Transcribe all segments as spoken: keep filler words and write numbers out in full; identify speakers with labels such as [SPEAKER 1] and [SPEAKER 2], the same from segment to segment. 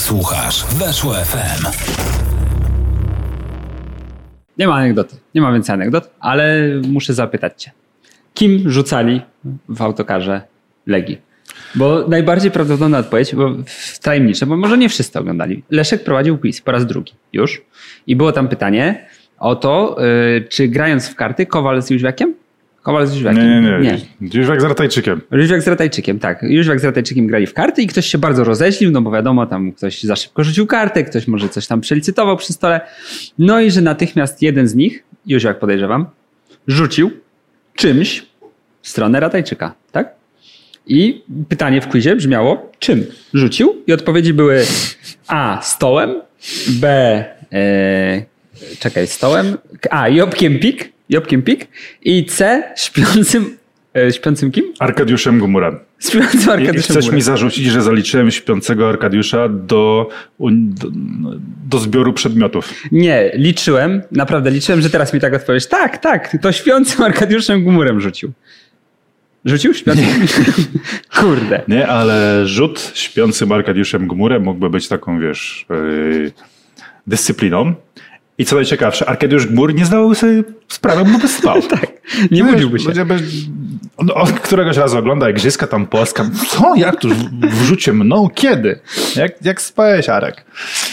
[SPEAKER 1] Słuchasz Weszło F M.
[SPEAKER 2] Nie ma anegdoty, nie ma więcej anegdot, ale muszę zapytać cię. Kim rzucali w autokarze Legii? Bo najbardziej prawdopodobna odpowiedź, bo tajemnicze, bo może nie wszyscy oglądali. Leszek prowadził quiz po raz drugi już i było tam pytanie o to, yy, czy grając w karty Kowal z Jóźwiakiem? Kowal z Jóźwiakiem?
[SPEAKER 3] Nie, nie, nie. Jóźwiak z Ratajczykiem.
[SPEAKER 2] Jóźwiak z Ratajczykiem, tak. Jóźwiak z Ratajczykiem grali w karty i ktoś się bardzo rozeźlił, no bo wiadomo, tam ktoś za szybko rzucił kartę, ktoś może coś tam przelicytował przy stole. No i że natychmiast jeden z nich, Jóźwiak podejrzewam, rzucił czymś w stronę Ratajczyka, tak? I pytanie w quizie brzmiało, czym rzucił? I odpowiedzi były A, stołem, B, e, czekaj, stołem, A, jobłkiem pik, jobłkiem pik i C, śpiącym, e, śpiącym kim?
[SPEAKER 3] Arkadiuszem Gmurem.
[SPEAKER 2] Śpiącym Arkadiuszem
[SPEAKER 3] I chcesz
[SPEAKER 2] Gmurem.
[SPEAKER 3] mi zarzucić, że zaliczyłem śpiącego Arkadiusza do, do, do zbioru przedmiotów.
[SPEAKER 2] Nie, liczyłem, naprawdę liczyłem, że teraz mi tak odpowiesz. Tak, tak, to śpiącym Arkadiuszem Gmurem rzucił. Rzucił śpiącym? Kurde.
[SPEAKER 3] Nie, ale rzut śpiącym Arkadiuszem Gmurem mógłby być taką, wiesz, yy, dyscypliną. I co najciekawsze, Arkadiusz Gmur nie zdawał sobie sprawy, bo by spał.
[SPEAKER 2] Tak, nie budziłby się.
[SPEAKER 3] Będzie, on, on któregoś razu ogląda igrzyska tam Polska. Co? Jak tu w rzucie mną? Kiedy? Jak, jak spałeś, Arek?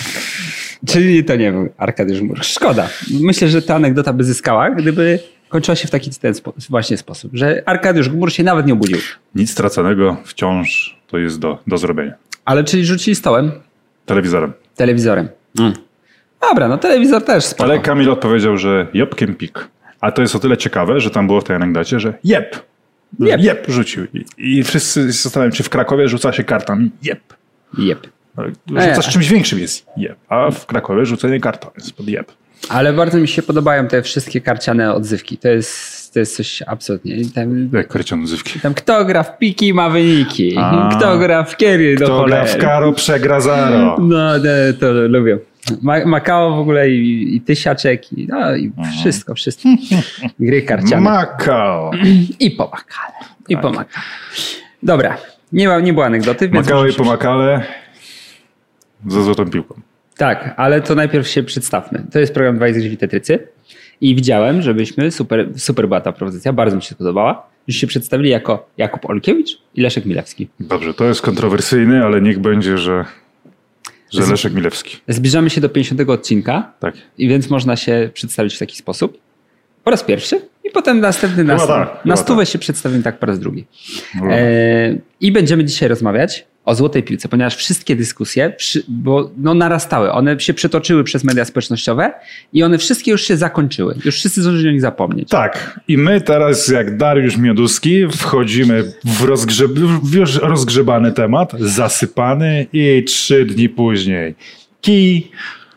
[SPEAKER 2] Czyli to nie był Arkadiusz Gmur. Szkoda. Myślę, że ta anegdota by zyskała, gdyby kończyła się w taki ten spo, właśnie sposób, że Arkadiusz Gmur się nawet nie obudził.
[SPEAKER 3] Nic straconego wciąż to jest do, do zrobienia.
[SPEAKER 2] Ale czyli rzucili stołem?
[SPEAKER 3] Telewizorem.
[SPEAKER 2] Telewizorem. Mm. Dobra, no telewizor też spoko.
[SPEAKER 3] Ale Kamil odpowiedział, że jobłkiem pik. A to jest o tyle ciekawe, że tam było w tej anegdocie, że jeb.
[SPEAKER 2] Jeb.
[SPEAKER 3] Jeb rzucił. I, i wszyscy się zastanawiają, czy w Krakowie rzuca się kartami jeb.
[SPEAKER 2] Jeb.
[SPEAKER 3] Rzucasz czymś większym jest jeb. A w Krakowie rzucenie kartą jest pod jeb.
[SPEAKER 2] Ale bardzo mi się podobają te wszystkie karciane odzywki. To jest, to jest coś absolutnie. Tam,
[SPEAKER 3] Jak karciane odzywki.
[SPEAKER 2] tam kto gra w piki ma wyniki.
[SPEAKER 3] A.
[SPEAKER 2] Kto gra w kiery do
[SPEAKER 3] Kto gra
[SPEAKER 2] cholery.
[SPEAKER 3] w karo przegra zaro.
[SPEAKER 2] No to, to lubię. Ma- Makao w ogóle i, i tysiaczek i, no, i wszystko, wszystko. Gry karciane.
[SPEAKER 3] Makao.
[SPEAKER 2] I po Makale. I po Makale. Dobra. Nie, ma, nie było anegdoty. Więc
[SPEAKER 3] Makao i
[SPEAKER 2] możemy-
[SPEAKER 3] po Makale ze złotą piłką.
[SPEAKER 2] Tak, ale to najpierw się przedstawmy. To jest program Dwaj Zgrzywi Tetrycy i widziałem, żebyśmy, super, super była ta propozycja, bardzo mi się podobała, że się przedstawili jako Jakub Olkiewicz i Leszek Milewski.
[SPEAKER 3] Dobrze, to jest kontrowersyjny, ale niech będzie, że, że Leszek Milewski.
[SPEAKER 2] Zbliżamy się do pięćdziesiątego odcinka
[SPEAKER 3] Tak.
[SPEAKER 2] i więc można się przedstawić w taki sposób. Po raz pierwszy i potem następny na,
[SPEAKER 3] Chyba
[SPEAKER 2] stu,
[SPEAKER 3] tak,
[SPEAKER 2] na
[SPEAKER 3] chyba
[SPEAKER 2] stówę
[SPEAKER 3] tak.
[SPEAKER 2] się przedstawimy tak po raz drugi.
[SPEAKER 3] Dobra.
[SPEAKER 2] E, I będziemy dzisiaj rozmawiać o złotej piłce, ponieważ wszystkie dyskusje, przy, bo no narastały, one się przetoczyły przez media społecznościowe i one wszystkie już się zakończyły. Już wszyscy zdążyli o nich zapomnieć.
[SPEAKER 3] Tak. I my teraz, jak Dariusz Mioduski, wchodzimy w, rozgrzeb, w już rozgrzebany temat, zasypany i trzy dni później kij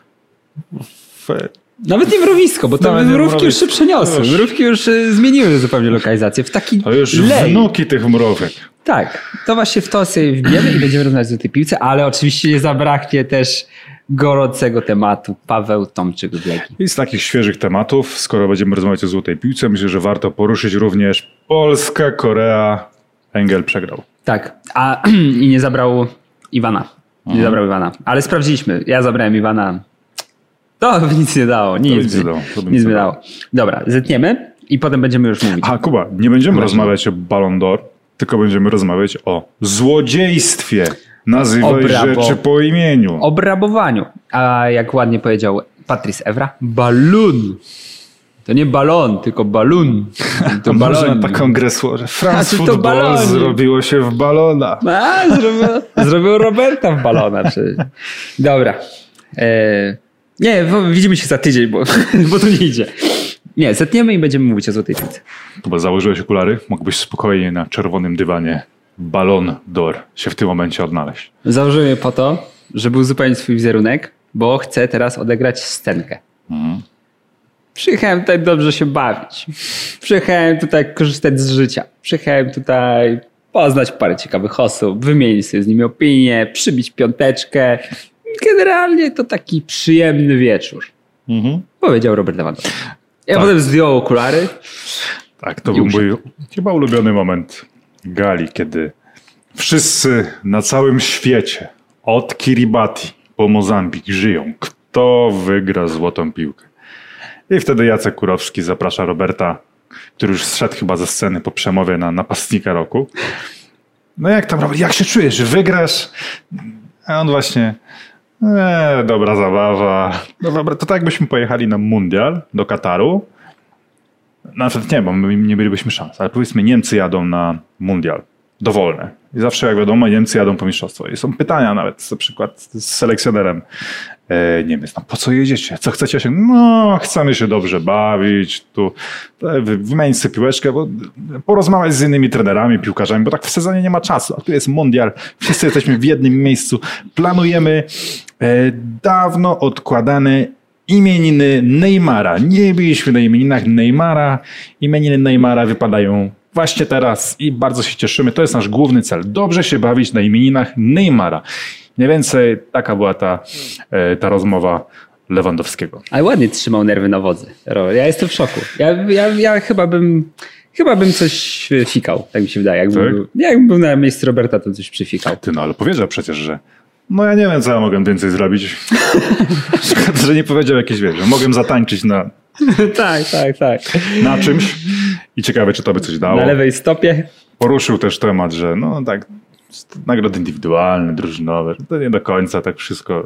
[SPEAKER 3] w...
[SPEAKER 2] Nawet nie mrowisko, bo te
[SPEAKER 3] Nawet nie
[SPEAKER 2] mrówki już się
[SPEAKER 3] mrowisko.
[SPEAKER 2] przeniosły.
[SPEAKER 3] Już.
[SPEAKER 2] Mrówki już y, zmieniły zupełnie lokalizację. W taki
[SPEAKER 3] To już
[SPEAKER 2] lej.
[SPEAKER 3] wnuki tych mrówek.
[SPEAKER 2] Tak, to właśnie w to sobie wbijemy i będziemy rozmawiać o tej piłce, ale oczywiście nie zabraknie też gorącego tematu. Paweł Tomczyk w Legii.
[SPEAKER 3] I z takich świeżych tematów, skoro będziemy rozmawiać o złotej piłce, myślę, że warto poruszyć również Polska, Korea. Engel przegrał.
[SPEAKER 2] Tak, a i nie zabrał Iwana. Nie
[SPEAKER 3] Mhm.
[SPEAKER 2] zabrał Iwana. Ale sprawdziliśmy. Ja zabrałem Iwana. To by nic nie dało. Nic,
[SPEAKER 3] nic
[SPEAKER 2] by,
[SPEAKER 3] nie dało, to by
[SPEAKER 2] nic
[SPEAKER 3] nic
[SPEAKER 2] by
[SPEAKER 3] nie
[SPEAKER 2] dało. Dobra, zetniemy i potem będziemy już mówić.
[SPEAKER 3] A Kuba, nie będziemy
[SPEAKER 2] Dobra.
[SPEAKER 3] rozmawiać o Ballon d'Or, tylko będziemy rozmawiać o złodziejstwie. Nazywaj
[SPEAKER 2] Obrabo-
[SPEAKER 3] rzeczy po imieniu.
[SPEAKER 2] O brabowaniu. A jak ładnie powiedział Patrice Evra, balun. To nie balon, tylko balun. To
[SPEAKER 3] Można
[SPEAKER 2] balon.
[SPEAKER 3] taką grę słowa. France
[SPEAKER 2] Znaczy to
[SPEAKER 3] Football
[SPEAKER 2] balonik.
[SPEAKER 3] zrobiło się w balona.
[SPEAKER 2] A, zrobił, zrobił Roberta w balona. Czy... Dobra. E... Nie, bo widzimy się za tydzień, bo, bo to nie idzie. Nie, zetniemy i będziemy mówić o złotej piłce.
[SPEAKER 3] Kuba, założyłeś okulary? Mógłbyś spokojnie na czerwonym dywanie Ballon d'Or się w tym momencie odnaleźć.
[SPEAKER 2] Założyłem je po to, żeby uzupełnić swój wizerunek, bo chcę teraz odegrać scenkę.
[SPEAKER 3] Mhm.
[SPEAKER 2] Przyjechałem tutaj dobrze się bawić. Przyjechałem tutaj korzystać z życia. Przyjechałem tutaj poznać parę ciekawych osób, wymienić sobie z nimi opinię, przybić piąteczkę. Generalnie to taki przyjemny wieczór.
[SPEAKER 3] Mhm.
[SPEAKER 2] Powiedział Robert Lewandowski. Ja
[SPEAKER 3] Tak.
[SPEAKER 2] potem zdjął okulary.
[SPEAKER 3] Tak, to
[SPEAKER 2] I
[SPEAKER 3] był
[SPEAKER 2] usiadł.
[SPEAKER 3] mój chyba ulubiony moment gali, kiedy wszyscy na całym świecie, od Kiribati po Mozambik żyją. Kto wygra złotą piłkę? I wtedy Jacek Kurowski zaprasza Roberta, który już zszedł chyba ze sceny po przemowie na napastnika roku. No jak tam, Robert, jak się czujesz? Wygrasz? A on właśnie, e, dobra zabawa. No dobra, to tak jakbyśmy pojechali na mundial do Kataru. Nawet nie, bo my nie mielibyśmy szans, ale powiedzmy Niemcy jadą na mundial dowolne. I zawsze jak wiadomo Niemcy jadą po mistrzostwo. I są pytania nawet na przykład z selekcjonerem e, Niemiec. No, po co jedziecie? Co chcecie się? No chcemy się dobrze bawić. Tu wymienić sobie piłeczkę, bo porozmawiać z innymi trenerami, piłkarzami, bo tak w sezonie nie ma czasu. A tu jest mundial. Wszyscy jesteśmy w jednym miejscu. Planujemy e, dawno odkładane imieniny Neymara. Nie byliśmy na imieninach Neymara. Imieniny Neymara wypadają właśnie teraz i bardzo się cieszymy. To jest nasz główny cel. Dobrze się bawić na imieninach Neymara. Mniej więcej taka była ta, ta rozmowa Lewandowskiego.
[SPEAKER 2] Ale ładnie trzymał nerwy na wodzy. Ja jestem w szoku. Ja, ja, ja chyba bym chyba bym coś fikał, tak mi się wydaje. Jakbym, tak? był, jakbym był na miejscu Roberta, to coś przyfikał.
[SPEAKER 3] Ty no, ale powiedział przecież, że no ja nie wiem, co ja mogę więcej zrobić. Szkoda, że nie powiedział jakieś, wiesz, że mogłem zatańczyć na...
[SPEAKER 2] tak, tak, tak.
[SPEAKER 3] Na czymś. I ciekawe, czy to by coś dało.
[SPEAKER 2] Na lewej stopie.
[SPEAKER 3] Poruszył też temat, że no tak, nagrody indywidualne, drużynowe, to nie do końca tak wszystko.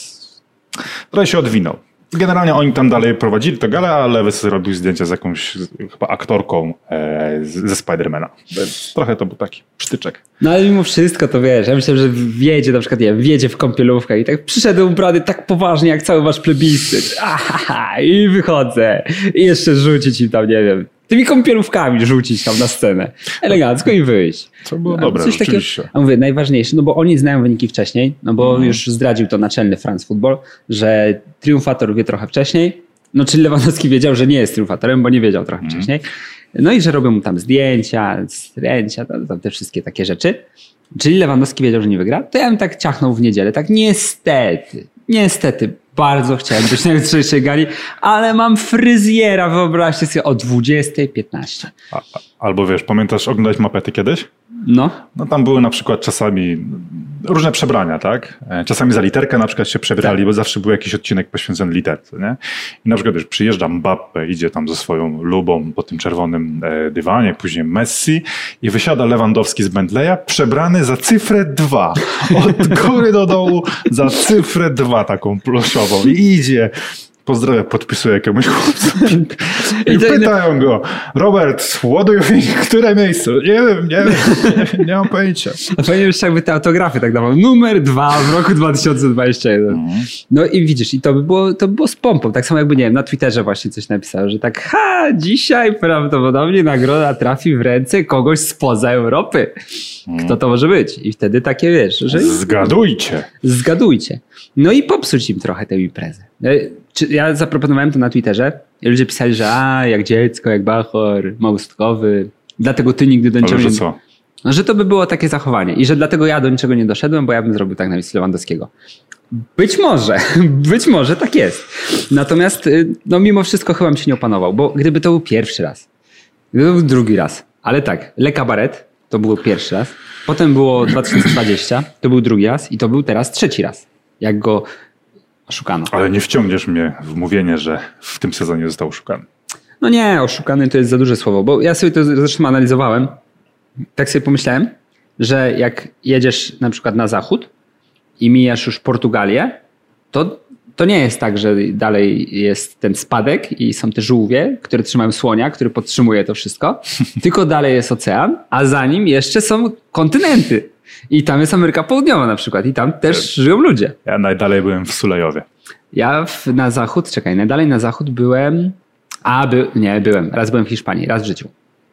[SPEAKER 3] Trochę się odwinął. Generalnie oni tam dalej prowadzili tę galę, a Lewy zrobił zdjęcia z jakąś chyba aktorką e, ze Spidermana. Trochę to był taki sztyczek.
[SPEAKER 2] No ale mimo wszystko to wiesz, ja myślę, że wjedzie na przykład, nie wiem, wjedzie w kąpielówkę i tak przyszedł ubrany tak poważnie jak cały wasz plebiscyt. Ahaha, i wychodzę. I jeszcze rzucić im tam, nie wiem, tymi kąpielówkami rzucić tam na scenę. Elegancko i wyjść.
[SPEAKER 3] To było no, dobre, rzeczywiście.
[SPEAKER 2] Takiego, a mówię, najważniejsze, no bo oni znają wyniki wcześniej, no bo mm. już zdradził to naczelny France Football, że triumfator wie trochę wcześniej, no czyli Lewandowski wiedział, że nie jest triumfatorem, bo nie wiedział trochę mm. wcześniej. No i że robią mu tam zdjęcia, zdjęcia, tam, tam te wszystkie takie rzeczy. Czyli Lewandowski wiedział, że nie wygra, to ja bym tak ciachnął w niedzielę, tak niestety, niestety, bardzo chciałem być na jutrzejszej gali, ale mam fryzjera, wyobraźcie sobie, o dwudziesta piętnaście.
[SPEAKER 3] A, albo wiesz, pamiętasz oglądać Mapety kiedyś?
[SPEAKER 2] No. No
[SPEAKER 3] tam były na przykład czasami różne przebrania, tak? Czasami za literkę na przykład się przebrali, tak. Bo zawsze był jakiś odcinek poświęcony literce, nie? I na przykład wiesz, przyjeżdża Mbappé, idzie tam ze swoją lubą po tym czerwonym dywanie, później Messi i wysiada Lewandowski z Bentleya przebrany za cyfrę dwa. Od góry do dołu za cyfrę dwa taką pluszową. I idzie... Pozdrawia, podpisuje jakiemuś chłopcu. I, I pytają go, Robert, what do you think? Które miejsce? Nie wiem, nie wiem, nie, nie mam pojęcia.
[SPEAKER 2] A fajnie jeszcze jakby te autografy tak dawał. Numer dwa w roku dwa tysiące dwudziestym pierwszym. Mm. No i widzisz, i to by było, to by było z pompą. Tak samo jakby, nie wiem, na Twitterze właśnie coś napisał, że tak, ha, dzisiaj prawdopodobnie nagroda trafi w ręce kogoś spoza Europy. Mm. Kto to może być? I wtedy takie, wiesz, że...
[SPEAKER 3] Zgadujcie.
[SPEAKER 2] Zgadujcie. No i popsuć im trochę tę imprezę. Ja zaproponowałem to na Twitterze i ludzie pisali, że a, jak dziecko, jak bachor, małostkowy, dlatego ty nigdy do niczego
[SPEAKER 3] nie... co?
[SPEAKER 2] No, że to by było takie zachowanie i że dlatego ja do niczego nie doszedłem, bo ja bym zrobił tak na miejscu Lewandowskiego. Być może, być może tak jest. Natomiast no mimo wszystko chyba bym się nie opanował, bo gdyby to był pierwszy raz, gdyby to był drugi raz, ale tak, Le Cabaret to był pierwszy raz, potem było dwa tysiące dwudziesty, to był drugi raz i to był teraz trzeci raz, jak go oszukano.
[SPEAKER 3] Ale nie wciągniesz mnie w mówienie, że w tym sezonie został oszukany.
[SPEAKER 2] No nie, oszukany to jest za duże słowo, bo ja sobie to zresztą analizowałem. Tak sobie pomyślałem, że jak jedziesz na przykład na zachód i mijasz już Portugalię, to, to nie jest tak, że dalej jest ten spadek i są te żółwie, które trzymają słonia, który podtrzymuje to wszystko, tylko dalej jest ocean, a za nim jeszcze są kontynenty. I tam jest Ameryka Południowa na przykład i tam też żyją ludzie.
[SPEAKER 3] Ja najdalej byłem w Sulejowie.
[SPEAKER 2] Ja w, na zachód, czekaj, najdalej na zachód byłem, a by, nie, byłem, raz byłem w Hiszpanii, raz w życiu.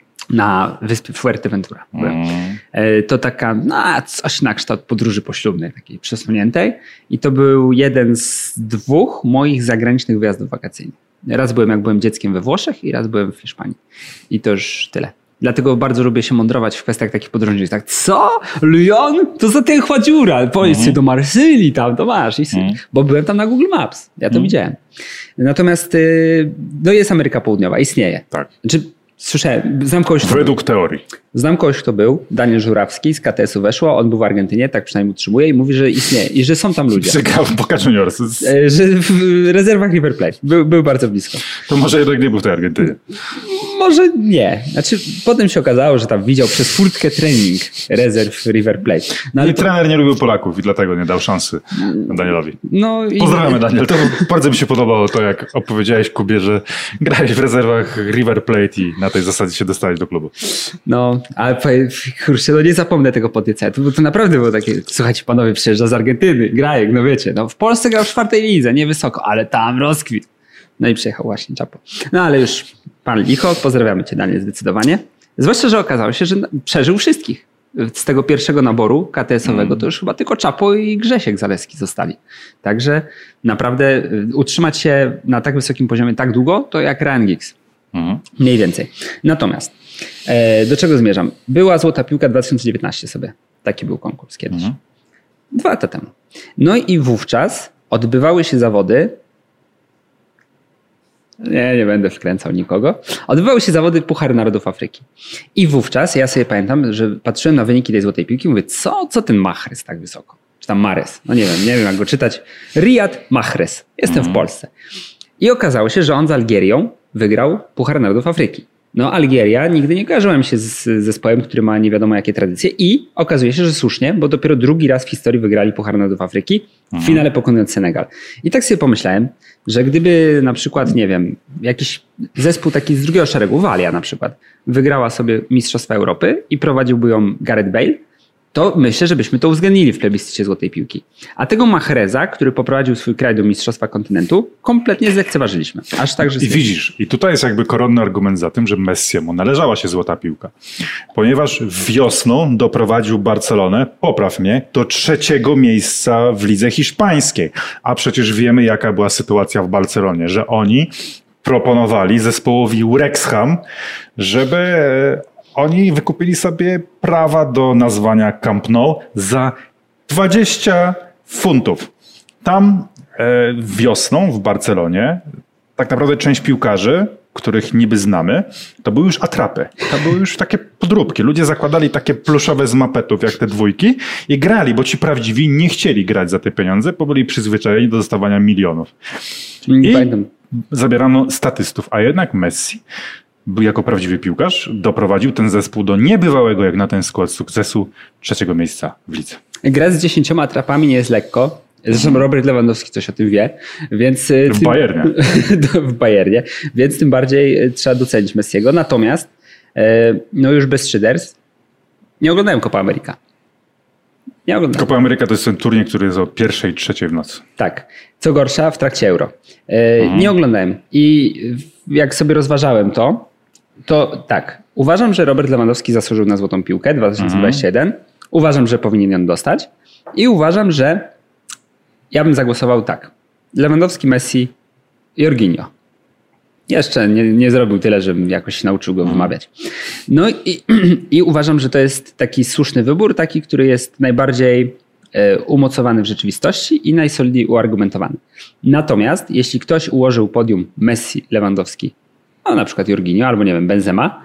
[SPEAKER 2] Na wyspie Fuerteventura byłem. Mm. To taka, no, coś na kształt podróży poślubnej, takiej przesuniętej. I to był jeden z dwóch moich zagranicznych wyjazdów wakacyjnych. Raz byłem, jak byłem dzieckiem we Włoszech i raz byłem w Hiszpanii. I to już tyle. Dlatego bardzo lubię się mądrować w kwestiach takich podróżniczych. Tak, co? Lyon? To za tęchła dziura. Pojedź mm. do Marsylii tam, to masz. I mm. Bo byłem tam na Google Maps. Ja to mm. widziałem. Natomiast no jest Ameryka Południowa, istnieje.
[SPEAKER 3] Tak.
[SPEAKER 2] Znaczy, Słyszałem, znam kogoś, kto
[SPEAKER 3] Według teorii.
[SPEAKER 2] Znam kogoś, kto był, Daniel Żurawski z K T S-u weszło, on był w Argentynie, tak przynajmniej utrzymuje i mówi, że istnieje i że są tam ludzie.
[SPEAKER 3] Grał w Boca Juniors.
[SPEAKER 2] Że w rezerwach River Plate. Był, był bardzo blisko.
[SPEAKER 3] To może jednak nie był w tej Argentynie.
[SPEAKER 2] Może nie. Znaczy, potem się okazało, że tam widział przez furtkę trening rezerw River Plate. No, ale
[SPEAKER 3] I
[SPEAKER 2] to...
[SPEAKER 3] trener nie lubił Polaków i dlatego nie dał szansy Danielowi.
[SPEAKER 2] No i...
[SPEAKER 3] Pozdrawiamy, Daniel. To bardzo mi się podobało to, jak opowiedziałeś Kubie, że grałeś w rezerwach River Plate i na tej zasadzie się dostałeś do klubu.
[SPEAKER 2] No, ale kurczę, no nie zapomnę tego podniecenia. To, to naprawdę było takie, słuchajcie panowie, przyjeżdża z Argentyny, grajek, no wiecie, no w Polsce grał w czwartej lidze, nie wysoko, ale tam rozkwit. No i przyjechał właśnie Czapo. No ale już pan Licho, pozdrawiamy cię Daniel zdecydowanie. Zwłaszcza, że okazało się, że przeżył wszystkich. Z tego pierwszego naboru K T S-owego mm. to już chyba tylko Czapo i Grzesiek Zaleski zostali. Także naprawdę utrzymać się na tak wysokim poziomie tak długo, to jak Ryan Giggs. Mm. Mniej więcej. Natomiast e, do czego zmierzam? Była Złota Piłka dwa tysiące dziewiętnaście sobie. Taki był konkurs kiedyś. Mm. Dwa lata temu. No i wówczas odbywały się zawody. Nie, nie będę wkręcał nikogo. Odbywały się zawody Puchar Narodów Afryki. I wówczas ja sobie pamiętam, że patrzyłem na wyniki tej Złotej Piłki i mówię, co, co ten Mahrez tak wysoko? Czy tam Mahrez? No nie wiem, nie wiem jak go czytać. Riyad Mahrez. Jestem mm. w Polsce. I okazało się, że on z Algierią wygrał Puchar Narodów Afryki. No Algieria, nigdy nie kojarzyłem się z zespołem, który ma nie wiadomo jakie tradycje i okazuje się, że słusznie, bo dopiero drugi raz w historii wygrali Puchar Narodów Afryki, w finale pokonując Senegal. I tak sobie pomyślałem, że gdyby na przykład, nie wiem, jakiś zespół taki z drugiego szeregu, Walia na przykład, wygrała sobie Mistrzostwa Europy i prowadziłby ją Gareth Bale, to myślę, że byśmy to uwzględnili w plebiscycie Złotej Piłki. A tego Mahreza, który poprowadził swój kraj do Mistrzostwa Kontynentu, kompletnie zlekceważyliśmy. Aż tak, że...
[SPEAKER 3] I widzisz, i tutaj jest jakby koronny argument za tym, że Messiemu należała się Złota Piłka. Ponieważ wiosną doprowadził Barcelonę, popraw mnie, do trzeciego miejsca w lidze hiszpańskiej. A przecież wiemy, jaka była sytuacja w Barcelonie, że oni proponowali zespołowi Wrexham, żeby... Oni wykupili sobie prawa do nazwania Camp Nou za dwadzieścia funtów. Tam e, wiosną w Barcelonie tak naprawdę część piłkarzy, których niby znamy, to były już atrapy. To były już takie podróbki. Ludzie zakładali takie pluszowe z mapetów jak te dwójki i grali, bo ci prawdziwi nie chcieli grać za te pieniądze, bo byli przyzwyczajeni do dostawania milionów. I zabierano statystów, a jednak Messi jako prawdziwy piłkarz doprowadził ten zespół do niebywałego jak na ten skład sukcesu trzeciego miejsca w lidze.
[SPEAKER 2] Gra z dziesięcioma atrapami nie jest lekko. Zresztą Robert Lewandowski coś o tym wie, więc...
[SPEAKER 3] W tym, Bayernie.
[SPEAKER 2] w Bayernie, więc tym bardziej trzeba docenić Messiego. Natomiast no już bez szyderstw nie oglądałem Copa America. Nie oglądałem.
[SPEAKER 3] Copa America to jest ten turniej, który jest o pierwszej, trzeciej w nocy.
[SPEAKER 2] Tak. Co gorsza, w trakcie Euro. Mhm. Nie oglądałem. I jak sobie rozważałem to, to tak, uważam, że Robert Lewandowski zasłużył na Złotą Piłkę dwa tysiące dwudziesty pierwszy. Mhm. Uważam, że powinien ją dostać i uważam, że ja bym zagłosował tak. Lewandowski, Messi, Jorginho. Jeszcze nie, nie zrobił tyle, żebym jakoś nauczył go wymawiać. No i, i uważam, że to jest taki słuszny wybór, taki, który jest najbardziej umocowany w rzeczywistości i najsolidniej uargumentowany. Natomiast jeśli ktoś ułożył podium Messi, Lewandowski, no na przykład Jorginho albo nie wiem, Benzema,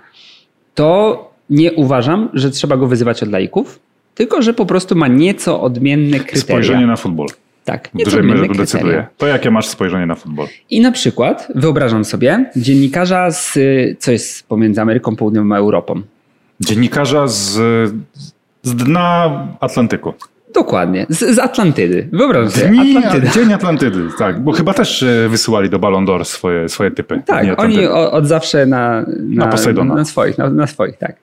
[SPEAKER 2] to nie uważam, że trzeba go wyzywać od laików, tylko że po prostu ma nieco odmienne kryteria.
[SPEAKER 3] Spojrzenie na futbol.
[SPEAKER 2] Tak,
[SPEAKER 3] w dużej mierze to decyduje. To jakie masz spojrzenie na futbol?
[SPEAKER 2] I na przykład wyobrażam sobie dziennikarza z, co jest pomiędzy Ameryką Południową a Europą.
[SPEAKER 3] Dziennikarza z, z dna Atlantyku.
[SPEAKER 2] Dokładnie, z, z Atlantydy. Wyobrażam sobie.
[SPEAKER 3] Dni, Atlantyda. Dzień Atlantydy, tak, bo chyba też wysyłali do Ballon d'Or swoje, swoje typy.
[SPEAKER 2] Tak, oni od zawsze na, na,
[SPEAKER 3] na,
[SPEAKER 2] na swoich, na, na swoich, tak.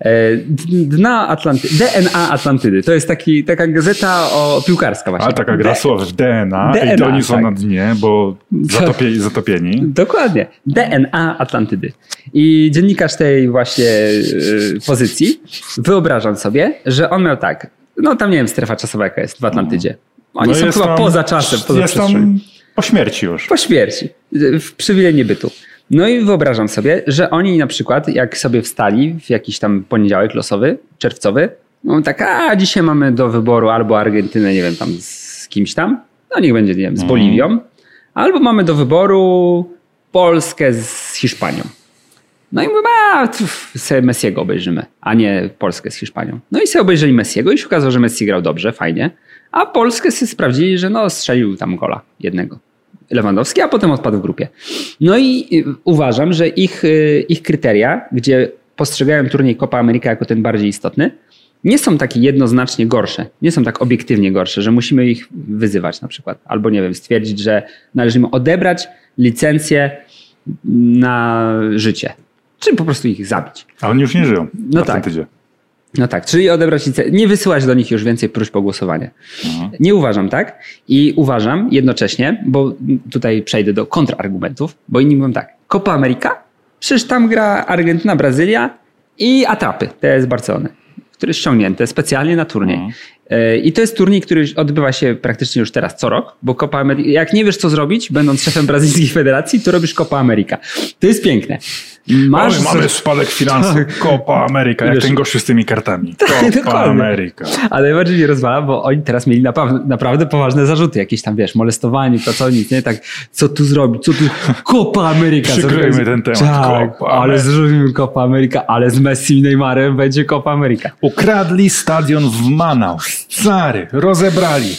[SPEAKER 2] Dna Atlantydy, D N A Atlantydy. To jest taki, taka gazeta o piłkarska właśnie.
[SPEAKER 3] Ale taka gra D- słów, D N A, D N A i oni są tak na dnie, bo zatopieni. zatopieni.
[SPEAKER 2] Dokładnie. D N A Atlantydy. I dziennikarz tej właśnie y, pozycji, wyobrażam sobie, że on miał tak, no tam nie wiem, strefa czasowa jaka jest w Atlantydzie. Oni no są chyba tam, poza czasem. Poza
[SPEAKER 3] jest tam po śmierci już.
[SPEAKER 2] Po śmierci. W przywilej niebytu. No i wyobrażam sobie, że oni na przykład jak sobie wstali w jakiś tam poniedziałek losowy, czerwcowy, no tak, a dzisiaj mamy do wyboru albo Argentynę, nie wiem, tam z kimś tam, no niech będzie, nie wiem, z Boliwią, mm. albo mamy do wyboru Polskę z Hiszpanią. No i mówię, a tf, sobie Messiego obejrzymy, a nie Polskę z Hiszpanią. No i sobie obejrzeli Messiego i się okazało, że Messi grał dobrze, fajnie, a Polskę sobie sprawdzili, że no strzelił tam gola jednego. Lewandowski, a potem odpadł w grupie. No i uważam, że ich, ich kryteria, gdzie postrzegają turniej Copa America jako ten bardziej istotny, nie są takie jednoznacznie gorsze. Nie są tak obiektywnie gorsze, że musimy ich wyzywać na przykład. Albo nie wiem, stwierdzić, że należy im odebrać licencję na życie. Czy po prostu ich zabić.
[SPEAKER 3] A oni już nie żyją.
[SPEAKER 2] No tak. No tak, czyli odebrać licencję. Nie wysyłać do nich już więcej próśb o głosowanie. Aha. Nie uważam tak. I uważam jednocześnie, bo tutaj przejdę do kontrargumentów, bo inni mówią tak. Copa America? Przecież tam gra Argentyna, Brazylia i atrapy. To jest Barcelony, które jest ściągnięte specjalnie na turniej. Aha. I to jest turniej, który odbywa się praktycznie już teraz co rok, bo Copa America, jak nie wiesz co zrobić, będąc szefem brazylijskiej federacji, to robisz Copa America. To jest piękne.
[SPEAKER 3] Masz Mamy, mamy spadek finansów. Copa America, jak wiesz, ten gościu z tymi kartami. Copa America. Ale najbardziej mnie rozwala, bo oni teraz mieli naprawdę, naprawdę poważne zarzuty. Jakieś tam, wiesz, molestowanie, pracownic, nie? Tak, co tu zrobić? Co tu? Copa America.
[SPEAKER 2] Przykrojmy
[SPEAKER 3] ten temat.
[SPEAKER 2] Tak, Copa ale zrobimy Copa America, ale z Messi i Neymarem będzie Copa America.
[SPEAKER 3] Ukradli stadion w Manaus. Stary, rozebrali.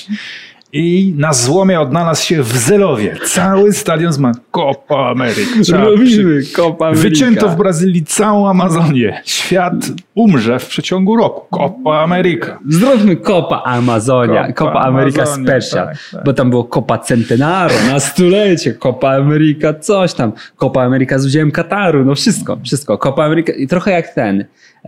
[SPEAKER 3] I na złomie odnalazł się w Zelowie. Cały stadion z ma Copa America.
[SPEAKER 2] Robimy Copa America.
[SPEAKER 3] Wycięto w Brazylii całą Amazonię. Świat umrze w przeciągu roku. Copa America.
[SPEAKER 2] Zróbmy Copa Amazonia. Copa, Copa America Amazonia, Special. Tak, tak. Bo tam było Copa Centenaro na stulecie. Copa America coś tam. Copa America z udziałem Kataru. No wszystko, wszystko. Copa America. I trochę jak ten...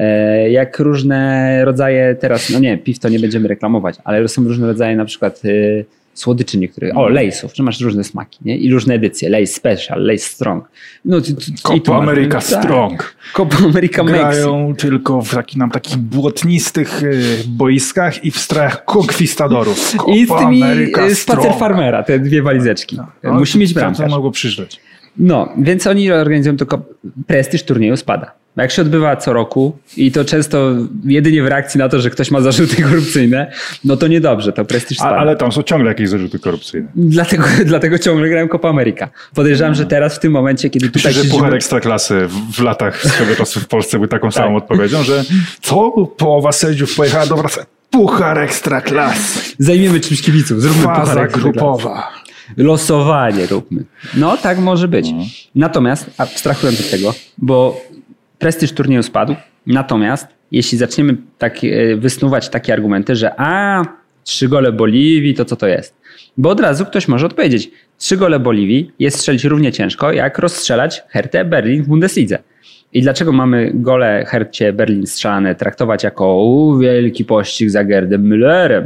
[SPEAKER 2] Jak różne rodzaje teraz, no nie, piw to nie będziemy reklamować, ale są różne rodzaje na przykład y, słodyczy niektórych, o lejsów, że masz różne smaki, nie? I różne edycje, Lays Special, Lays Strong. No, ty, ty,
[SPEAKER 3] Copa America masz, Strong.
[SPEAKER 2] Tak. Copa America
[SPEAKER 3] Grają Mexi. Tylko w taki, nam takich błotnistych y, boiskach i w strojach konkwistadorów. Copa
[SPEAKER 2] I z tymi spacer farmera, te dwie walizeczki. No, no, Musi mieć bramkarz.
[SPEAKER 3] To mogło przyjrzeć.
[SPEAKER 2] No, więc oni organizują tylko prestiż turnieju spada. Jak się odbywa co roku i to często jedynie w reakcji na to, że ktoś ma zarzuty korupcyjne, no to niedobrze, to prestiż spada.
[SPEAKER 3] Ale tam są ciągle jakieś zarzuty korupcyjne.
[SPEAKER 2] Dlatego, dlatego ciągle grałem Copa America. Podejrzewam, no. że teraz w tym momencie, kiedy tutaj...
[SPEAKER 3] Myślę, że Puchar Ekstraklasy w, w latach swego czasu w Polsce był taką samą tak. odpowiedzią, że co? Połowa sędziów pojechała do wraca. Puchar Ekstraklasy.
[SPEAKER 2] Zajmiemy czymś kibiców. Zróbmy
[SPEAKER 3] Faza grupowa.
[SPEAKER 2] Losowanie róbmy. No tak może być. No. Natomiast abstrahując od tego, bo prestiż turnieju spadł. Natomiast jeśli zaczniemy tak wysnuwać takie argumenty, że a, trzy gole Boliwii, to co to jest? Bo od razu ktoś może odpowiedzieć, trzy gole Boliwii jest strzelić równie ciężko, jak rozstrzelać Hertę Berlin w Bundeslidze. I dlaczego mamy gole Hercie Berlin strzelane traktować jako u, wielki pościg za Gerdem Müllerem,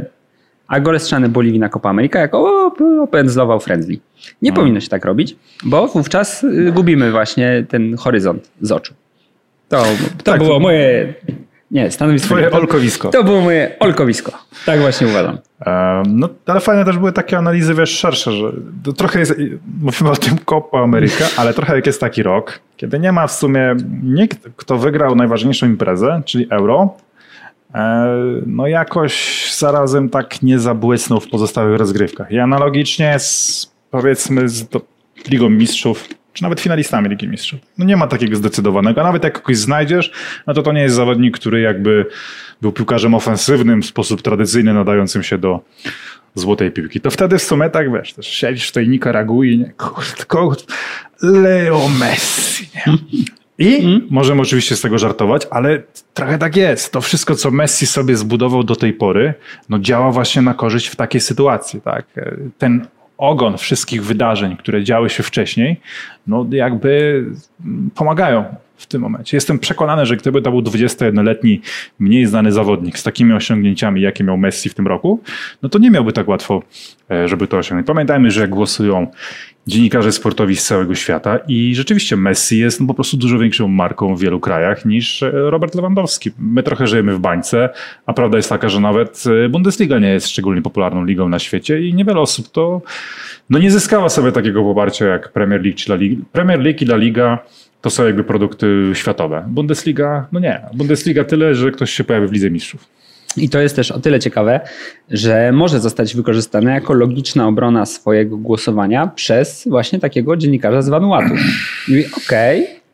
[SPEAKER 2] a gole strzelane Boliwii na Copa America jako o, pędzlował friendly. Nie hmm. powinno się tak robić, bo wówczas gubimy właśnie ten horyzont z oczu. To, to tak, było moje... Nie, stanowisko.
[SPEAKER 3] Twoje olkowisko.
[SPEAKER 2] To było moje olkowisko. Tak właśnie uważam.
[SPEAKER 3] Um, no, ale fajne też były takie analizy, wiesz, szersze, że to trochę jest, mówimy o tym Copa America, ale trochę jak jest taki rok, kiedy nie ma w sumie nikt, kto wygrał najważniejszą imprezę, czyli Euro, e, no jakoś zarazem tak nie zabłysnął w pozostałych rozgrywkach. I analogicznie z, powiedzmy, z do, Ligą Mistrzów, czy nawet finalistami Ligi Mistrzów. No nie ma takiego zdecydowanego, a nawet jak kogoś znajdziesz, no to to nie jest zawodnik, który jakby był piłkarzem ofensywnym w sposób tradycyjny, nadającym się do złotej piłki. To wtedy w sumie tak, wiesz, też siedzisz w tej Nikaragui, nie? Kurde, kurde, Leo Messi, nie? I mm. możemy oczywiście z tego żartować, ale trochę tak jest. To wszystko, co Messi sobie zbudował do tej pory, no działa właśnie na korzyść w takiej sytuacji, tak? Ten ogon wszystkich wydarzeń, które działy się wcześniej, no jakby pomagają w tym momencie. Jestem przekonany, że gdyby to był dwudziestojednoletni, mniej znany zawodnik z takimi osiągnięciami, jakie miał Messi w tym roku, no to nie miałby tak łatwo, żeby to osiągnąć. Pamiętajmy, że jak głosują dziennikarze sportowi z całego świata i rzeczywiście Messi jest no po prostu dużo większą marką w wielu krajach niż Robert Lewandowski. My trochę żyjemy w bańce, a prawda jest taka, że nawet Bundesliga nie jest szczególnie popularną ligą na świecie i niewiele osób to no nie zyskała sobie takiego poparcia jak Premier League czy La Liga. Premier League i La Liga to są jakby produkty światowe. Bundesliga, no nie. Bundesliga tyle, że ktoś się pojawi w Lidze Mistrzów.
[SPEAKER 2] I to jest też o tyle ciekawe, że może zostać wykorzystane jako logiczna obrona swojego głosowania przez właśnie takiego dziennikarza z Vanuatu. I okej, okay,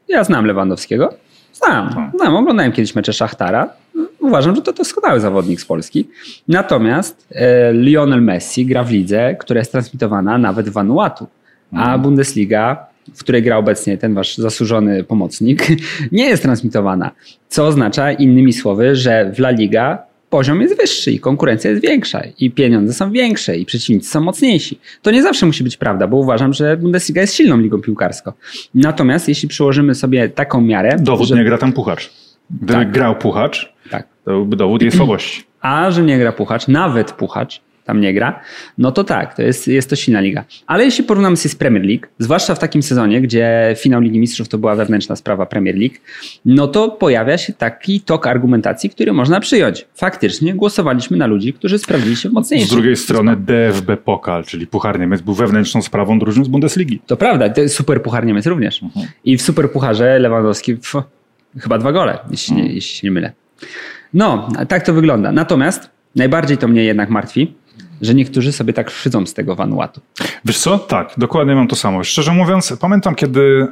[SPEAKER 2] Ja znam Lewandowskiego. Znam, znam. Oglądałem kiedyś mecze Szachtara. Uważam, że to doskonały zawodnik z Polski. Natomiast e, Lionel Messi gra w lidze, która jest transmitowana nawet w Vanuatu. A Bundesliga, w której gra obecnie ten wasz zasłużony pomocnik, nie jest transmitowana. Co oznacza innymi słowy, że w La Liga poziom jest wyższy i konkurencja jest większa i pieniądze są większe i przeciwnicy są mocniejsi. To nie zawsze musi być prawda, bo uważam, że Bundesliga jest silną ligą piłkarską. Natomiast jeśli przyłożymy sobie taką miarę...
[SPEAKER 3] Dowód
[SPEAKER 2] że...
[SPEAKER 3] nie gra tam Puchacz. Gdyby tak. grał Puchacz,
[SPEAKER 2] tak.
[SPEAKER 3] to byłby dowód jej słabości.
[SPEAKER 2] A że nie gra Puchacz, nawet Puchacz tam nie gra, no to tak, to jest, jest to silna liga. Ale jeśli porównamy się z Premier League, zwłaszcza w takim sezonie, gdzie finał Ligi Mistrzów to była wewnętrzna sprawa Premier League, no to pojawia się taki tok argumentacji, który można przyjąć. Faktycznie głosowaliśmy na ludzi, którzy sprawdzili się w mocniejszych.
[SPEAKER 3] Z drugiej strony D F B Pokal, czyli Puchar Niemiec, był wewnętrzną sprawą drużyn z Bundesligi.
[SPEAKER 2] To prawda, to Super Puchar Niemiec również. Mhm. I w Super Pucharze Lewandowski pf, chyba dwa gole, jeśli, mhm. nie, jeśli się nie mylę. No, tak to wygląda. Natomiast najbardziej to mnie jednak martwi, że niektórzy sobie tak szydzą z tego Vanuatu.
[SPEAKER 3] Wiesz co? Tak, dokładnie mam to samo. Szczerze mówiąc, pamiętam, kiedy e,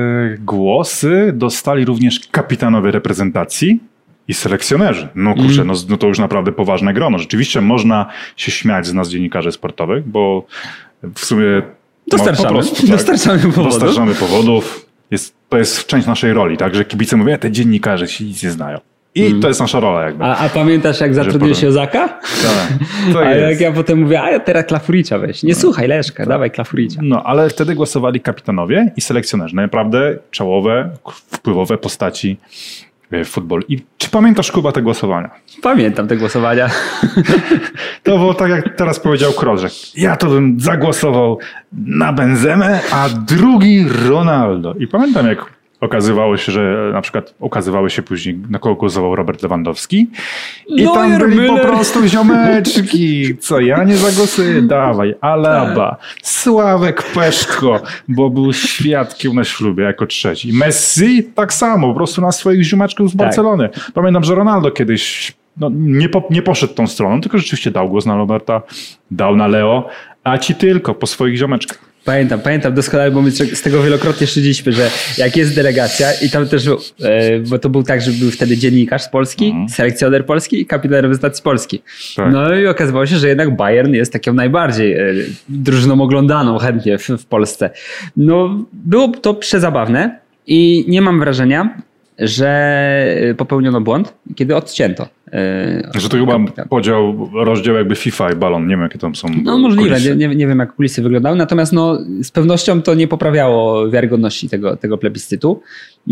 [SPEAKER 3] głosy dostali również kapitanowie reprezentacji i selekcjonerzy. No kurczę, mm. no, no to już naprawdę poważne grono. Rzeczywiście można się śmiać z nas dziennikarzy sportowych, bo w sumie...
[SPEAKER 2] Dostarczamy, po prostu, tak, dostarczamy powodów.
[SPEAKER 3] Dostarczamy powodów. Jest, to jest część naszej roli, tak? Że kibice mówią, te dziennikarze się nic nie znają. I mm. to jest nasza rola jakby.
[SPEAKER 2] A, a pamiętasz, jak zatrudniłeś się Ozaka?
[SPEAKER 3] Tak, to
[SPEAKER 2] a
[SPEAKER 3] jest.
[SPEAKER 2] jak ja potem mówię, a ja teraz Klafuricza weź. Nie no. słuchaj Leszka, dawaj Klafuricza.
[SPEAKER 3] No, ale wtedy głosowali kapitanowie i selekcjonerzy. Naprawdę czołowe, wpływowe postaci w futbolu. I czy pamiętasz, Kuba, te głosowania?
[SPEAKER 2] Pamiętam te głosowania.
[SPEAKER 3] To było tak, jak teraz powiedział Kroos, że ja to bym zagłosował na Benzemę, a drugi Ronaldo. I pamiętam, jak okazywało się, że na przykład okazywały się później, na kogo głosował Robert Lewandowski. I no tam byli po prostu ziomeczki. Co, ja nie zagłosuję? Dawaj. Alaba, Sławek Peszko, bo był świadkiem na ślubie jako trzeci. Messi tak samo, po prostu na swoich ziomeczków z Barcelony. Tak. Pamiętam, że Ronaldo kiedyś no, nie, po, nie poszedł tą stroną, tylko rzeczywiście dał głos na Roberta, dał na Leo, a ci tylko po swoich ziomeczkach.
[SPEAKER 2] Pamiętam, pamiętam doskonale, bo my z tego wielokrotnie szydziliśmy, że jak jest delegacja i tam też, bo to był tak, że był wtedy dziennikarz z Polski, mhm. selekcjoner polski i kapitan reprezentacji Polski. Tak. No i okazywało się, że jednak Bayern jest taką najbardziej drużyną oglądaną chętnie w, w Polsce. No było to przezabawne i nie mam wrażenia, że popełniono błąd, kiedy odcięto.
[SPEAKER 3] Że to chyba podział, rozdział jakby FIFA i balon, nie wiem jakie tam są
[SPEAKER 2] No możliwe, nie, nie wiem jak kulisy wyglądały, natomiast no, z pewnością to nie poprawiało wiarygodności tego, tego plebiscytu.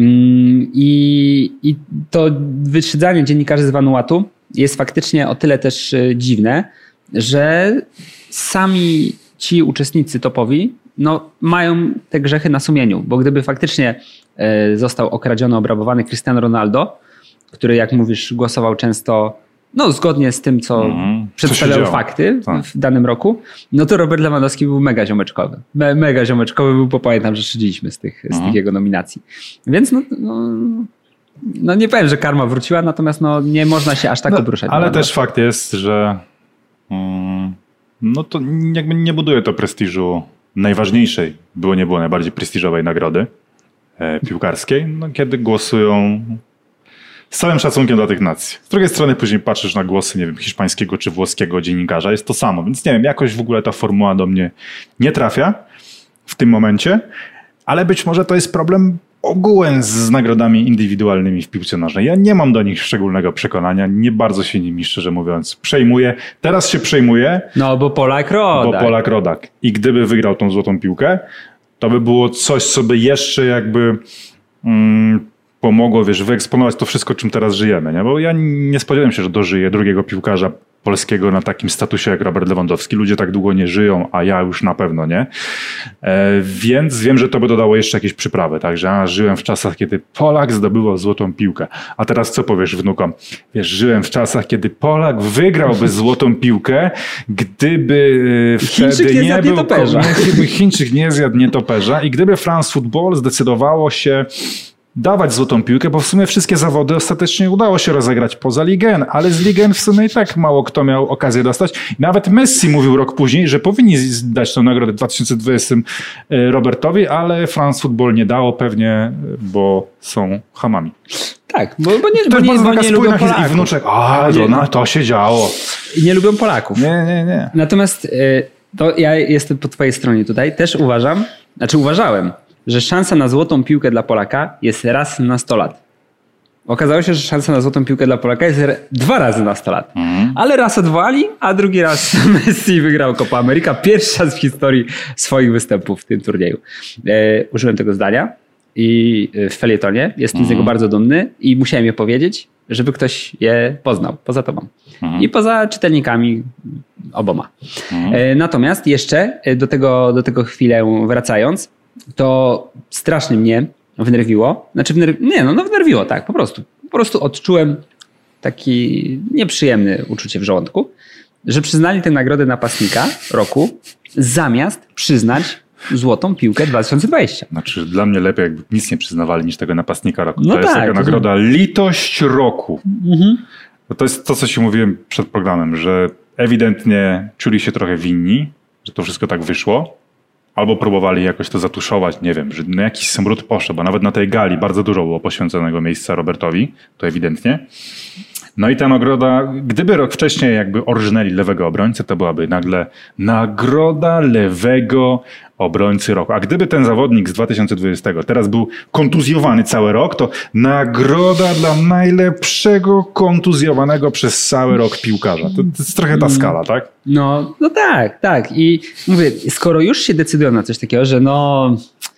[SPEAKER 2] I, I to wyszydzanie dziennikarzy z Vanuatu jest faktycznie o tyle też dziwne, że sami ci uczestnicy topowi no, mają te grzechy na sumieniu, bo gdyby faktycznie został okradziony, obrabowany Cristiano Ronaldo, który jak mówisz głosował często no, zgodnie z tym, co mm, przedstawiały fakty tak. w danym roku, no to Robert Lewandowski był mega ziomeczkowy. Me, mega ziomeczkowy był, bo pamiętam, że szydziliśmy z tych, mm. z tych jego nominacji. Więc no, no, no nie powiem, że karma wróciła, natomiast no, nie można się aż tak no, obruszać.
[SPEAKER 3] Ale też fakt jest, że um, no to jakby nie buduje to prestiżu najważniejszej, było nie było najbardziej prestiżowej nagrody e, piłkarskiej, no, kiedy głosują z całym szacunkiem dla tych nacji. Z drugiej strony później patrzysz na głosy, nie wiem, hiszpańskiego czy włoskiego dziennikarza, jest to samo, więc nie wiem, jakoś w ogóle ta formuła do mnie nie trafia w tym momencie, ale być może to jest problem ogółem z nagrodami indywidualnymi w piłce nożnej. Ja nie mam do nich szczególnego przekonania, nie bardzo się nimi, szczerze mówiąc, przejmuję. Teraz się przejmuję.
[SPEAKER 2] No, bo Polak Rodak.
[SPEAKER 3] Bo Polak Rodak. I gdyby wygrał tą złotą piłkę, to by było coś, co by jeszcze jakby mm, pomogło, wiesz, wyeksponować to wszystko, czym teraz żyjemy, nie? Bo ja nie spodziewałem się, że dożyję drugiego piłkarza polskiego na takim statusie jak Robert Lewandowski. Ludzie tak długo nie żyją, a ja już na pewno nie. E, więc wiem, że to by dodało jeszcze jakieś przyprawy. Także a, żyłem w czasach, kiedy Polak zdobywał złotą piłkę. A teraz co powiesz wnukom? Wiesz, żyłem w czasach, kiedy Polak wygrałby złotą piłkę, gdyby e, wtedy nie, nie był...
[SPEAKER 2] Nietoperza.
[SPEAKER 3] Gdyby Chińczyk nie zjadł nietoperza i gdyby France Football zdecydowało się dawać złotą piłkę, bo w sumie wszystkie zawody ostatecznie udało się rozegrać poza Ligę jeden, ale z Ligę jeden w sumie i tak mało kto miał okazję dostać. Nawet Messi mówił rok później, że powinni dać tę nagrodę w dwa tysiące dwudziestym Robertowi, ale France Football nie dało pewnie, bo są chamami.
[SPEAKER 2] Tak, bo, bo nie,
[SPEAKER 3] to
[SPEAKER 2] bo nie,
[SPEAKER 3] bo
[SPEAKER 2] bo nie lubią Polaków.
[SPEAKER 3] I wnuczek, a to, no, to się działo.
[SPEAKER 2] I nie lubią Polaków.
[SPEAKER 3] Nie, nie, nie.
[SPEAKER 2] Natomiast to ja jestem po twojej stronie tutaj. Też uważam, znaczy uważałem, że szansa na złotą piłkę dla Polaka jest raz na sto lat. Okazało się, że szansa na złotą piłkę dla Polaka jest dwa razy na sto lat. Mhm. Ale raz odwołali, a drugi raz Messi wygrał Copa America. Pierwszy raz w historii swoich występów w tym turnieju. E, użyłem tego zdania i w felietonie. Jestem mhm. z niego bardzo dumny i musiałem je powiedzieć, żeby ktoś je poznał. Poza tobą. Mhm. I poza czytelnikami oboma. Mhm. E, natomiast jeszcze do tego, do tego chwilę wracając, to strasznie mnie wnerwiło. Znaczy, wnerw... nie, no, no wnerwiło, tak, po prostu. Po prostu odczułem taki nieprzyjemne uczucie w żołądku, że przyznali tę nagrodę napastnika roku zamiast przyznać złotą piłkę dwa tysiące dwudziestego.
[SPEAKER 3] Znaczy, dla mnie lepiej, jakby nic nie przyznawali niż tego napastnika roku.
[SPEAKER 2] No
[SPEAKER 3] to jest
[SPEAKER 2] tak,
[SPEAKER 3] taka
[SPEAKER 2] to
[SPEAKER 3] nagroda
[SPEAKER 2] to...
[SPEAKER 3] litość roku. Mhm. To jest to, co ci mówiłem przed programem, że ewidentnie czuli się trochę winni, że to wszystko tak wyszło. Albo próbowali jakoś to zatuszować, nie wiem, że na jakiś smród poszedł, bo nawet na tej gali bardzo dużo było poświęconego miejsca Robertowi, to ewidentnie. No i ta nagroda, gdyby rok wcześniej jakby orżnęli lewego obrońcę, to byłaby nagle nagroda lewego obrońcy roku. A gdyby ten zawodnik z dwa tysiące dwudziestego teraz był kontuzjowany cały rok, to nagroda dla najlepszego kontuzjowanego przez cały rok piłkarza. To, to jest trochę ta skala, tak?
[SPEAKER 2] No, no tak, tak. I mówię, skoro już się decydują na coś takiego, że no...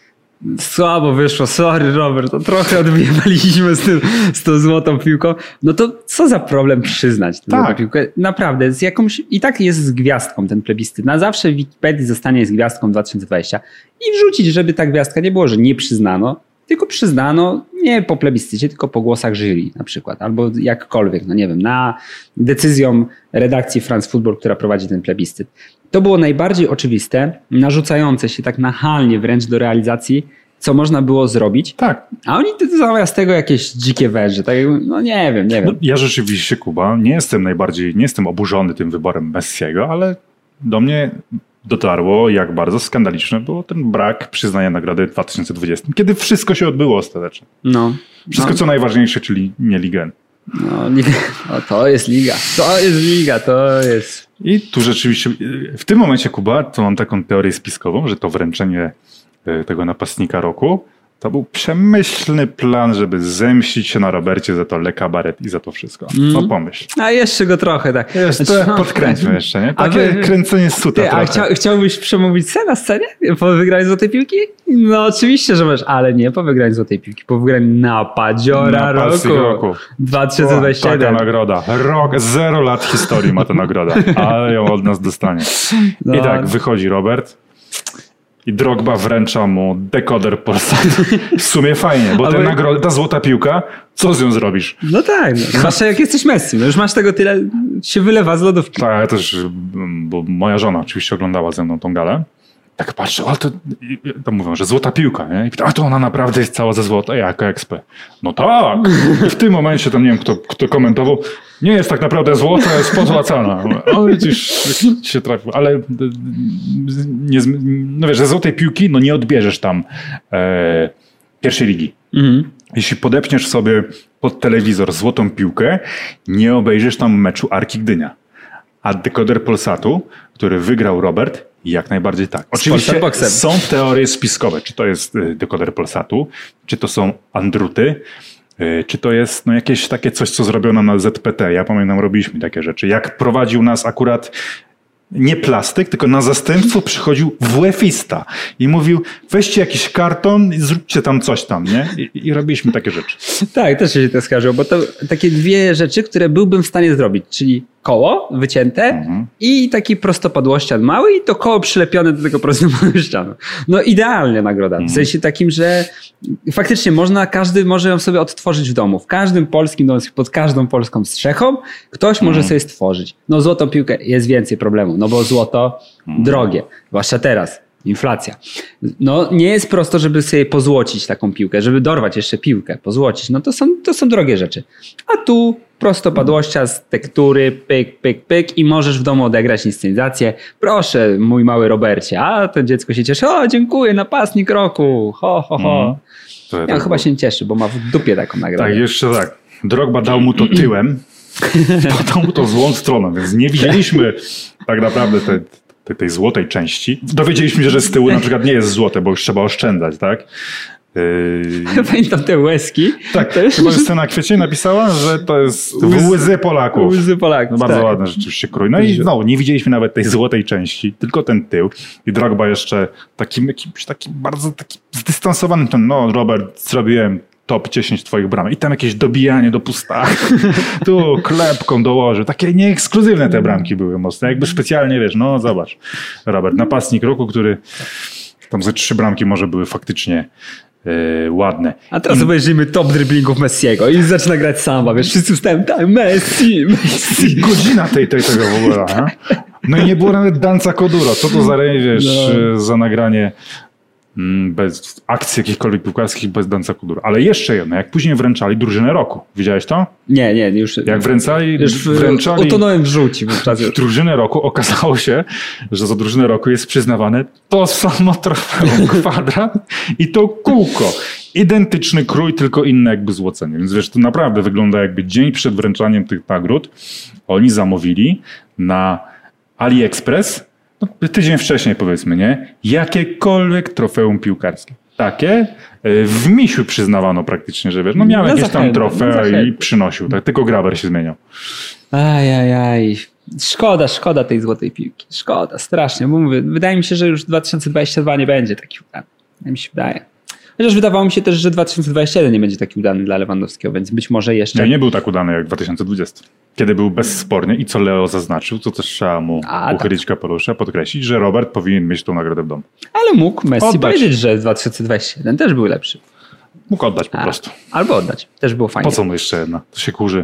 [SPEAKER 2] słabo wyszło, sorry Robert, to trochę odbijaliśmy z, tym, z tą złotą piłką, no to co za problem przyznać tę tak. złotą piłkę? Naprawdę, z jakąś, i tak jest z gwiazdką ten plebiscyt. Na zawsze w Wikipedii zostanie z gwiazdką dwa tysiące dwudziestego i wrzucić, żeby ta gwiazdka nie było, że nie przyznano, tylko przyznano nie po plebiscycie, tylko po głosach jury na przykład, albo jakkolwiek, no nie wiem, na decyzją redakcji France Football, która prowadzi ten plebiscyt. To było najbardziej oczywiste, narzucające się tak nachalnie wręcz do realizacji, co można było zrobić.
[SPEAKER 3] Tak.
[SPEAKER 2] A oni zamiast tego jakieś dzikie węże. Tak, no nie wiem, nie wiem.
[SPEAKER 3] No, ja rzeczywiście, Kuba, nie jestem najbardziej, nie jestem oburzony tym wyborem Messiego, ale do mnie dotarło, jak bardzo skandaliczny był ten brak przyznania nagrody w dwa tysiące dwudziestym, kiedy wszystko się odbyło ostatecznie.
[SPEAKER 2] No.
[SPEAKER 3] Wszystko,
[SPEAKER 2] no.
[SPEAKER 3] co najważniejsze, czyli nie Ligę.
[SPEAKER 2] No, no, to jest liga. To jest liga, to jest...
[SPEAKER 3] I tu rzeczywiście, w tym momencie, Kuba, to mam taką teorię spiskową, że to wręczenie tego napastnika roku to był przemyślny plan, żeby zemścić się na Robercie za to Le Cabaret i za to wszystko. Mm. No pomyśl.
[SPEAKER 2] A jeszcze go trochę tak.
[SPEAKER 3] Jeszcze znaczy, podkręćmy jeszcze, nie? Takie wy, kręcenie suta ty,
[SPEAKER 2] A chcia, chciałbyś przemówić se na scenie po wygraniu Złotej Piłki? No oczywiście, że masz, ale nie po wygraniu Złotej Piłki, po wygraniu Napadziora roku. roku. dwa tysiące dwudziesty siódmy.
[SPEAKER 3] O, taka nagroda. Rok, zero lat historii ma ta nagroda, ale ją od nas dostanie. No. I tak wychodzi Robert. I Drogba wręcza mu dekoder Polsatu. W sumie fajnie, bo ta, nagroda, ta złota piłka, co z nią zrobisz?
[SPEAKER 2] No tak, no. Zwłaszcza jak jesteś Messi, no już masz tego tyle, się wylewa z lodówki.
[SPEAKER 3] Tak, ja też, bo moja żona oczywiście oglądała ze mną tą galę. Tak patrzę, ale to, to mówią, że złota piłka, nie? I pytam, a to ona naprawdę jest cała ze złota, jako ekspert. No tak. I w tym momencie tam nie wiem, kto, kto komentował, nie jest tak naprawdę złota, jest pozłacana. O, widzisz, się trafił. Ale nie, no wiesz, ze złotej piłki no nie odbierzesz tam e, pierwszej ligi. Mhm. Jeśli podepniesz sobie pod telewizor złotą piłkę, nie obejrzysz tam meczu Arki Gdynia. A dekoder Polsatu, który wygrał Robert, jak najbardziej tak. Oczywiście są teorie spiskowe, czy to jest dekoder Polsatu, czy to są andruty, czy to jest no, jakieś takie coś, co zrobiono na Z P T. Ja pamiętam, robiliśmy takie rzeczy. Jak prowadził nas akurat nie plastyk, tylko na zastępstwo przychodził WF-ista i mówił, weźcie jakiś karton i zróbcie tam coś tam, nie? I, i robiliśmy takie rzeczy.
[SPEAKER 2] Tak, też się to skarżyło, bo to takie dwie rzeczy, które byłbym w stanie zrobić, czyli koło wycięte mhm. i taki prostopadłościan mały i to koło przylepione do tego prostopadłościanu. No idealnie nagroda. Mhm. W sensie takim, że faktycznie można, każdy może ją sobie odtworzyć w domu. W każdym polskim domu, pod każdą polską strzechą ktoś mhm. może sobie stworzyć. No złotą piłkę jest więcej problemu, no bo złoto mhm. drogie. Zwłaszcza teraz. Inflacja. No nie jest prosto, żeby sobie pozłocić taką piłkę, żeby dorwać jeszcze piłkę, pozłocić. No to są, to są drogie rzeczy. A tu prostopadłościa z tektury, pyk, pyk, pyk i możesz w domu odegrać inscenizację. Proszę, mój mały Robercie. A to dziecko się cieszy. O, dziękuję, napastnik roku. Ho, ho, ho. Mm. Ja
[SPEAKER 3] tak
[SPEAKER 2] chyba się nie cieszy, bo ma w dupie taką nagrodę.
[SPEAKER 3] Tak, jeszcze tak. Drogba dał mu to tyłem, podał mu to złą stroną, więc nie widzieliśmy tak naprawdę te, te, tej złotej części. Dowiedzieliśmy się, że z tyłu na przykład nie jest złote, bo już trzeba oszczędzać, tak?
[SPEAKER 2] Yy... Pamiętam te łezki.
[SPEAKER 3] Tak, to już... chyba Justyna Kwiecień napisała, że to jest łzy Polaków.
[SPEAKER 2] Łzy Polaków,
[SPEAKER 3] no bardzo
[SPEAKER 2] tak.
[SPEAKER 3] ładne rzeczywiście krój. No i znowu, nie widzieliśmy nawet tej złotej części, tylko ten tył. I Drogba jeszcze takim jakimś takim bardzo taki zdystansowanym ten, no Robert, zrobiłem top dziesięć twoich bram. I tam jakieś dobijanie do pustach. Tu klepką dołożył. Takie nieekskluzywne te bramki były mocne. Jakby specjalnie, wiesz, no zobacz. Robert, napastnik roku, który tam ze trzy bramki może były faktycznie Yy, ładne.
[SPEAKER 2] A teraz I... obejrzyjmy top driblingów Messiego i zaczyna grać samba, wiesz, wszyscy ustałem, tak, Messi, Messi.
[SPEAKER 3] Godzina tej, tej tego w ogóle. A? No i nie było nawet Danca Kodura. Co to za, wiesz, no. za nagranie bez akcji jakichkolwiek piłkarskich, bez Danca Kodura. Ale jeszcze jedno, jak później wręczali drużynę roku. Widziałeś to?
[SPEAKER 2] Nie, nie, już.
[SPEAKER 3] Jak wręczali,
[SPEAKER 2] już
[SPEAKER 3] wręczali
[SPEAKER 2] utonąłem w żółci wówczas.
[SPEAKER 3] Drużynę roku, okazało się, że za drużynę roku jest przyznawane to samo trofeum, kwadrat i to kółko. Identyczny krój, tylko inne jakby złocenie. Więc wiesz, to naprawdę wygląda jakby dzień przed wręczaniem tych nagród oni zamówili na AliExpress, no, tydzień wcześniej powiedzmy, nie? Jakiekolwiek trofeum piłkarskie. Takie w misiu przyznawano praktycznie, że wiesz, no miał no jakieś tam trofea i przynosił. Tak, tylko graber się zmieniał.
[SPEAKER 2] Ajajaj. Szkoda, szkoda tej złotej piłki. Szkoda, strasznie. Bo mówię, wydaje mi się, że już dwa tysiące dwudziesty drugi nie będzie taki udany. Ja mi się wydaje. Chociaż wydawało mi się też, że dwa tysiące dwudziesty pierwszy nie będzie taki udany dla Lewandowskiego, więc być może jeszcze...
[SPEAKER 3] Nie, nie był tak udany jak dwa tysiące dwudziesty. Kiedy był bezspornie i co Leo zaznaczył, to też trzeba mu A, uchylić tak. kapelusza, podkreślić, że Robert powinien mieć tą nagrodę w domu.
[SPEAKER 2] Ale mógł Messi oddać. Powiedzieć, że dwa tysiące dwudziesty pierwszy też był lepszy.
[SPEAKER 3] Mógł oddać po
[SPEAKER 2] A,
[SPEAKER 3] prostu.
[SPEAKER 2] Albo oddać. Też było fajnie.
[SPEAKER 3] Po co mu jeszcze jedna? To się kurzy.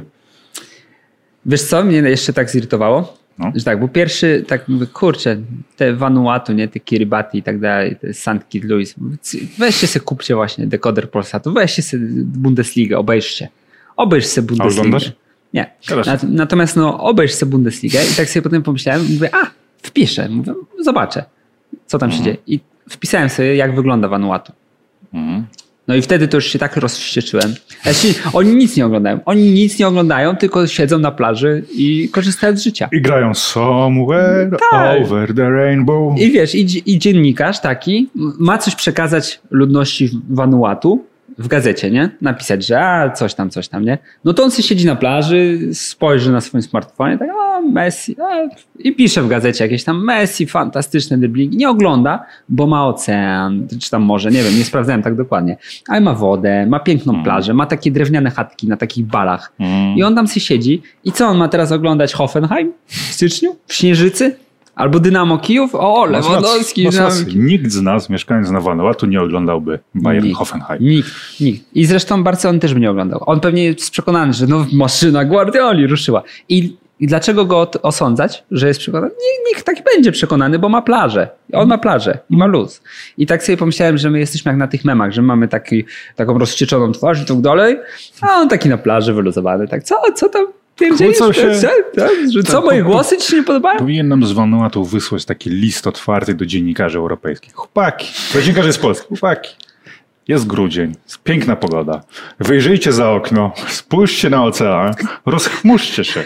[SPEAKER 2] Wiesz co, mnie jeszcze tak zirytowało? No. Że tak, bo pierwszy, tak mówię, kurczę, te Vanuatu, nie, te Kiribati i tak dalej, te Saint Kitts Louis, weźcie sobie, kupcie właśnie dekoder Polsatu, weźcie sobie Bundesligę, obejrzcie. Obejrz sobie Bundesligę. A oglądasz? Nie. Nat- natomiast no, obejrz sobie Bundesligę i tak sobie potem pomyślałem, mówię, a, wpiszę, mówię, zobaczę, co tam mhm. się dzieje. I wpisałem sobie, jak wygląda Vanuatu. Mhm. No i wtedy to już się tak rozwścieczyłem. Znaczy, oni nic nie oglądają. Oni nic nie oglądają, tylko siedzą na plaży i korzystają z życia.
[SPEAKER 3] I grają somewhere tak. over the rainbow.
[SPEAKER 2] I wiesz, i, i dziennikarz taki ma coś przekazać ludności Vanuatu w gazecie, nie? Napisać, że a, coś tam, coś tam, nie? No to on sobie siedzi na plaży, spojrzy na swoim smartfonie, tak, o, Messi, a, i pisze w gazecie jakieś tam Messi, fantastyczne driblingi. Nie ogląda, bo ma ocean, czy tam morze, nie wiem, nie sprawdzałem tak dokładnie. Ale ma wodę, ma piękną mm. plażę, ma takie drewniane chatki na takich balach. Mm. I on tam sobie siedzi. I co on ma teraz oglądać? Hoffenheim w styczniu? W Śnieżycy? Albo Dynamo Kijów? O, Lewandowski.
[SPEAKER 3] Nikt z nas, mieszkając na Vanuatu, nie oglądałby Bayern
[SPEAKER 2] nikt,
[SPEAKER 3] Hoffenheim.
[SPEAKER 2] Nikt, nikt. I zresztą Barcelony też by nie oglądał. On pewnie jest przekonany, że no, maszyna Guardioli ruszyła. I, i dlaczego go osądzać, że jest przekonany? Nikt, nikt tak będzie przekonany, bo ma plażę. On ma plażę i ma luz. I tak sobie pomyślałem, że my jesteśmy jak na tych memach, że mamy taki, taką rozwścieczoną twarz i tak dalej, a on taki na plaży wyluzowany. Tak, co, co tam?
[SPEAKER 3] Kłócą się,
[SPEAKER 2] tak, że co, moje głosy ci się nie podobają?
[SPEAKER 3] Powinien nam z Vanuatu wysłać taki list otwarty do dziennikarzy europejskich. Chłopaki, to dziennikarze z Polski, chłopaki. Jest grudzień, jest piękna pogoda. Wyjrzyjcie za okno, spójrzcie na ocean, rozchmurzcie się.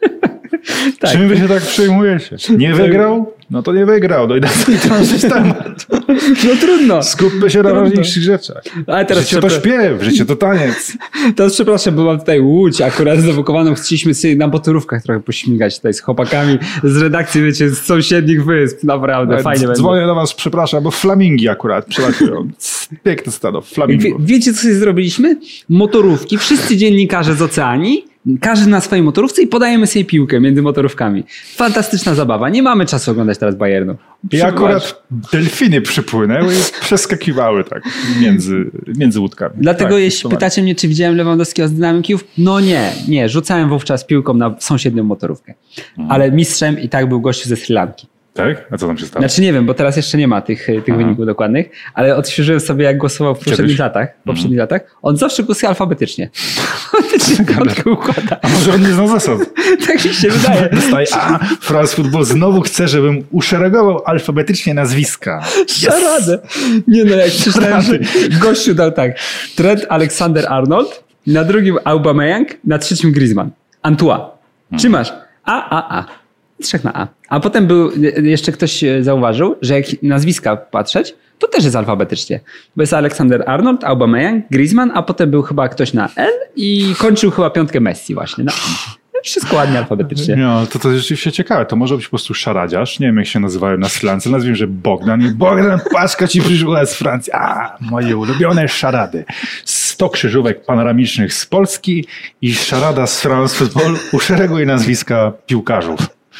[SPEAKER 3] Tak. Czym wy się tak przejmujecie? Nie wygrał? No to nie wygrał. No i daj sobie trążyć temat.
[SPEAKER 2] No trudno.
[SPEAKER 3] Skupmy się na ważniejszych rzeczach.
[SPEAKER 2] Ale teraz
[SPEAKER 3] życie to śpiew, życie to taniec.
[SPEAKER 2] Teraz przepraszam, bo mam tutaj Łódź akurat zdewokowaną. Chcieliśmy sobie na motorówkach trochę pośmigać tutaj z chłopakami z redakcji, wiecie, z sąsiednich wysp. Naprawdę, no, fajnie będzie.
[SPEAKER 3] Dzwonię do was, przepraszam, bo flamingi akurat przylatują. Piękne stado, flamingów.
[SPEAKER 2] Wie, wiecie, co sobie zrobiliśmy? Motorówki, wszyscy dziennikarze z oceanii, każdy na swojej motorówce i podajemy sobie piłkę między motorówkami. Fantastyczna zabawa. Nie mamy czasu oglądać teraz Bayernu.
[SPEAKER 3] I akurat delfiny przypłynęły i przeskakiwały tak między, między łódkami.
[SPEAKER 2] Dlatego
[SPEAKER 3] tak,
[SPEAKER 2] jeśli pytacie mnie, czy widziałem Lewandowskiego z Dynamo Kijów, no nie, nie. Rzucałem wówczas piłką na sąsiednią motorówkę. Mhm. Ale mistrzem i tak był gościu ze Sri Lanki.
[SPEAKER 3] Tak? A co tam się stało?
[SPEAKER 2] Znaczy nie wiem, bo teraz jeszcze nie ma tych, tych wyników dokładnych, ale odświeżyłem sobie, jak głosował w poprzednich
[SPEAKER 3] Kiedyś?
[SPEAKER 2] latach. W poprzednich
[SPEAKER 3] Mhm.
[SPEAKER 2] latach. On zawsze głosuje alfabetycznie. Alfabetycznie piątkę układa.
[SPEAKER 3] A może on nie zna zasad?
[SPEAKER 2] Tak mi się wydaje.
[SPEAKER 3] Dostaje, a France Football znowu chce, żebym uszeregował alfabetycznie nazwiska.
[SPEAKER 2] Szaradę. Nie no, jak przeczytałem, że gościu dał tak. Trent Alexander-Arnold, na drugim Aubameyang, na trzecim Griezmann. Antoine. Czy masz? A, A, A. Trzech na A. A potem był, jeszcze ktoś zauważył, że jak nazwiska patrzeć, to też jest alfabetycznie. Bo jest Alexander-Arnold, Aubameyang, Griezmann, a potem był chyba ktoś na L i kończył chyba piątkę Messi właśnie. No, wszystko ładnie alfabetycznie.
[SPEAKER 3] No, to to rzeczywiście ciekawe. To może być po prostu szaradziarz. Nie wiem, jak się nazywają na Sri Lance. Nazwijmy, że Bogdan. I Bogdan, paczka ci przyszła z Francji. A, moje ulubione szarady. sto krzyżówek panoramicznych z Polski i szarada z France Football. Uszereguj nazwiska piłkarzów.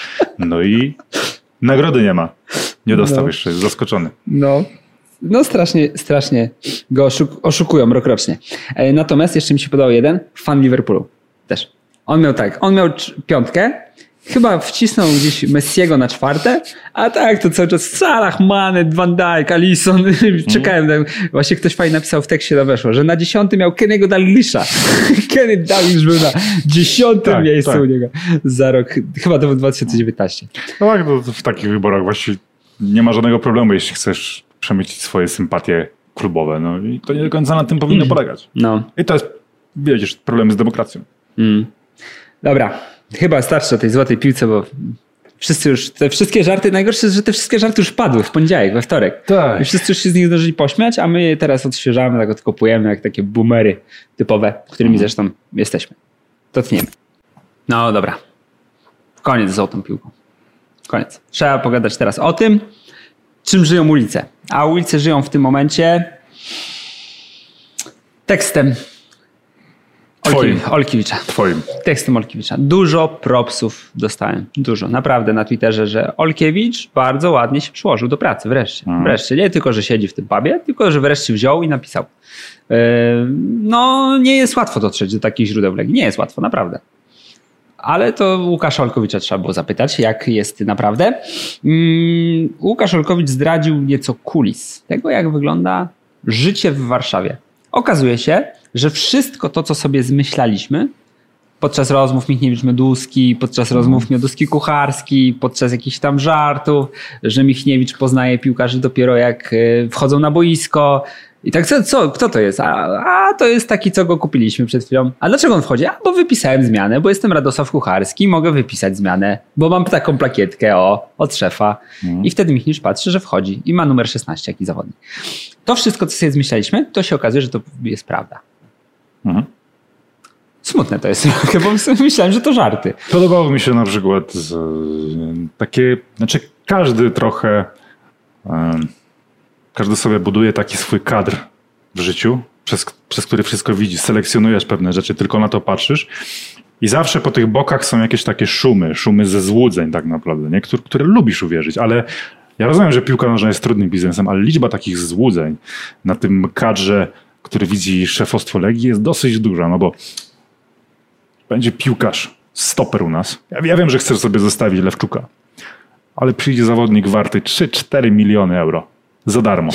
[SPEAKER 3] No i nagrody nie ma. Nie dostał
[SPEAKER 2] No.
[SPEAKER 3] jeszcze, jest zaskoczony.
[SPEAKER 2] No, no strasznie, strasznie go oszuk- oszukują rokrocznie. E, Natomiast jeszcze mi się podobał jeden, fan Liverpoolu też. On miał tak, on miał cz- piątkę, chyba wcisnął gdzieś Messiego na czwarte, a tak to cały czas Salah, Mane, Van Dijk, Alisson, czekałem. Tak, właśnie ktoś fajnie napisał w tekście, to weszło, że na dziesiątym miał Kenny'ego Dalglisha. Kenny Dalglish był na dziesiątym
[SPEAKER 3] Tak,
[SPEAKER 2] miejscu
[SPEAKER 3] tak.
[SPEAKER 2] u niego za rok, chyba to był dwa tysiące dziewiętnasty.
[SPEAKER 3] No tak, to, to w takich wyborach właściwie nie ma żadnego problemu, jeśli chcesz przemycić swoje sympatie klubowe. No i to nie do końca na tym powinno polegać.
[SPEAKER 2] No.
[SPEAKER 3] I to jest, widzisz, problemy z demokracją.
[SPEAKER 2] Mm. Dobra, chyba starczy o tej złotej piłce, bo wszyscy już, te wszystkie żarty, najgorsze jest, że te wszystkie żarty już padły w poniedziałek, we wtorek.
[SPEAKER 3] Tak.
[SPEAKER 2] I wszyscy już się z nich zdążyli pośmiać, a my je teraz odświeżamy, tak odkopujemy, jak takie boomery typowe, którymi zresztą jesteśmy. To tniemy. No dobra. Koniec z złotą piłką. Koniec. Trzeba pogadać teraz o tym, czym żyją ulice. A ulice żyją w tym momencie tekstem
[SPEAKER 3] Twoim.
[SPEAKER 2] Olki, Olkiewicza.
[SPEAKER 3] Twoim.
[SPEAKER 2] Tekstem Olkiewicza. Dużo propsów dostałem. Dużo. Naprawdę na Twitterze, że Olkiewicz bardzo ładnie się przyłożył do pracy. Wreszcie.
[SPEAKER 3] Mhm.
[SPEAKER 2] Wreszcie. Nie tylko, że siedzi w tym pubie, tylko, że wreszcie wziął i napisał. Yy, no, nie jest łatwo dotrzeć do takich źródeł Legii. Nie jest łatwo, naprawdę. Ale to Łukasza Olkowicza trzeba było zapytać, jak jest naprawdę. Yy, Łukasz Olkowicz zdradził nieco kulis tego, jak wygląda życie w Warszawie. Okazuje się, że wszystko to, co sobie zmyślaliśmy podczas rozmów Michniewicz-Mioduski, podczas rozmów Mioduski-Kucharski, podczas jakichś tam żartów, że Michniewicz poznaje piłkarzy dopiero jak wchodzą na boisko. I tak co, co kto to jest? A, a to jest taki, co go kupiliśmy przed chwilą. A dlaczego on wchodzi? A bo wypisałem zmianę, bo jestem Radosław Kucharski, mogę wypisać zmianę, bo mam taką plakietkę o, od szefa.
[SPEAKER 3] Mhm.
[SPEAKER 2] I wtedy Michniewicz patrzy, że wchodzi i ma numer szesnaście, jaki zawodnik. To wszystko, co sobie zmyślaliśmy, to się okazuje, że to jest prawda.
[SPEAKER 3] Mhm.
[SPEAKER 2] Smutne to jest, bo myślałem, że to żarty.
[SPEAKER 3] Podobało mi się na przykład z, takie, znaczy każdy trochę, um, każdy sobie buduje taki swój kadr w życiu, przez, przez który wszystko widzisz, selekcjonujesz pewne rzeczy, tylko na to patrzysz i zawsze po tych bokach są jakieś takie szumy, szumy ze złudzeń tak naprawdę, nie? Które, które lubisz uwierzyć, ale ja rozumiem, że piłka nożna jest trudnym biznesem, ale liczba takich złudzeń na tym kadrze, który widzi szefostwo Legii, jest dosyć duża, no bo będzie piłkarz, stoper u nas. Ja, ja wiem, że chcesz sobie zostawić Lewczuka, ale przyjdzie zawodnik warty trzy cztery miliony euro. Za darmo.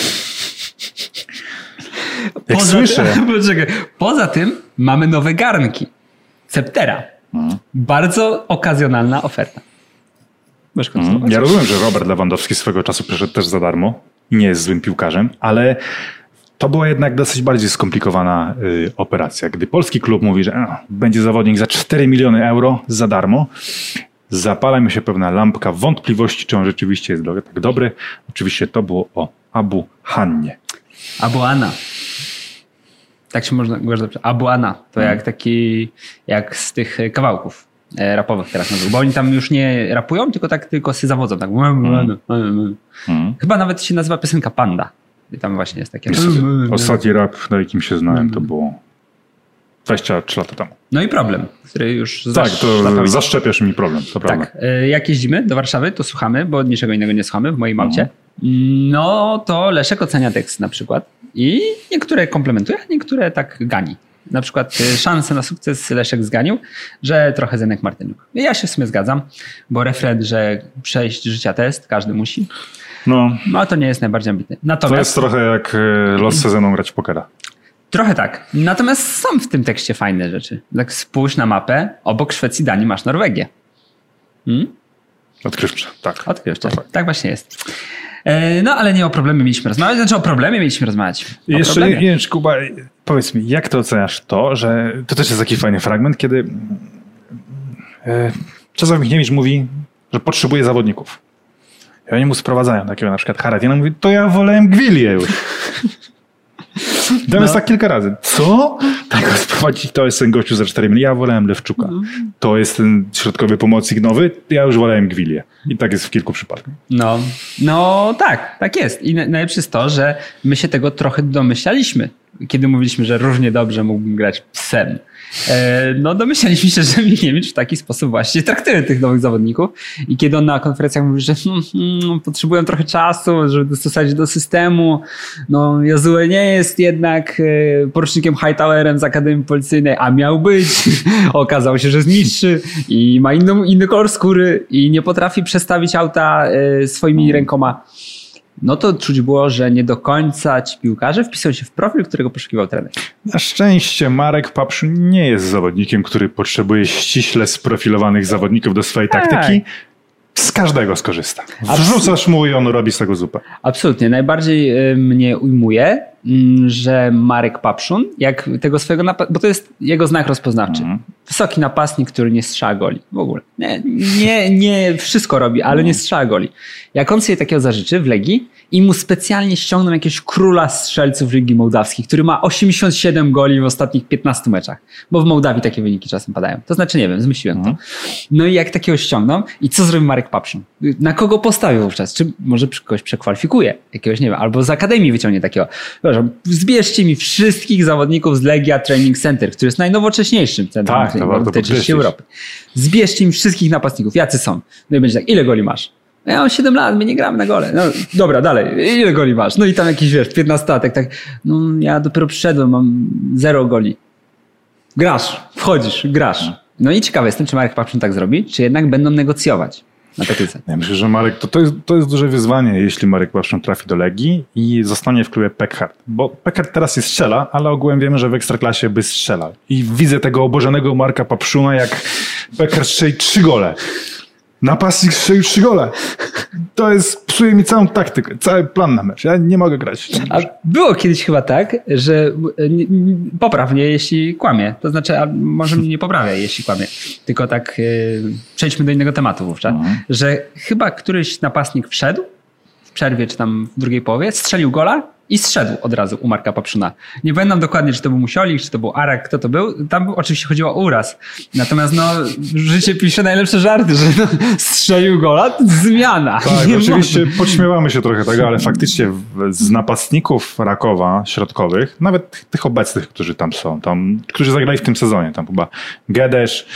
[SPEAKER 3] Jak
[SPEAKER 2] Poza
[SPEAKER 3] słyszę...
[SPEAKER 2] Tym, poczekaj, poza tym mamy nowe garnki. Septera.
[SPEAKER 3] Mhm.
[SPEAKER 2] Bardzo okazjonalna oferta. Możesz kontynuować?
[SPEAKER 3] Mhm. Ja rozumiem, że Robert Lewandowski swego czasu przyszedł też za darmo i nie jest złym piłkarzem, ale to była jednak dosyć bardziej skomplikowana y, operacja. Gdy polski klub mówi, że a, będzie zawodnik za cztery miliony euro za darmo, zapala mi się pewna lampka wątpliwości, czy on rzeczywiście jest do, tak dobry. Oczywiście to było o Abu Hannie.
[SPEAKER 2] Abu Ana. Tak się można można Abu Ana. To
[SPEAKER 3] Hmm.
[SPEAKER 2] jak taki, jak z tych kawałków e, rapowych teraz nazywa. Bo oni tam już nie rapują, tylko tak tylko się zawodzą. Tak.
[SPEAKER 3] Hmm. Hmm.
[SPEAKER 2] Chyba nawet się nazywa piosenka Panda. I tam właśnie jest takie...
[SPEAKER 3] Ostatni rap, na jakim się znałem, to było dwadzieścia trzy lata temu.
[SPEAKER 2] No i problem, który już...
[SPEAKER 3] Tak,
[SPEAKER 2] zasz-
[SPEAKER 3] to
[SPEAKER 2] zapamiętał.
[SPEAKER 3] zaszczepiasz mi problem, to prawda.
[SPEAKER 2] Tak, e, jak jeździmy do Warszawy, to słuchamy, bo niczego innego nie słuchamy w moim aucie. No to Leszek ocenia tekst na przykład i niektóre komplementuje, a niektóre tak gani. na przykład y, szansę na sukces Leszek zganił, że trochę Zenek Martyniuk. I ja się w sumie zgadzam, bo refren, że przejść życia test, każdy musi.
[SPEAKER 3] No,
[SPEAKER 2] No to nie jest najbardziej ambitny. Natomiast,
[SPEAKER 3] to jest trochę jak y, los sezonu grać w pokera.
[SPEAKER 2] Trochę tak. Natomiast są w tym tekście fajne rzeczy. Tak spójrz na mapę, obok Szwecji, Danii masz Norwegię. Hmm?
[SPEAKER 3] Odkrywcze, tak.
[SPEAKER 2] Odkrywcze. Tak. tak właśnie jest. E, no ale nie o problemie mieliśmy rozmawiać, znaczy o problemie mieliśmy rozmawiać. O
[SPEAKER 3] I jeszcze
[SPEAKER 2] problemie.
[SPEAKER 3] nie wiem, czy Kuba, powiedz mi, jak ty oceniasz to, że to też jest taki fajny fragment, kiedy e, Czesław Michniewicz mówi, że potrzebuje zawodników. I oni mu sprowadzają takiego na przykład Haratina, mówi, to ja wolałem Gwilię już. Tam no. jest tak kilka razy. Co? Tak, sprowadzić, to jest ten gościu za cztery miliony. Ja wolałem Lewczuka. No. To jest ten środkowy pomocnik nowy. Ja już wolałem Gwilię. I tak jest w kilku przypadkach.
[SPEAKER 2] No, no tak, tak jest. I najlepsze jest to, że my się tego trochę domyślaliśmy, kiedy mówiliśmy, że równie dobrze mógłbym grać psem. No domyślaliśmy się, że Michniewicz w taki sposób właśnie traktuje tych nowych zawodników i kiedy on na konferencjach mówi, że no, no, potrzebują trochę czasu, żeby dostosować do systemu, no Jozue nie jest jednak porucznikiem Hightowerem z Akademii Policyjnej, a miał być, okazało się, że jest niższy i ma inną, inny kolor skóry i nie potrafi przestawić auta swoimi rękoma. No to czuć było, że nie do końca ci piłkarze wpisują się w profil, którego poszukiwał trener. Na
[SPEAKER 3] szczęście Marek Papszun nie jest zawodnikiem, który potrzebuje ściśle sprofilowanych zawodników do swojej tak. taktyki. Z każdego skorzysta. Wrzucasz mu i on robi z tego zupę.
[SPEAKER 2] Absolutnie. Najbardziej y, mnie ujmuje, y, że Marek Papszun, jak tego swojego napastnika, bo to jest jego znak rozpoznawczy. Mm. Wysoki napastnik, który nie strzela goli. W ogóle. Nie, nie, nie wszystko robi, ale mm. nie strzela goli. Jak on sobie takiego zażyczy w Legii i mu specjalnie ściągną jakiegoś króla strzelców Ligi Mołdawskiej, który ma osiemdziesiąt siedem goli w ostatnich piętnastu meczach. Bo w Mołdawii takie wyniki czasem padają. To znaczy, nie wiem, zmyśliłem mm. to. No i jak takiego ściągną i co zrobi Marek Papszun? Na kogo postawił wówczas? Czy może kogoś przekwalifikuje? Jakiegoś, nie wiem, albo z Akademii wyciągnie takiego. Proszę, zbierzcie mi wszystkich zawodników z Legia Training Center, który jest najnowocześniejszym centrum
[SPEAKER 3] tak,
[SPEAKER 2] w tej części Europy. Zbierzcie mi wszystkich napastników. Jacy są? No i będzie tak, ile goli masz? Ja mam siedem lat, my nie gramy na gole. No dobra, dalej. Ile goli masz? No i tam jakiś, wiesz, piętnastolatek, tak. No ja dopiero przyszedłem, mam zero goli. Grasz, wchodzisz, grasz. No i ciekawe jestem, czy Marek Papszun tak zrobi, czy jednak będą negocjować na taktyce.
[SPEAKER 3] Ja myślę, że Marek, to, to, jest, to jest duże wyzwanie, jeśli Marek Papszun trafi do Legii i zostanie w klubie Pekhart. Bo Pekhart teraz jest strzela, ale ogółem wiemy, że w Ekstraklasie by strzelał. I widzę tego obożonego Marka Papszuna, jak Pekhart strzeli trzy gole. Napastnik strzelił trzy gole. To jest, psuje mi całą taktykę, cały plan na mecz. Ja nie mogę grać.
[SPEAKER 2] A było kiedyś chyba tak, że poprawnie, jeśli kłamie. To znaczy, a może mnie nie poprawia, jeśli kłamie. Tylko tak yy, przejdźmy do innego tematu wówczas. Mhm. Że chyba któryś napastnik wszedł w przerwie, czy tam w drugiej połowie, strzelił gola i zszedł od razu u Marka Papszuna. Nie pamiętam dokładnie, czy to był Musiolik, czy to był Arak, kto to był. Tam oczywiście chodziło o uraz. Natomiast no, życie pisze najlepsze żarty, że no, strzelił gola, to zmiana.
[SPEAKER 3] Tak, nie oczywiście można. Podśmiewamy się trochę tego, ale faktycznie z napastników Rakowa środkowych, nawet tych obecnych, którzy tam są, tam, którzy zagrali w tym sezonie, tam chyba Gedesz,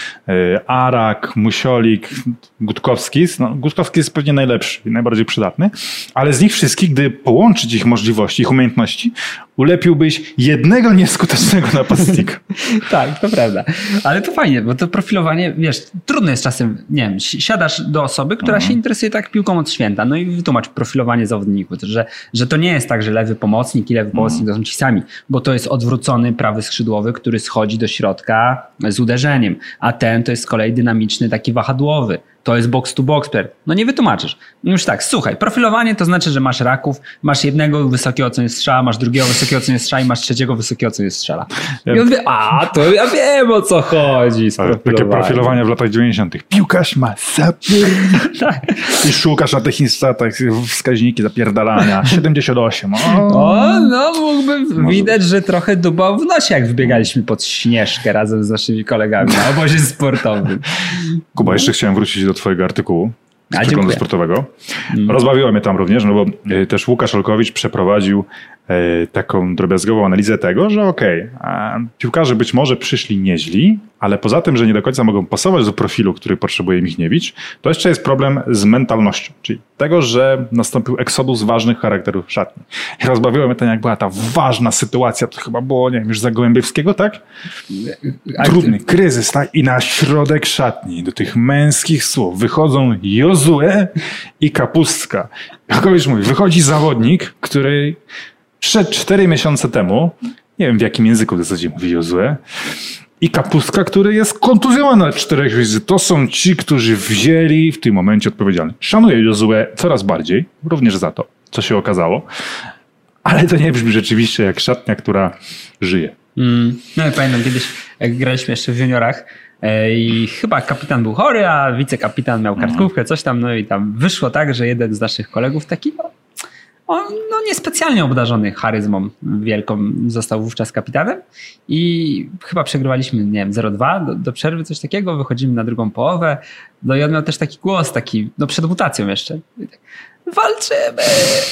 [SPEAKER 3] Arak, Musiolik, Gutkowski. No, Gutkowski jest pewnie najlepszy i najbardziej przydatny, ale z nich wszystkich, gdy połączyć ich możliwości, ich umiejętności, ulepiłbyś jednego nieskutecznego napastnika.
[SPEAKER 2] Tak, to prawda. Ale to fajnie, bo to profilowanie, wiesz, trudno jest czasem, nie wiem, siadasz do osoby, która mhm. się interesuje tak piłką od święta, no i wytłumacz profilowanie zawodników, że, że to nie jest tak, że lewy pomocnik i lewy pomocnik mhm. to są ci sami, bo to jest odwrócony prawy skrzydłowy, który schodzi do środka z uderzeniem, a ten to jest z kolei dynamiczny, taki wahadłowy. To jest box to box player. No nie wytłumaczysz. Już tak, słuchaj, profilowanie to znaczy, że masz raków, masz jednego wysokiego, co nie strzela, masz drugiego wysokiego, co nie strzela i masz trzeciego wysokiego, co nie strzela. I on wie, a to ja wiem, o co chodzi z profilowaniem.
[SPEAKER 3] Takie profilowanie w latach dziewięćdziesiątych. Piłkarz ma zapierdalać. Tak. I szukasz na tych instatach wskaźniki zapierdalania. siedemdziesiąt osiem. O,
[SPEAKER 2] o no mógłbym Może. widać, że trochę dubał w nosie, jak wbiegaliśmy pod Śnieżkę razem z naszymi kolegami na obozie sportowym.
[SPEAKER 3] Kuba, jeszcze chciałem wrócić do twojego artykułu. z przeglądu sportowego. Mm. Rozbawiło mnie tam również, no bo y, też Łukasz Olkowicz przeprowadził y, taką drobiazgową analizę tego, że okej, okay, piłkarze być może przyszli nieźli, ale poza tym, że nie do końca mogą pasować do profilu, który potrzebuje Michniewicz, to jeszcze jest problem z mentalnością, czyli tego, że nastąpił eksodus ważnych charakterów w szatni. I rozbawiło mnie to, jak była ta ważna sytuacja, to chyba było, nie wiem, już za Gołębiewskiego, tak? Trudny kryzys, tak? I na środek szatni, do tych męskich słów wychodzą Jozue i Kapustka. Olkowicz mówi, wychodzi zawodnik, który przyszedł cztery miesiące temu, nie wiem w jakim języku w zasadzie mówi Jozue, i Kapustka, który jest kontuzjowany na czterech wizyt. To są ci, którzy wzięli w tym momencie odpowiedzialność. Szanuję Jozue coraz bardziej, również za to, co się okazało, ale to nie brzmi rzeczywiście jak szatnia, która żyje.
[SPEAKER 2] Mm. No ja pamiętam kiedyś, jak graliśmy jeszcze w juniorach e, i chyba kapitan był chory, a wicekapitan miał kartkówkę, coś tam, no i tam wyszło tak, że jeden z naszych kolegów taki, no, on no, niespecjalnie obdarzony charyzmą wielką został wówczas kapitanem i chyba przegrywaliśmy, nie wiem, zero dwa do, do przerwy, coś takiego, wychodzimy na drugą połowę, no i on miał też taki głos, taki, no przed mutacją jeszcze. Walczymy!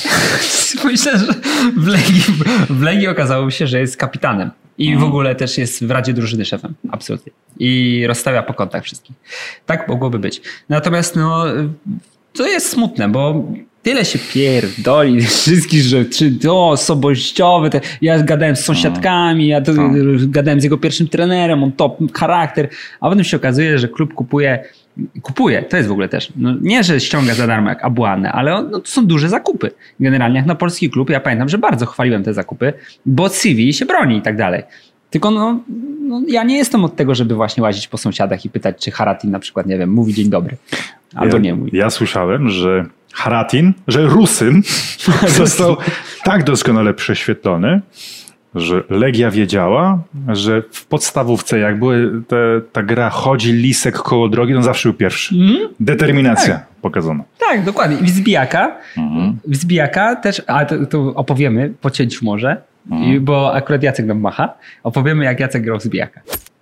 [SPEAKER 2] Myślę, że w Legii, w Legii okazało się, że jest kapitanem i w ogóle też jest w Radzie Drużyny szefem, absolutnie. I rozstawia po kątach wszystkich. Tak mogłoby być. Natomiast no, to jest smutne, bo tyle się pierdoli wszystkich, że czy to osobowościowe, te, ja gadałem z sąsiadkami, ja to, gadałem z jego pierwszym trenerem, on top charakter, a potem się okazuje, że klub kupuje Kupuje, to jest w ogóle też. No, nie, że ściąga za darmo jak Abuane, ale no, to są duże zakupy. Generalnie jak na polski klub, ja pamiętam, że bardzo chwaliłem te zakupy, bo C V się broni i tak dalej. Tylko no, no, ja nie jestem od tego, żeby właśnie łazić po sąsiadach i pytać, czy Haratin na przykład, nie wiem, mówi dzień dobry. Albo
[SPEAKER 3] ja,
[SPEAKER 2] nie mówi.
[SPEAKER 3] Ja słyszałem, że Haratin, że Rusyn został tak doskonale prześwietlony, że Legia wiedziała, że w podstawówce, jak były te, ta gra chodzi lisek koło drogi, to zawsze był pierwszy. Mm? Determinacja tak. Pokazana.
[SPEAKER 2] Tak, dokładnie. I wzbijaka, mm. wzbijaka też, a to, to opowiemy po cięciu może, mm. i, bo akurat Jacek nam macha, opowiemy jak Jacek grał wzbijaka.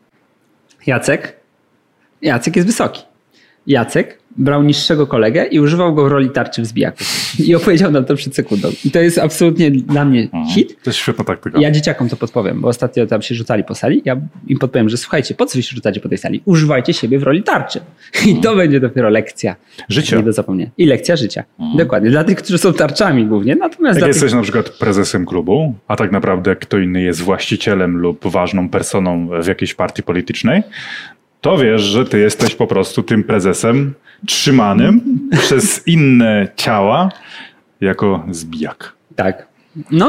[SPEAKER 2] Jacek, Jacek jest wysoki. Jacek brał niższego kolegę i używał go w roli tarczy wzbijaków. I opowiedział nam to przed sekundą. I to jest absolutnie dla mnie hit.
[SPEAKER 3] To jest świetna taktyka.
[SPEAKER 2] Ja dzieciakom to podpowiem, bo ostatnio tam się rzucali po sali. Ja im podpowiem, że słuchajcie, po co wy się rzucacie po tej sali? Używajcie siebie w roli tarczy. I to będzie dopiero lekcja.
[SPEAKER 3] Życia.
[SPEAKER 2] Nie do zapomnienia. I lekcja życia. Mhm. Dokładnie. Dla tych, którzy są tarczami głównie. Natomiast
[SPEAKER 3] jak jesteś
[SPEAKER 2] tych...
[SPEAKER 3] na przykład prezesem klubu, a tak naprawdę kto inny jest właścicielem lub ważną personą w jakiejś partii politycznej, to wiesz, że ty jesteś po prostu tym prezesem trzymanym przez inne ciała jako zbijak.
[SPEAKER 2] Tak. No,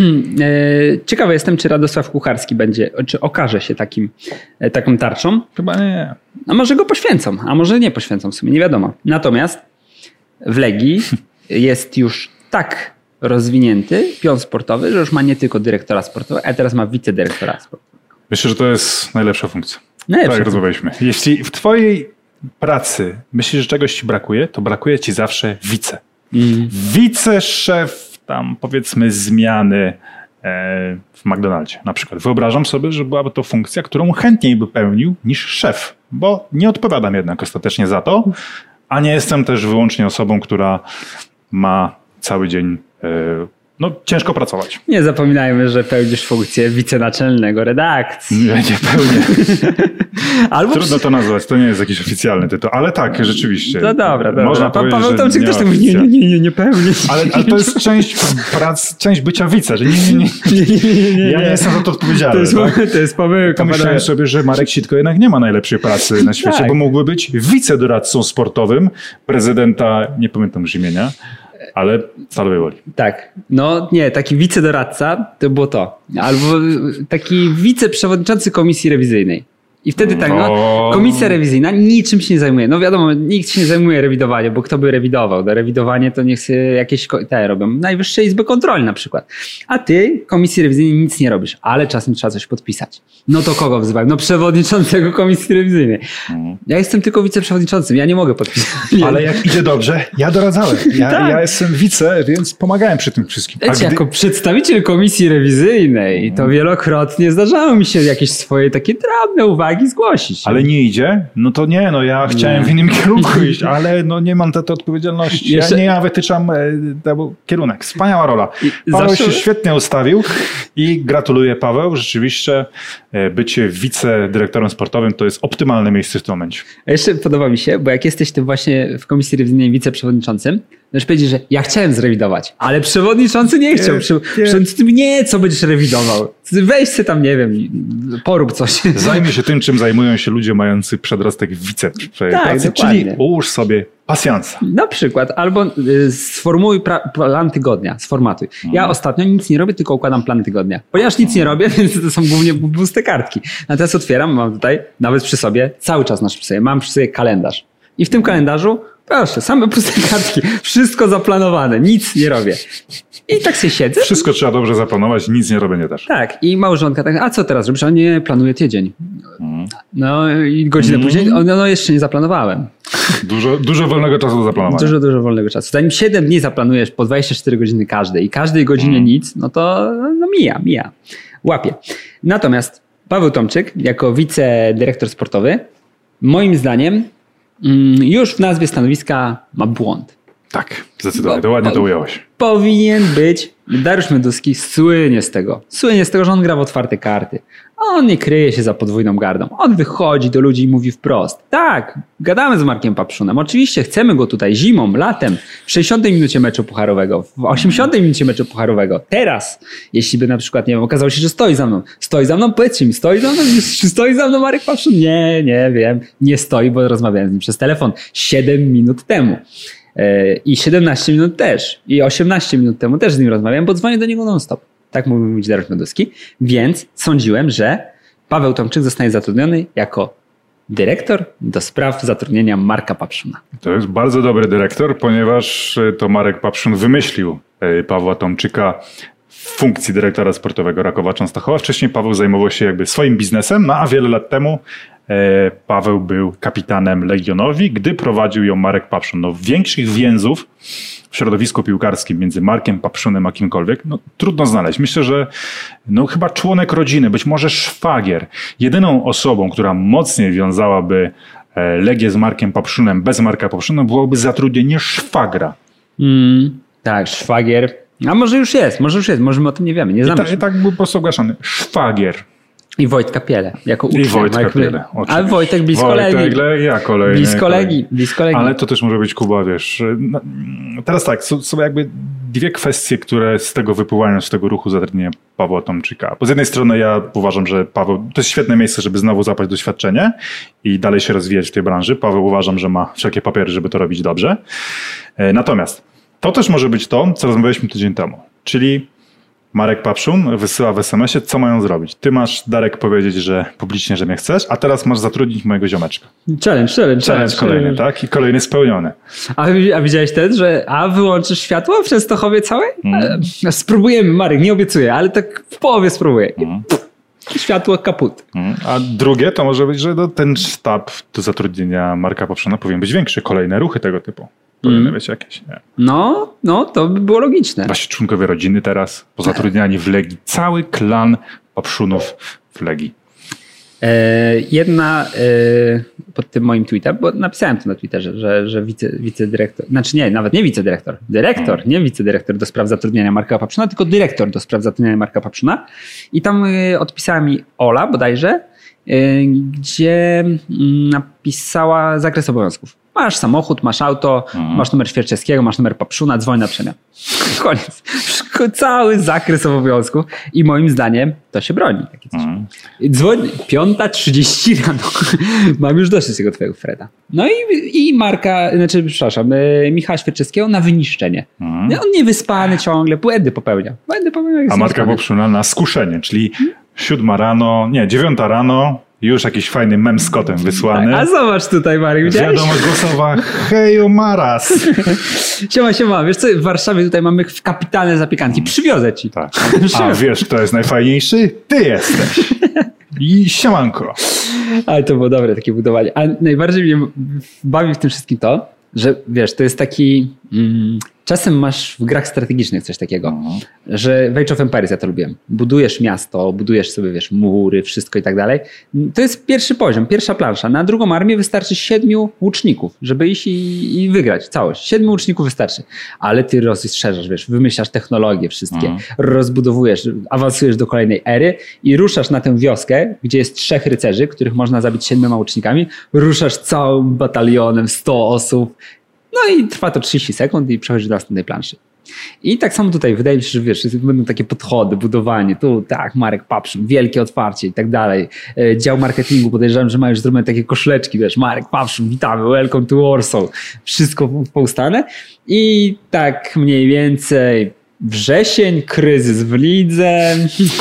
[SPEAKER 2] ciekawy jestem, czy Radosław Kucharski będzie, czy okaże się takim, taką tarczą.
[SPEAKER 3] Chyba nie.
[SPEAKER 2] A może go poświęcą, a może nie poświęcą w sumie, nie wiadomo. Natomiast w Legii jest już tak rozwinięty pion sportowy, że już ma nie tylko dyrektora sportowego, a teraz ma wicedyrektora sportowego.
[SPEAKER 3] Myślę, że to jest najlepsza funkcja.
[SPEAKER 2] Najlepsza.
[SPEAKER 3] Tak, rozmawialiśmy. Jeśli w twojej pracy myślisz, że czegoś ci brakuje, to brakuje ci zawsze wice. Mm. Wiceszef tam powiedzmy zmiany w McDonaldzie na przykład. Wyobrażam sobie, że byłaby to funkcja, którą chętniej by pełnił niż szef, bo nie odpowiadam jednak ostatecznie za to, a nie jestem też wyłącznie osobą, która ma cały dzień no, ciężko pracować.
[SPEAKER 2] Nie zapominajmy, że pełnisz funkcję wicenaczelnego redakcji.
[SPEAKER 3] Nie, nie pełnię. Albo Trudno przy... to nazwać, to nie jest jakiś oficjalny tytuł, ale tak, rzeczywiście.
[SPEAKER 2] No dobra, dobra.
[SPEAKER 3] Można
[SPEAKER 2] pa,
[SPEAKER 3] powiedzieć,
[SPEAKER 2] Paweł Tomczyk też tak mówi, nie, nie, nie, nie pełnię.
[SPEAKER 3] Ale, ale to jest część prac, część bycia wice, że nie, nie, nie. nie, nie, nie ja nie jestem za to odpowiedzialny. To jest,
[SPEAKER 2] tak? to jest pomyłka.
[SPEAKER 3] Pomyślałem sobie, że Marek Sitko jednak nie ma najlepszej pracy na świecie, tak. Bo mógłby być wicedoradcą sportowym prezydenta, nie pamiętam już imienia, ale Stalowej Woli.
[SPEAKER 2] Tak. No nie, taki wicedoradca to było to. Albo taki wiceprzewodniczący komisji rewizyjnej. I wtedy tak, no, komisja rewizyjna niczym się nie zajmuje. No wiadomo, nikt się nie zajmuje rewidowaniem, bo kto by rewidował? No, rewidowanie to niech sobie jakieś te robią. Najwyższe Izby Kontroli na przykład. A ty komisji rewizyjnej nic nie robisz, ale czasem trzeba coś podpisać. No to kogo wzywają? No przewodniczącego komisji rewizyjnej. Ja jestem tylko wiceprzewodniczącym, ja nie mogę podpisać.
[SPEAKER 3] Ale jak idzie dobrze, ja doradzałem. Ja, tak. ja jestem wice, więc pomagałem przy tym wszystkim.
[SPEAKER 2] Wiecie, gdy... Jako przedstawiciel komisji rewizyjnej to wielokrotnie zdarzało mi się jakieś swoje takie drobne uwagi tak i zgłosić.
[SPEAKER 3] Ale nie idzie? No to nie, no ja chciałem
[SPEAKER 2] Nie.
[SPEAKER 3] w innym kierunku iść, ale no nie mam tej odpowiedzialności.
[SPEAKER 2] Jeszcze-
[SPEAKER 3] Ja nie, ja wytyczam e, ten kierunek. Wspaniała rola.
[SPEAKER 2] I
[SPEAKER 3] Paweł
[SPEAKER 2] zawsze-
[SPEAKER 3] się świetnie ustawił i gratuluję, Paweł. Rzeczywiście e, bycie wicedyrektorem sportowym to jest optymalne miejsce w tym momencie.
[SPEAKER 2] A jeszcze podoba mi się, bo jak jesteś tym właśnie w komisji rewizyjnej wiceprzewodniczącym, możesz powiedzieć, że ja chciałem zrewidować, ale przewodniczący nie chciał.
[SPEAKER 3] Nie,
[SPEAKER 2] Prze-
[SPEAKER 3] nie.
[SPEAKER 2] Przewodniczący mówi, nie, co będziesz rewidował? Weź se tam, nie wiem, porób coś.
[SPEAKER 3] Zajmij się tym, czym zajmują się ludzie mający przedrostek wice.
[SPEAKER 2] Tak,
[SPEAKER 3] czyli
[SPEAKER 2] dokładnie.
[SPEAKER 3] ułóż sobie pasjansa.
[SPEAKER 2] Na przykład, albo y, sformułuj pra- plan tygodnia, sformatuj. Ja ostatnio nic nie robię, tylko układam plan tygodnia. Ponieważ nic nie robię, więc to są głównie puste kartki. Natomiast otwieram, mam tutaj nawet przy sobie, cały czas nasz przy sobie, mam przy sobie kalendarz. I w tym kalendarzu, proszę, same puste kartki, wszystko zaplanowane, nic nie robię. I tak sobie siedzę.
[SPEAKER 3] Wszystko trzeba dobrze zaplanować, nic nie robienie też.
[SPEAKER 2] Tak, i małżonka tak, a co teraz robisz? A nie, planuję tydzień. No i godzinę
[SPEAKER 3] Mm.
[SPEAKER 2] później, o, no, no jeszcze nie zaplanowałem.
[SPEAKER 3] Dużo, dużo wolnego czasu do zaplanowania.
[SPEAKER 2] Dużo, dużo wolnego czasu. Zanim siedem dni zaplanujesz po dwadzieścia cztery godziny każdej i każdej godzinie
[SPEAKER 3] Mm.
[SPEAKER 2] nic, no to no mija, mija. Łapie. Natomiast Paweł Tomczyk jako wicedyrektor sportowy moim zdaniem mm, już w nazwie stanowiska ma błąd.
[SPEAKER 3] Tak, zdecydowanie. To
[SPEAKER 2] Bo-
[SPEAKER 3] ładnie
[SPEAKER 2] bo-
[SPEAKER 3] to ująłeś.
[SPEAKER 2] Powinien być, Dariusz Mioduski słynie z tego. Słynie z tego, że on gra w otwarte karty. On nie kryje się za podwójną gardą. On wychodzi do ludzi i mówi wprost. Tak, gadamy z Markiem Papszunem. Oczywiście chcemy go tutaj zimą, latem, w sześćdziesiątej minucie meczu pucharowego, w osiemdziesiątej minucie meczu pucharowego. Teraz, jeśli by na przykład, nie wiem, okazało się, że stoi za mną. Stoi za mną, powiedzcie mi, stoi za mną? Czy stoi za mną Marek Papszun? Nie, nie wiem. Nie stoi, bo rozmawiałem z nim przez telefon siedem minut temu. I siedemnaście minut też. I osiemnaście minut temu też z nim rozmawiałem, bo dzwonię do niego non-stop. Tak mówi mówić Dariusz Mioduski. Więc sądziłem, że Paweł Tomczyk zostanie zatrudniony jako dyrektor do spraw zatrudnienia Marka Papszuna.
[SPEAKER 3] To jest bardzo dobry dyrektor, ponieważ to Marek Papszun wymyślił e, Pawła Tomczyka w funkcji dyrektora sportowego Rakowa Częstochowa. Wcześniej Paweł zajmował się jakby swoim biznesem, no a wiele lat temu e, Paweł był kapitanem Legionowi, gdy prowadził ją Marek Papszun. No, większych więzów w środowisku piłkarskim między Markiem Papszunem a kimkolwiek, no trudno znaleźć. Myślę, że no chyba członek rodziny, być może szwagier. Jedyną osobą, która mocniej wiązałaby e, Legię z Markiem Papszunem bez Marka Papszuna byłoby zatrudnienie szwagra.
[SPEAKER 2] Mm, tak, szwagier. A może już jest, może już jest, może my o tym nie wiemy, nie
[SPEAKER 3] I,
[SPEAKER 2] znamy.
[SPEAKER 3] ta, I tak był po prostu ogłaszany. Szwagier.
[SPEAKER 2] I Wojtka Piele, jako
[SPEAKER 3] I
[SPEAKER 2] ucznia.
[SPEAKER 3] Wojtka
[SPEAKER 2] Marek-
[SPEAKER 3] Piele.
[SPEAKER 2] A
[SPEAKER 3] oczywiście.
[SPEAKER 2] Wojtek blisko
[SPEAKER 3] Wojtek,
[SPEAKER 2] Legii.
[SPEAKER 3] Le- ja kolejny.
[SPEAKER 2] Blisko
[SPEAKER 3] kolejny.
[SPEAKER 2] Legii, blisko Legii.
[SPEAKER 3] Ale to też może być, Kuba, wiesz. no, Teraz tak, są, są jakby dwie kwestie, które z tego wypływają, z tego ruchu zatrudnienia Pawła Tomczyka. Bo z jednej strony ja uważam, że Paweł, to jest świetne miejsce, żeby znowu zapaść doświadczenie i dalej się rozwijać w tej branży. Paweł uważam, że ma wszelkie papiery, żeby to robić dobrze. E, Natomiast to też może być to, co rozmawialiśmy tydzień temu. Czyli Marek Papszun wysyła w es em esie, co mają zrobić. Ty masz, Darek, powiedzieć, że publicznie, że mnie chcesz, a teraz masz zatrudnić mojego ziomeczka.
[SPEAKER 2] Challenge, challenge,
[SPEAKER 3] Challenge kolejny, tak? I kolejny spełniony.
[SPEAKER 2] A, a widziałeś też, że a wyłączysz światło w Częstochowie całej?
[SPEAKER 3] Mm.
[SPEAKER 2] E, Spróbujemy, Marek, nie obiecuję, ale tak w połowie spróbuję.
[SPEAKER 3] Mm.
[SPEAKER 2] Światło kaput.
[SPEAKER 3] Mm. A drugie to może być, że no, ten sztab do zatrudnienia Marka Papszuna powinien być większy. Kolejne ruchy tego typu. Powinny
[SPEAKER 2] Mm.
[SPEAKER 3] być jakieś. Nie.
[SPEAKER 2] No, no, to by było logiczne.
[SPEAKER 3] Wasi członkowie rodziny teraz, pozatrudniani w Legii. Cały klan Papszunów w Legii.
[SPEAKER 2] E, jedna e, pod tym moim tweetem, bo napisałem to na Twitterze, że, że wice, wicedyrektor, znaczy nie, nawet nie wicedyrektor, dyrektor, nie wicedyrektor do spraw zatrudnienia Marka Papszuna, tylko dyrektor do spraw zatrudnienia Marka Papszuna. I tam e, odpisała mi Ola bodajże, e, gdzie mm, napisała zakres obowiązków. Masz samochód, masz auto,
[SPEAKER 3] Mhm.
[SPEAKER 2] masz numer Świerczewskiego, masz numer Papszuna, dzwoń na przemian. Koniec. Cały zakres obowiązków i moim zdaniem to się broni. Takie coś.
[SPEAKER 3] Mhm.
[SPEAKER 2] Dzwoń, piąta trzydzieści rano. Mam już dosyć tego twojego Freda. No i, i Marka, znaczy przepraszam, y, Michała Świerczewskiego na wyniszczenie.
[SPEAKER 3] Mhm.
[SPEAKER 2] No, on niewyspany ciągle, błędy popełnia. Błędy popełnia. jak
[SPEAKER 3] A
[SPEAKER 2] jest
[SPEAKER 3] Marka
[SPEAKER 2] niewyspany.
[SPEAKER 3] Papszuna na skuszenie, czyli siódma rano, nie, dziewiąta rano, już jakiś fajny mem z kotem wysłany.
[SPEAKER 2] Tak, a zobacz tutaj, Marek, widziałeś?
[SPEAKER 3] Wiadomość głosowa, hejo Maras.
[SPEAKER 2] Siema, siema. Wiesz co, w Warszawie tutaj mamy kapitalne zapiekanki. Przywiozę ci.
[SPEAKER 3] Tak. A wiesz, kto jest najfajniejszy? Ty jesteś. I siemanko.
[SPEAKER 2] Ale to było dobre takie budowanie. A najbardziej mnie bawi w tym wszystkim to, że wiesz, to jest taki Mm, czasem masz w grach strategicznych coś takiego,
[SPEAKER 3] Mhm.
[SPEAKER 2] że w Age of Empires ja to lubiłem. Budujesz miasto, budujesz sobie, wiesz, mury, wszystko i tak dalej. To jest pierwszy poziom, pierwsza plansza. Na drugą armię wystarczy siedmiu łuczników, żeby iść i, i wygrać całość. Siedmiu łuczników wystarczy. Ale ty rozszerzasz, wiesz, wymyślasz technologie wszystkie,
[SPEAKER 3] Mhm.
[SPEAKER 2] rozbudowujesz, awansujesz do kolejnej ery i ruszasz na tę wioskę, gdzie jest trzech rycerzy, których można zabić siedmioma łucznikami. Ruszasz całym batalionem, sto osób. No i trwa to trzydzieści sekund i przechodzisz do następnej planszy. I tak samo tutaj, wydaje mi się, że wiesz, będą takie podchody, budowanie, tu tak, Marek Papszun, wielkie otwarcie i tak dalej. E, Dział marketingu, podejrzewam, że ma już zrobione takie koszuleczki, wiesz, Marek Papszun, witamy, welcome to Warsaw. Wszystko poustane i tak mniej więcej wrzesień, kryzys w lidze.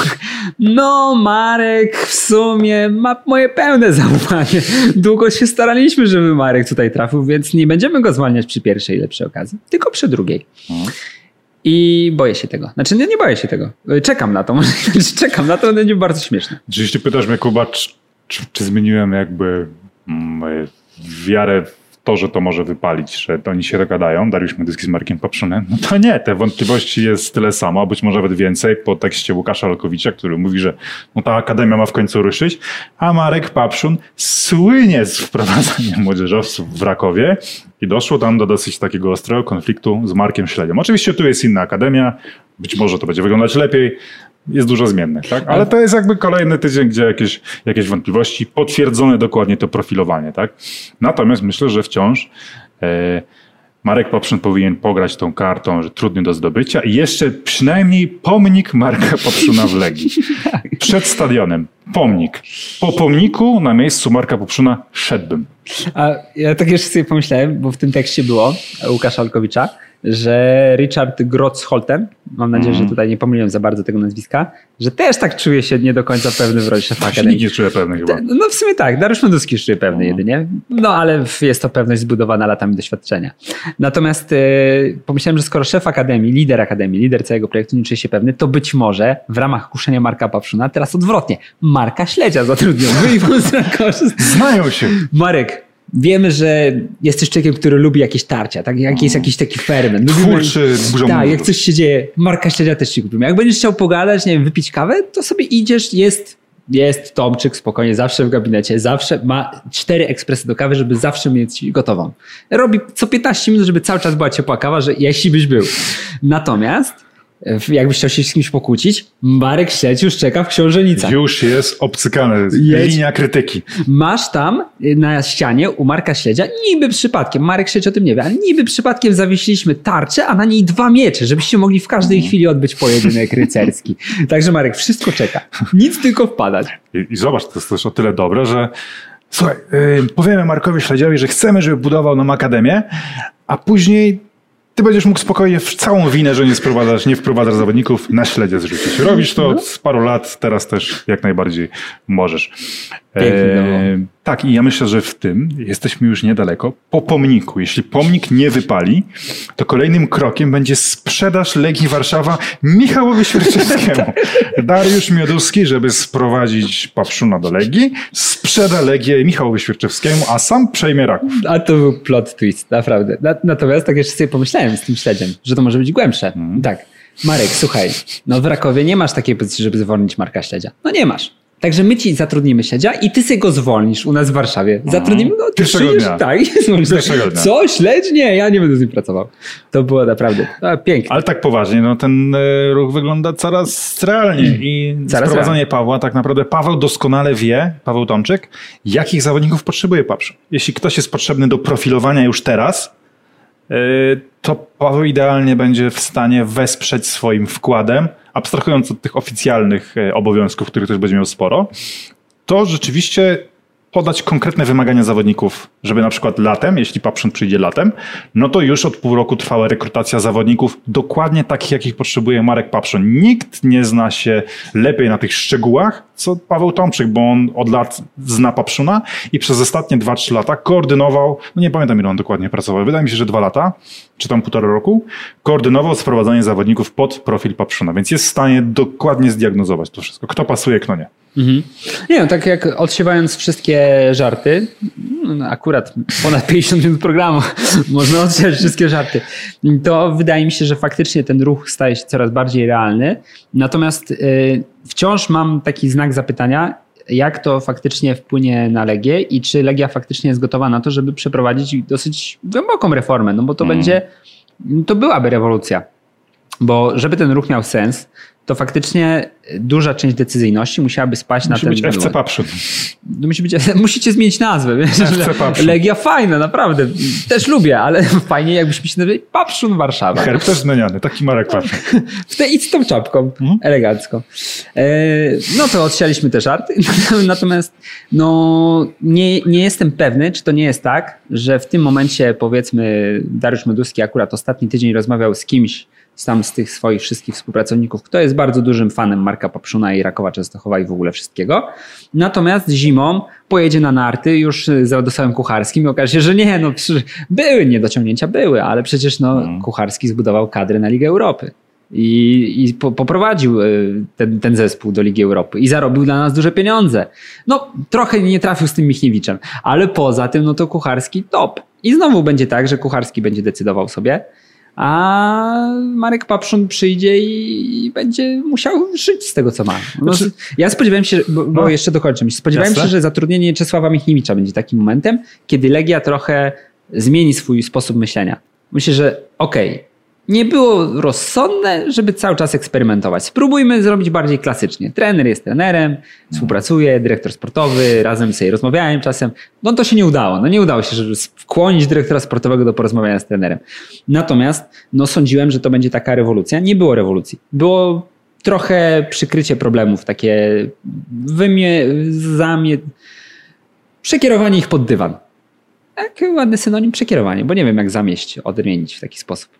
[SPEAKER 2] No, Marek w sumie ma moje pełne zaufanie. Długo się staraliśmy, żeby Marek tutaj trafił, więc nie będziemy go zwalniać przy pierwszej lepszej okazji, tylko przy drugiej.
[SPEAKER 3] Mhm.
[SPEAKER 2] I boję się tego. Znaczy, nie, nie boję się tego. Czekam na to. Może czekam na to, to będzie bardzo śmieszne.
[SPEAKER 3] Jeśli pytasz mnie, Kuba, czy, czy, czy zmieniłem jakby mm, wiarę w to, że to może wypalić, że to oni się dogadają, Dariusz Mioduski z Markiem Papszunem, no to nie, te wątpliwości jest tyle samo, a być może nawet więcej po tekście Łukasza Olkowicza, który mówi, że no ta akademia ma w końcu ruszyć, a Marek Papszun słynie z wprowadzania młodzieżowców w Rakowie i doszło tam do dosyć takiego ostrego konfliktu z Markiem Śledziem. Oczywiście tu jest inna akademia, być może to będzie wyglądać lepiej, jest dużo zmiennych, tak? Ale to jest jakby kolejny tydzień, gdzie jakieś, jakieś wątpliwości, potwierdzone dokładnie to profilowanie, tak? Natomiast myślę, że wciąż e, Marek Papszun powinien pograć tą kartą, że trudny do zdobycia i jeszcze przynajmniej pomnik Marka Papszuna w Legii. Przed stadionem. Pomnik. Po pomniku na miejscu Marka Papszuna szedłbym.
[SPEAKER 2] A ja tak jeszcze sobie pomyślałem, bo w tym tekście było Łukasza Olkowicza, że Richard Grotzholten, mam nadzieję,
[SPEAKER 3] Mm.
[SPEAKER 2] że tutaj nie pomyliłem za bardzo tego nazwiska, że też tak czuje się nie do końca pewny w roli szefa
[SPEAKER 3] Się
[SPEAKER 2] akademii.
[SPEAKER 3] nikt nie czuje pewny chyba.
[SPEAKER 2] No w sumie tak, Dariusz Mioduski już czuje pewny
[SPEAKER 3] No.
[SPEAKER 2] jedynie, no ale jest to pewność zbudowana latami doświadczenia. Natomiast e, pomyślałem, że skoro szef akademii, lider akademii, lider całego projektu nie czuje się pewny, to być może w ramach kuszenia Marka Papszuna teraz odwrotnie, Marka Śledzia zatrudnią.
[SPEAKER 3] Znają się.
[SPEAKER 2] Marek, wiemy, że jesteś człowiekiem, który lubi jakieś tarcia, tak? Jak jest jakiś taki ferment.
[SPEAKER 3] Twórczy, burzą
[SPEAKER 2] Tak,
[SPEAKER 3] mózgu.
[SPEAKER 2] jak coś się dzieje, Marka Śledzia też ci kupimy. Jak będziesz chciał pogadać, nie wiem, wypić kawę, to sobie idziesz, jest, jest Tomczyk spokojnie, zawsze w gabinecie, zawsze ma cztery ekspresy do kawy, żeby zawsze mieć gotową. Robi co piętnaście minut, żeby cały czas była ciepła kawa, że jeśli byś był. Natomiast jakbyś chciał się z kimś pokłócić, Marek Śledź już czeka w Książenicach.
[SPEAKER 3] Już jest obcykane.
[SPEAKER 2] Jedź.
[SPEAKER 3] Linia krytyki.
[SPEAKER 2] Masz tam na ścianie u Marka Śledzia, niby przypadkiem, Marek Śledź o tym nie wie, ale niby przypadkiem zawiesiliśmy tarczę, a na niej dwa miecze, żebyście mogli w każdej chwili odbyć pojedynek rycerski. Także Marek, wszystko czeka. Nic tylko wpadać.
[SPEAKER 3] I, I zobacz, to jest też o tyle dobre, że słuchaj, yy, powiemy Markowi Śledziowi, że chcemy, żeby budował nam akademię, a później ty będziesz mógł spokojnie w całą winę, że nie sprowadzasz, nie wprowadzasz zawodników, na Śledzie zrzucić. Robisz to od paru lat, teraz też jak najbardziej możesz.
[SPEAKER 2] Pięknie,
[SPEAKER 3] tak, i ja myślę, że w tym jesteśmy już niedaleko. Po pomniku. Jeśli pomnik nie wypali, to kolejnym krokiem będzie sprzedaż Legii Warszawa Michałowi Świerczewskiemu. Dariusz Mioduski, żeby sprowadzić Papszuna do Legii, sprzeda Legię Michałowi Świerczewskiemu, a sam przejmie Raków.
[SPEAKER 2] A to był plot twist, naprawdę. Natomiast tak jeszcze sobie pomyślałem z tym Śledziem, że to może być głębsze.
[SPEAKER 3] Hmm.
[SPEAKER 2] Tak. Marek, słuchaj, no w Rakowie nie masz takiej pozycji, żeby zwolnić Marka Śledzia. No nie masz. Także my ci zatrudnimy Śledzia i ty sobie go zwolnisz u nas w Warszawie. Zatrudnimy go, ty
[SPEAKER 3] Pierwszego
[SPEAKER 2] przyjdziesz,
[SPEAKER 3] dnia.
[SPEAKER 2] tak, i zwolnisz.
[SPEAKER 3] Pierwszego dnia.
[SPEAKER 2] Co? Śledź? Nie, ja nie będę z nim pracował. To było naprawdę a, piękne.
[SPEAKER 3] Ale tak poważnie, no ten e, ruch wygląda coraz realnie i
[SPEAKER 2] Coraz
[SPEAKER 3] sprowadzenie Pawła, tak naprawdę Paweł doskonale wie, Paweł Tomczyk, jakich zawodników potrzebuje Papszun. Jeśli ktoś jest potrzebny do profilowania już teraz, e, to Paweł idealnie będzie w stanie wesprzeć swoim wkładem, abstrahując od tych oficjalnych e, obowiązków, których też będzie miał sporo, to rzeczywiście podać konkretne wymagania zawodników, żeby na przykład latem, jeśli Papszun przyjdzie latem, no to już od pół roku trwała rekrutacja zawodników dokładnie takich, jakich potrzebuje Marek Papszun. Nikt nie zna się lepiej na tych szczegółach, co Paweł Tomczyk, bo on od lat zna Papszuna i przez ostatnie dwa trzy lata koordynował, no nie pamiętam ile on dokładnie pracował, wydaje mi się, że dwa lata, czy tam półtora roku, koordynował sprowadzanie zawodników pod profil Papszuna, więc jest w stanie dokładnie zdiagnozować to wszystko, kto pasuje, kto nie.
[SPEAKER 2] Mhm. Nie no, tak jak odsiewając wszystkie żarty, no akurat ponad pięćdziesiąt minut programu, można odsiewać wszystkie żarty, to wydaje mi się, że faktycznie ten ruch staje się coraz bardziej realny. Natomiast y, wciąż mam taki znak zapytania, jak to faktycznie wpłynie na Legię i czy Legia faktycznie jest gotowa na to, żeby przeprowadzić dosyć głęboką reformę, no bo to mm. będzie, to byłaby rewolucja. Bo żeby ten ruch miał sens, to faktycznie duża część decyzyjności musiałaby spaść
[SPEAKER 3] musi
[SPEAKER 2] na ten...
[SPEAKER 3] Musi być F C Papszun.
[SPEAKER 2] Musi być, musicie zmienić nazwę.
[SPEAKER 3] F C Papszun.
[SPEAKER 2] Legia fajna, naprawdę. Też lubię, ale fajnie jakbyśmy się nazwali Papszun Warszawa.
[SPEAKER 3] Herb też zmieniany, taki Marek Papszun.
[SPEAKER 2] W tej idź z tą czapką, hmm? elegancko. No to odsialiśmy te żarty. Natomiast no, nie, nie jestem pewny, czy to nie jest tak, że w tym momencie powiedzmy Dariusz Mioduski akurat ostatni tydzień rozmawiał z kimś, sam z tych swoich wszystkich współpracowników, kto jest bardzo dużym fanem Marka Papszuna i Rakowa Częstochowa i w ogóle wszystkiego. Natomiast zimą pojedzie na narty już z Radosławem Kucharskim i okaże się, że nie, no były niedociągnięcia, były, ale przecież no, hmm. Kucharski zbudował kadrę na Ligę Europy i, i po, poprowadził ten, ten zespół do Ligi Europy i zarobił dla nas duże pieniądze. No trochę nie trafił z tym Michniewiczem, ale poza tym no to Kucharski top. I znowu będzie tak, że Kucharski będzie decydował sobie, a Marek Papszun przyjdzie i będzie musiał żyć z tego, co ma. No, znaczy, ja spodziewałem się, bo, bo no, jeszcze dokończę, spodziewałem jasne. się, że zatrudnienie Czesława Michniewicza będzie takim momentem, kiedy Legia trochę zmieni swój sposób myślenia. Myślę, że okej, okay, nie było rozsądne, żeby cały czas eksperymentować. Spróbujmy zrobić bardziej klasycznie. Trener jest trenerem, współpracuje, dyrektor sportowy, razem sobie rozmawiałem czasem. No to się nie udało. No nie udało się, żeby skłonić dyrektora sportowego do porozmawiania z trenerem. Natomiast no sądziłem, że to będzie taka rewolucja. Nie było rewolucji. Było trochę przykrycie problemów, takie wymie... zamie... przekierowanie ich pod dywan. Tak, ładny synonim, przekierowanie, bo nie wiem jak zamieść, odmienić w taki sposób.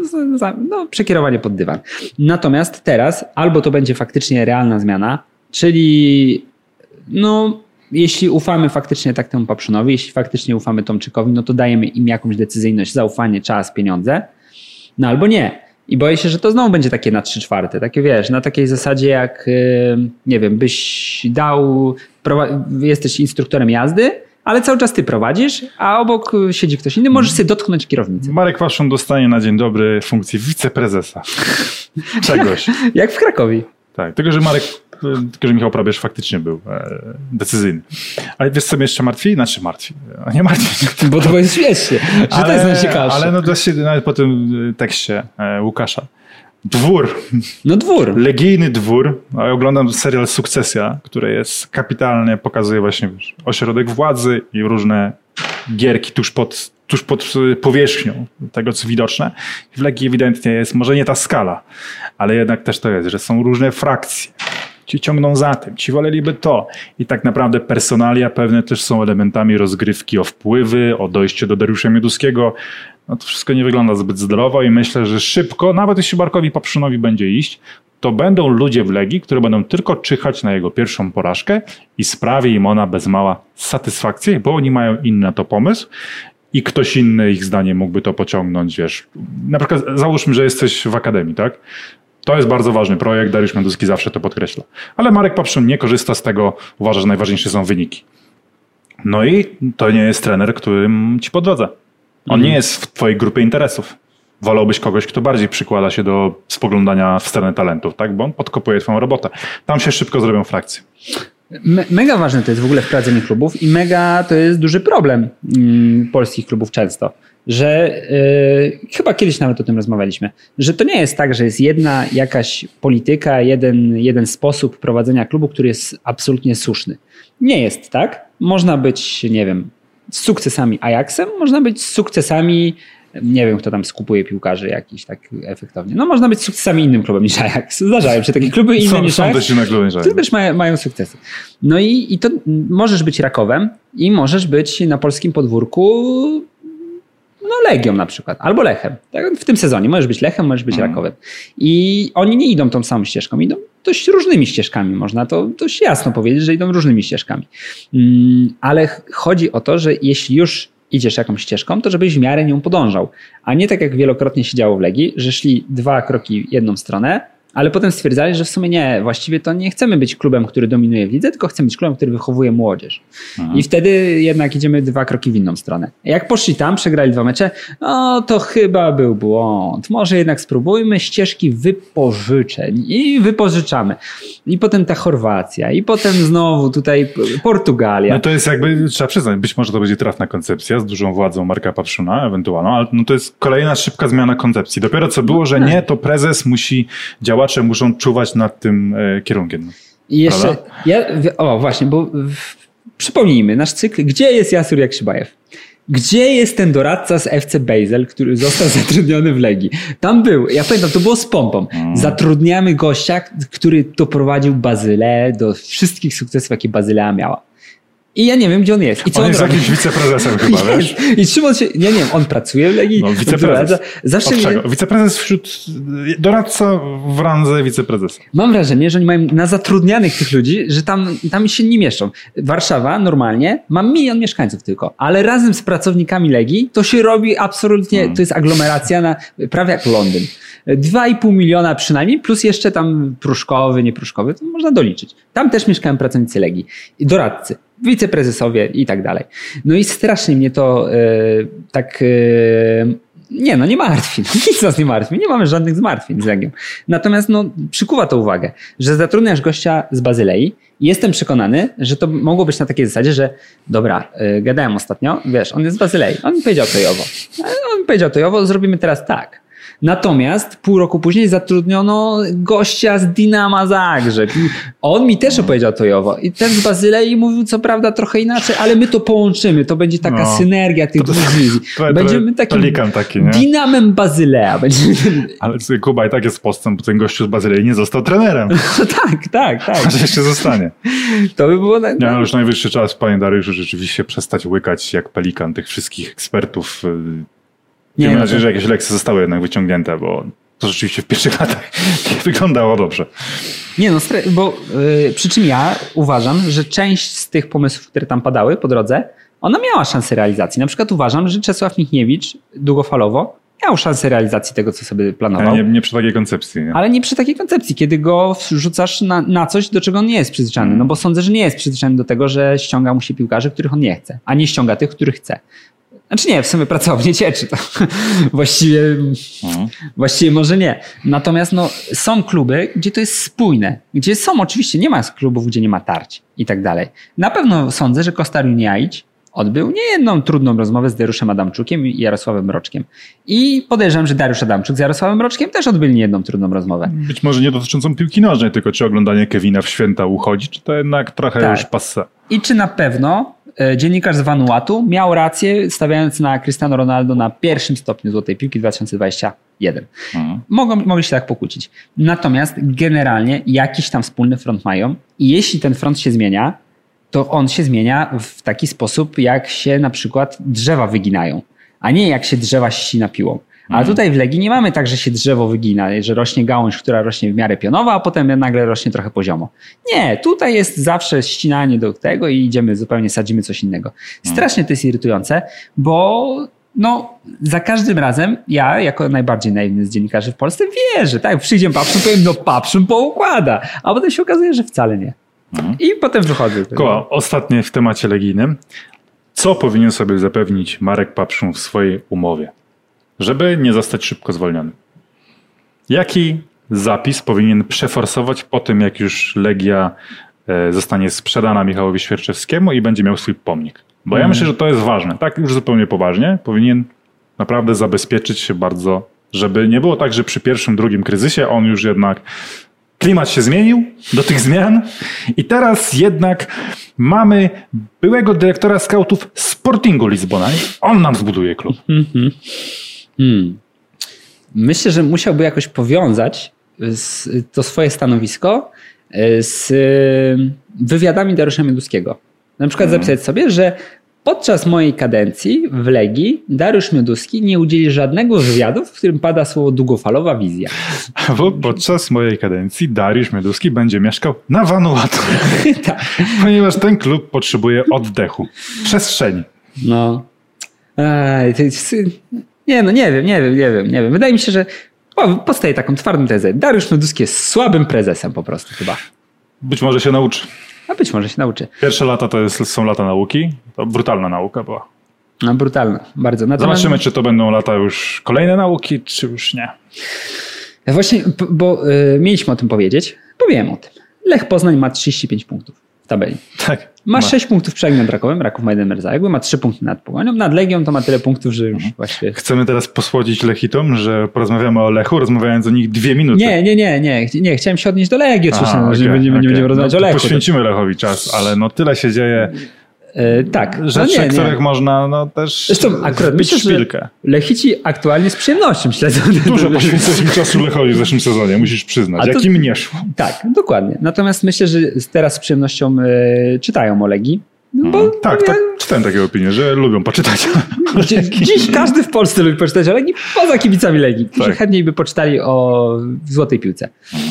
[SPEAKER 2] No, przekierowanie pod dywan. Natomiast teraz albo to będzie faktycznie realna zmiana, czyli no, jeśli ufamy faktycznie tak temu Papszunowi, jeśli faktycznie ufamy Tomczykowi, no to dajemy im jakąś decyzyjność, zaufanie, czas, pieniądze, no albo nie. I boję się, że to znowu będzie takie na trzy czwarte, takie wiesz, na takiej zasadzie jak, nie wiem, byś dał, jesteś instruktorem jazdy, ale cały czas ty prowadzisz, a obok siedzi ktoś inny, możesz sobie dotknąć kierownicy.
[SPEAKER 3] Marek Papszun dostanie na dzień dobry funkcję wiceprezesa. Czegoś.
[SPEAKER 2] Jak, jak w Krakowie.
[SPEAKER 3] Tak, tylko że Marek, tylko że Michał Probierz faktycznie był e, decyzyjny. Ale wiesz co mnie jeszcze martwi? Znaczy martwi. A nie martwi.
[SPEAKER 2] Bo to jest śmiesznie, że ale, to jest najciekawsze.
[SPEAKER 3] Ale no właśnie nawet po tym tekście e, Łukasza. Dwór.
[SPEAKER 2] No dwór.
[SPEAKER 3] Legijny dwór. Ja oglądam serial Sukcesja, który jest kapitalny, pokazuje właśnie wiesz, ośrodek władzy i różne gierki tuż pod, tuż pod powierzchnią tego, co widoczne. W Legii ewidentnie jest może nie ta skala, ale jednak też to jest, że są różne frakcje. Ci ciągną za tym, ci woleliby to. I tak naprawdę personalia pewne też są elementami rozgrywki o wpływy, o dojście do Dariusza Mioduskiego. No to wszystko nie wygląda zbyt zdrowo i myślę, że szybko, nawet jeśli Markowi Papszunowi będzie iść, to będą ludzie w Legii, które będą tylko czyhać na jego pierwszą porażkę i sprawi im ona bez mała satysfakcję, bo oni mają inny na to pomysł i ktoś inny ich zdaniem mógłby to pociągnąć, wiesz. Na przykład załóżmy, że jesteś w akademii, tak? To jest bardzo ważny projekt, Dariusz Mioduski zawsze to podkreśla. Ale Marek Papszun nie korzysta z tego, uważa, że najważniejsze są wyniki. No i to nie jest trener, którym ci podwadza. On mhm. nie jest w twojej grupie interesów. Wolałbyś kogoś, kto bardziej przykłada się do spoglądania w stronę talentów, tak? Bo on podkopuje twoją robotę. Tam się szybko zrobią frakcje.
[SPEAKER 2] Me- mega ważne to jest w ogóle w prowadzeniu klubów i mega to jest duży problem mm, polskich klubów często, że yy, chyba kiedyś nawet o tym rozmawialiśmy, że to nie jest tak, że jest jedna jakaś polityka, jeden, jeden sposób prowadzenia klubu, który jest absolutnie słuszny. Nie jest tak. Można być, nie wiem, z sukcesami Ajaxem, można być z sukcesami, nie wiem kto tam skupuje piłkarzy jakiś tak efektownie. No można być z sukcesami innym klubem niż Ajax. Zdarzają się takie kluby inne
[SPEAKER 3] są,
[SPEAKER 2] niż
[SPEAKER 3] są
[SPEAKER 2] Ajax,
[SPEAKER 3] też inne kluby niż Ajax.
[SPEAKER 2] które też mają, mają sukcesy. No i, i to możesz być Rakowem i możesz być na polskim podwórku no Legią na przykład, albo Lechem. Tak? W tym sezonie możesz być Lechem, możesz być hmm. Rakowem. I oni nie idą tą samą ścieżką, idą dość różnymi ścieżkami. Można to dość jasno powiedzieć, że idą różnymi ścieżkami. Hmm, ale chodzi o to, że jeśli już idziesz jakąś ścieżką, to żebyś w miarę nią podążał. A nie tak jak wielokrotnie się działo w Legii, że szli dwa kroki w jedną stronę, Ale potem stwierdzali, że w sumie nie, właściwie to nie chcemy być klubem, który dominuje w lidze, tylko chcemy być klubem, który wychowuje młodzież. Mhm. I wtedy jednak idziemy dwa kroki w inną stronę. Jak poszli tam, przegrali dwa mecze, no to chyba był błąd. Może jednak spróbujmy ścieżki wypożyczeń i wypożyczamy. I potem ta Chorwacja, i potem znowu tutaj Portugalia.
[SPEAKER 3] No to jest jakby, trzeba przyznać, być może to będzie trafna koncepcja z dużą władzą Marka Papszuna ewentualną, ale no to jest kolejna szybka zmiana koncepcji. Dopiero co było, że nie, to prezes musi, działacze muszą czuwać nad tym e, kierunkiem.
[SPEAKER 2] I jeszcze, ja, o właśnie, bo w, przypomnijmy nasz cykl, gdzie jest Jasur Jakszybajew? Gdzie jest ten doradca z F C Basel, który został zatrudniony w Legii? Tam był, ja pamiętam, to było z pompą. Mm. Zatrudniamy gościa, który doprowadził Bazylę do wszystkich sukcesów, jakie Bazylea miała. I ja nie wiem, gdzie on jest. I co
[SPEAKER 3] on,
[SPEAKER 2] on
[SPEAKER 3] jest
[SPEAKER 2] robi?
[SPEAKER 3] jakimś wiceprezesem chyba, wiesz?
[SPEAKER 2] I czym on się... Nie, nie wiem, on pracuje w Legii.
[SPEAKER 3] No, wiceprezes.
[SPEAKER 2] Zawsze
[SPEAKER 3] mnie... Wiceprezes wśród... Doradca w randze wiceprezesa.
[SPEAKER 2] Mam wrażenie, że oni mają na zatrudnianych tych ludzi, że tam, tam się nie mieszczą. Warszawa normalnie ma milion mieszkańców tylko, ale razem z pracownikami Legii to się robi absolutnie... Hmm. To jest aglomeracja na prawie jak Londyn. Dwa i pół miliona przynajmniej, plus jeszcze tam Pruszkowy, nie Pruszkowy, to można doliczyć. Tam też mieszkają pracownicy Legii. I doradcy, wiceprezesowie i tak dalej. No i strasznie mnie to yy, tak... Yy, nie, no nie martwi. Nic nas nie martwi. Nie mamy żadnych zmartwień z Legią. Natomiast no, przykuwa to uwagę, że zatrudniasz gościa z Bazylei i jestem przekonany, że to mogło być na takiej zasadzie, że dobra, yy, gadałem ostatnio, wiesz, on jest z Bazylei. On mi powiedział to i owo. On mi powiedział to i owo, zrobimy teraz tak. Natomiast pół roku później zatrudniono gościa z Dinama Zagrzeb. I on mi też opowiedział to i owo. I ten z Bazylei mówił co prawda trochę inaczej, ale my to połączymy. To będzie taka no, synergia tych dwóch wizji. Będziemy takim
[SPEAKER 3] taki, nie?
[SPEAKER 2] Dinamem Bazylea. Będziemy...
[SPEAKER 3] Ale Kuba i tak jest postęp, bo ten gościu z Bazylei nie został trenerem.
[SPEAKER 2] tak, tak, tak.
[SPEAKER 3] Może jeszcze zostanie.
[SPEAKER 2] To by było... Tak,
[SPEAKER 3] nie, no już najwyższy czas, panie Dariuszu, rzeczywiście przestać łykać jak pelikan tych wszystkich ekspertów. Nie mam nadzieję, że jakieś lekcje zostały jednak wyciągnięte, bo to rzeczywiście w pierwszych latach nie wyglądało dobrze.
[SPEAKER 2] Nie no, bo yy, przy czym ja uważam, że część z tych pomysłów, które tam padały po drodze, ona miała szansę realizacji. Na przykład uważam, że Czesław Michniewicz długofalowo miał szansę realizacji tego, co sobie planował.
[SPEAKER 3] Ale nie, nie przy takiej koncepcji. Nie?
[SPEAKER 2] Ale nie przy takiej koncepcji, kiedy go wrzucasz na, na coś, do czego on nie jest przyzwyczajony. Hmm. No bo sądzę, że nie jest przyzwyczajony do tego, że ściąga mu się piłkarzy, których on nie chce, a nie ściąga tych, których chce. Znaczy nie, w sumie pracownie cieczy to. właściwie, mhm. właściwie może nie. Natomiast no, są kluby, gdzie to jest spójne. Gdzie są, oczywiście nie ma klubów, gdzie nie ma tarć i tak dalej. Na pewno sądzę, że Kostar Juniaić odbył niejedną trudną rozmowę z Dariuszem Adamczukiem i Jarosławem Mroczkiem. I podejrzewam, że Dariusz Adamczuk z Jarosławem Mroczkiem też odbyli niejedną trudną rozmowę.
[SPEAKER 3] Być może nie dotyczącą piłki nożnej, tylko czy oglądanie Kevina w święta uchodzi, czy to jednak trochę tak. już passé.
[SPEAKER 2] I czy na pewno dziennikarz z Vanuatu miał rację, stawiając na Cristiano Ronaldo na pierwszym stopniu Złotej Piłki dwa tysiące dwudziestego pierwszego. Mhm. Mogą, mogli się tak pokłócić. Natomiast generalnie jakiś tam wspólny front mają i jeśli ten front się zmienia, to on się zmienia w taki sposób, jak się na przykład drzewa wyginają, a nie jak się drzewa ścina piłą. A tutaj w Legii nie mamy tak, że się drzewo wygina, że rośnie gałąź, która rośnie w miarę pionowo, a potem nagle rośnie trochę poziomo. Nie, tutaj jest zawsze ścinanie do tego i idziemy zupełnie, sadzimy coś innego. Strasznie to jest irytujące, bo no, za każdym razem ja, jako najbardziej naiwny z dziennikarzy w Polsce, wierzę, tak, przyjdzie Papszun, powiem, no Papszun poukłada, a potem się okazuje, że wcale nie. I potem wychodzę.
[SPEAKER 3] Koła, ostatnie w temacie legijnym. Co powinien sobie zapewnić Marek Papszun w swojej umowie, żeby nie zostać szybko zwolniony? Jaki zapis powinien przeforsować po tym, jak już Legia zostanie sprzedana Michałowi Świerczewskiemu i będzie miał swój pomnik? Bo ja hmm. myślę, że to jest ważne. Tak już zupełnie poważnie. Powinien naprawdę zabezpieczyć się bardzo, żeby nie było tak, że przy pierwszym, drugim kryzysie on już jednak... Klimat się zmienił do tych zmian i teraz jednak mamy byłego dyrektora skautów Sportingu Lizbona. On nam zbuduje klub.
[SPEAKER 2] Hmm. Hmm. Myślę, że musiałby jakoś powiązać to swoje stanowisko z wywiadami Dariusza Mioduskiego. Na przykład hmm. zapisać sobie, że podczas mojej kadencji w Legii Dariusz Mioduski nie udzieli żadnego wywiadu, w którym pada słowo długofalowa wizja.
[SPEAKER 3] Bo podczas mojej kadencji Dariusz Mioduski będzie mieszkał na Vanuatu. tak. Ponieważ ten klub potrzebuje oddechu, przestrzeni.
[SPEAKER 2] No. Ej, to jest... Nie, no nie wiem, nie wiem, nie wiem, nie wiem. Wydaje mi się, że O, postawię taką twardą tezę. Dariusz Mioduski jest słabym prezesem po prostu chyba.
[SPEAKER 3] Być może się nauczy.
[SPEAKER 2] A być może się nauczy.
[SPEAKER 3] Pierwsze lata to jest, są lata nauki. To brutalna nauka była.
[SPEAKER 2] No brutalna, bardzo. Natomiast...
[SPEAKER 3] Zobaczymy, czy to będą lata już kolejne nauki, czy już nie.
[SPEAKER 2] Właśnie, bo y, mieliśmy o tym powiedzieć. Powiem o tym. Lech Poznań ma trzydzieści pięć punktów w tabeli.
[SPEAKER 3] Tak.
[SPEAKER 2] Ma
[SPEAKER 3] ma.
[SPEAKER 2] sześć punktów przed Legiem Rakowem, Raków ma jeden mecz zaległy, ma trzy punkty nad Połonią. Nad Legią to ma tyle punktów, że już właściwie...
[SPEAKER 3] Chcemy teraz posłodzić Lechitom, że porozmawiamy o Lechu, rozmawiając o nich dwie minuty.
[SPEAKER 2] Nie, nie, nie, nie. Nie, chciałem się odnieść do Legii oczywiście,
[SPEAKER 3] Aha,
[SPEAKER 2] że
[SPEAKER 3] okay,
[SPEAKER 2] nie będziemy,
[SPEAKER 3] okay.
[SPEAKER 2] nie będziemy rozmawiać
[SPEAKER 3] no,
[SPEAKER 2] o Lechu.
[SPEAKER 3] Poświęcimy Lechowi czas, ale no tyle się dzieje.
[SPEAKER 2] E, tak.
[SPEAKER 3] Rzeczy,
[SPEAKER 2] no nie,
[SPEAKER 3] których
[SPEAKER 2] nie.
[SPEAKER 3] można no też
[SPEAKER 2] Zresztą akurat
[SPEAKER 3] być
[SPEAKER 2] myślę,
[SPEAKER 3] szpilkę.
[SPEAKER 2] że Lechici aktualnie z przyjemnością śledzą.
[SPEAKER 3] Dużo poświęciliśmy czasu Lechowi w zeszłym sezonie, musisz przyznać.
[SPEAKER 2] A to-
[SPEAKER 3] Jak im nie szło.
[SPEAKER 2] Tak, dokładnie. Natomiast myślę, że teraz z przyjemnością e, czytają o Legii. No bo
[SPEAKER 3] Tak,
[SPEAKER 2] ja,
[SPEAKER 3] tak, czytałem takie opinie, że lubią poczytać.
[SPEAKER 2] Dzi- Dziś każdy w Polsce lubi poczytać o Legii, poza kibicami Legii, którzy
[SPEAKER 3] Tak.
[SPEAKER 2] chętniej by poczytali o złotej piłce.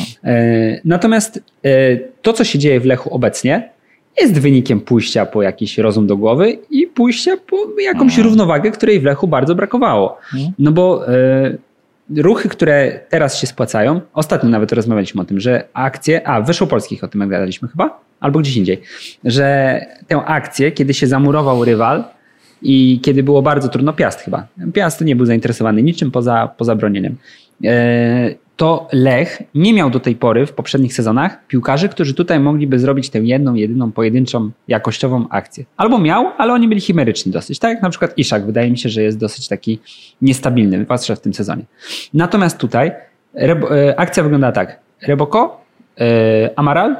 [SPEAKER 2] E, natomiast e, to, co się dzieje w Lechu obecnie, jest wynikiem pójścia po jakiś rozum do głowy i pójścia po jakąś równowagę, której w Lechu bardzo brakowało. No bo e, ruchy, które teraz się spłacają, ostatnio nawet rozmawialiśmy o tym, że akcje, a w Wyszłopolskich o tym gadaliśmy chyba, albo gdzieś indziej, że tę akcję, kiedy się zamurował rywal i kiedy było bardzo trudno, Piast chyba, Piast nie był zainteresowany niczym poza, poza bronieniem, e, to Lech nie miał do tej pory w poprzednich sezonach piłkarzy, którzy tutaj mogliby zrobić tę jedną, jedyną, pojedynczą, jakościową akcję. Albo miał, ale oni byli chimeryczni dosyć. Tak jak na przykład Iszak, wydaje mi się, że jest dosyć taki niestabilny, zwłaszcza w tym sezonie. Natomiast tutaj Rebo, e, akcja wygląda tak. Reboko, e, Amaral,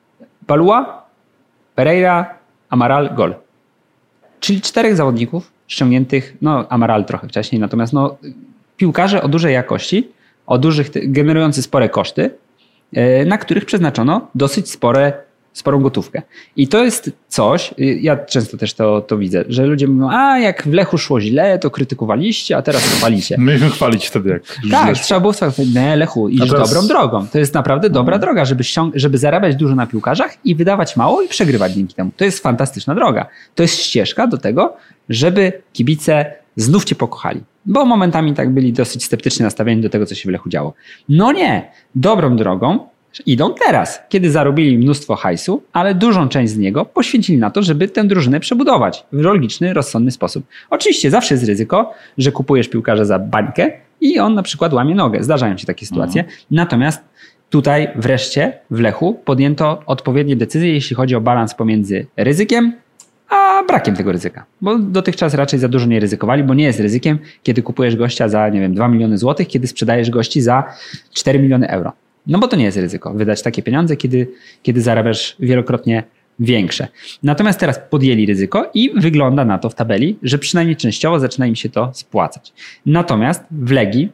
[SPEAKER 2] Balua, Pereira, Amaral, gol. Czyli czterech zawodników ściągniętych, no Amaral trochę wcześniej, natomiast no, piłkarze o dużej jakości, o dużych, generujący spore koszty, na których przeznaczono dosyć spore, sporą gotówkę. I to jest coś, ja często też to, to widzę, że ludzie mówią, a jak w Lechu szło źle, to krytykowaliście, a teraz chwalicie.
[SPEAKER 3] Mieliśmy chwalić wtedy, jak już
[SPEAKER 2] Tak,
[SPEAKER 3] zeszło.
[SPEAKER 2] trzeba było сказать, nie Lechu, idziesz
[SPEAKER 3] teraz-
[SPEAKER 2] dobrą drogą. To jest naprawdę dobra droga, żeby, ściąg- żeby zarabiać dużo na piłkarzach i wydawać mało i przegrywać dzięki temu. To jest fantastyczna droga. To jest ścieżka do tego, żeby kibice znów cię pokochali. Bo momentami tak byli dosyć sceptycznie nastawieni do tego, co się w Lechu działo. No nie, dobrą drogą idą teraz, kiedy zarobili mnóstwo hajsu, ale dużą część z niego poświęcili na to, żeby tę drużynę przebudować w logiczny, rozsądny sposób. Oczywiście zawsze jest ryzyko, że kupujesz piłkarza za bańkę i on na przykład łamie nogę. Zdarzają się takie sytuacje. Mhm. Natomiast tutaj wreszcie w Lechu podjęto odpowiednie decyzje, jeśli chodzi o balans pomiędzy ryzykiem a brakiem tego ryzyka. Bo dotychczas raczej za dużo nie ryzykowali, bo nie jest ryzykiem, kiedy kupujesz gościa za, nie wiem, dwa miliony złotych, kiedy sprzedajesz gości za cztery miliony euro. No bo to nie jest ryzyko, wydać takie pieniądze, kiedy, kiedy zarabiasz wielokrotnie większe. Natomiast teraz podjęli ryzyko i wygląda na to w tabeli, że przynajmniej częściowo zaczyna im się to spłacać. Natomiast w Legii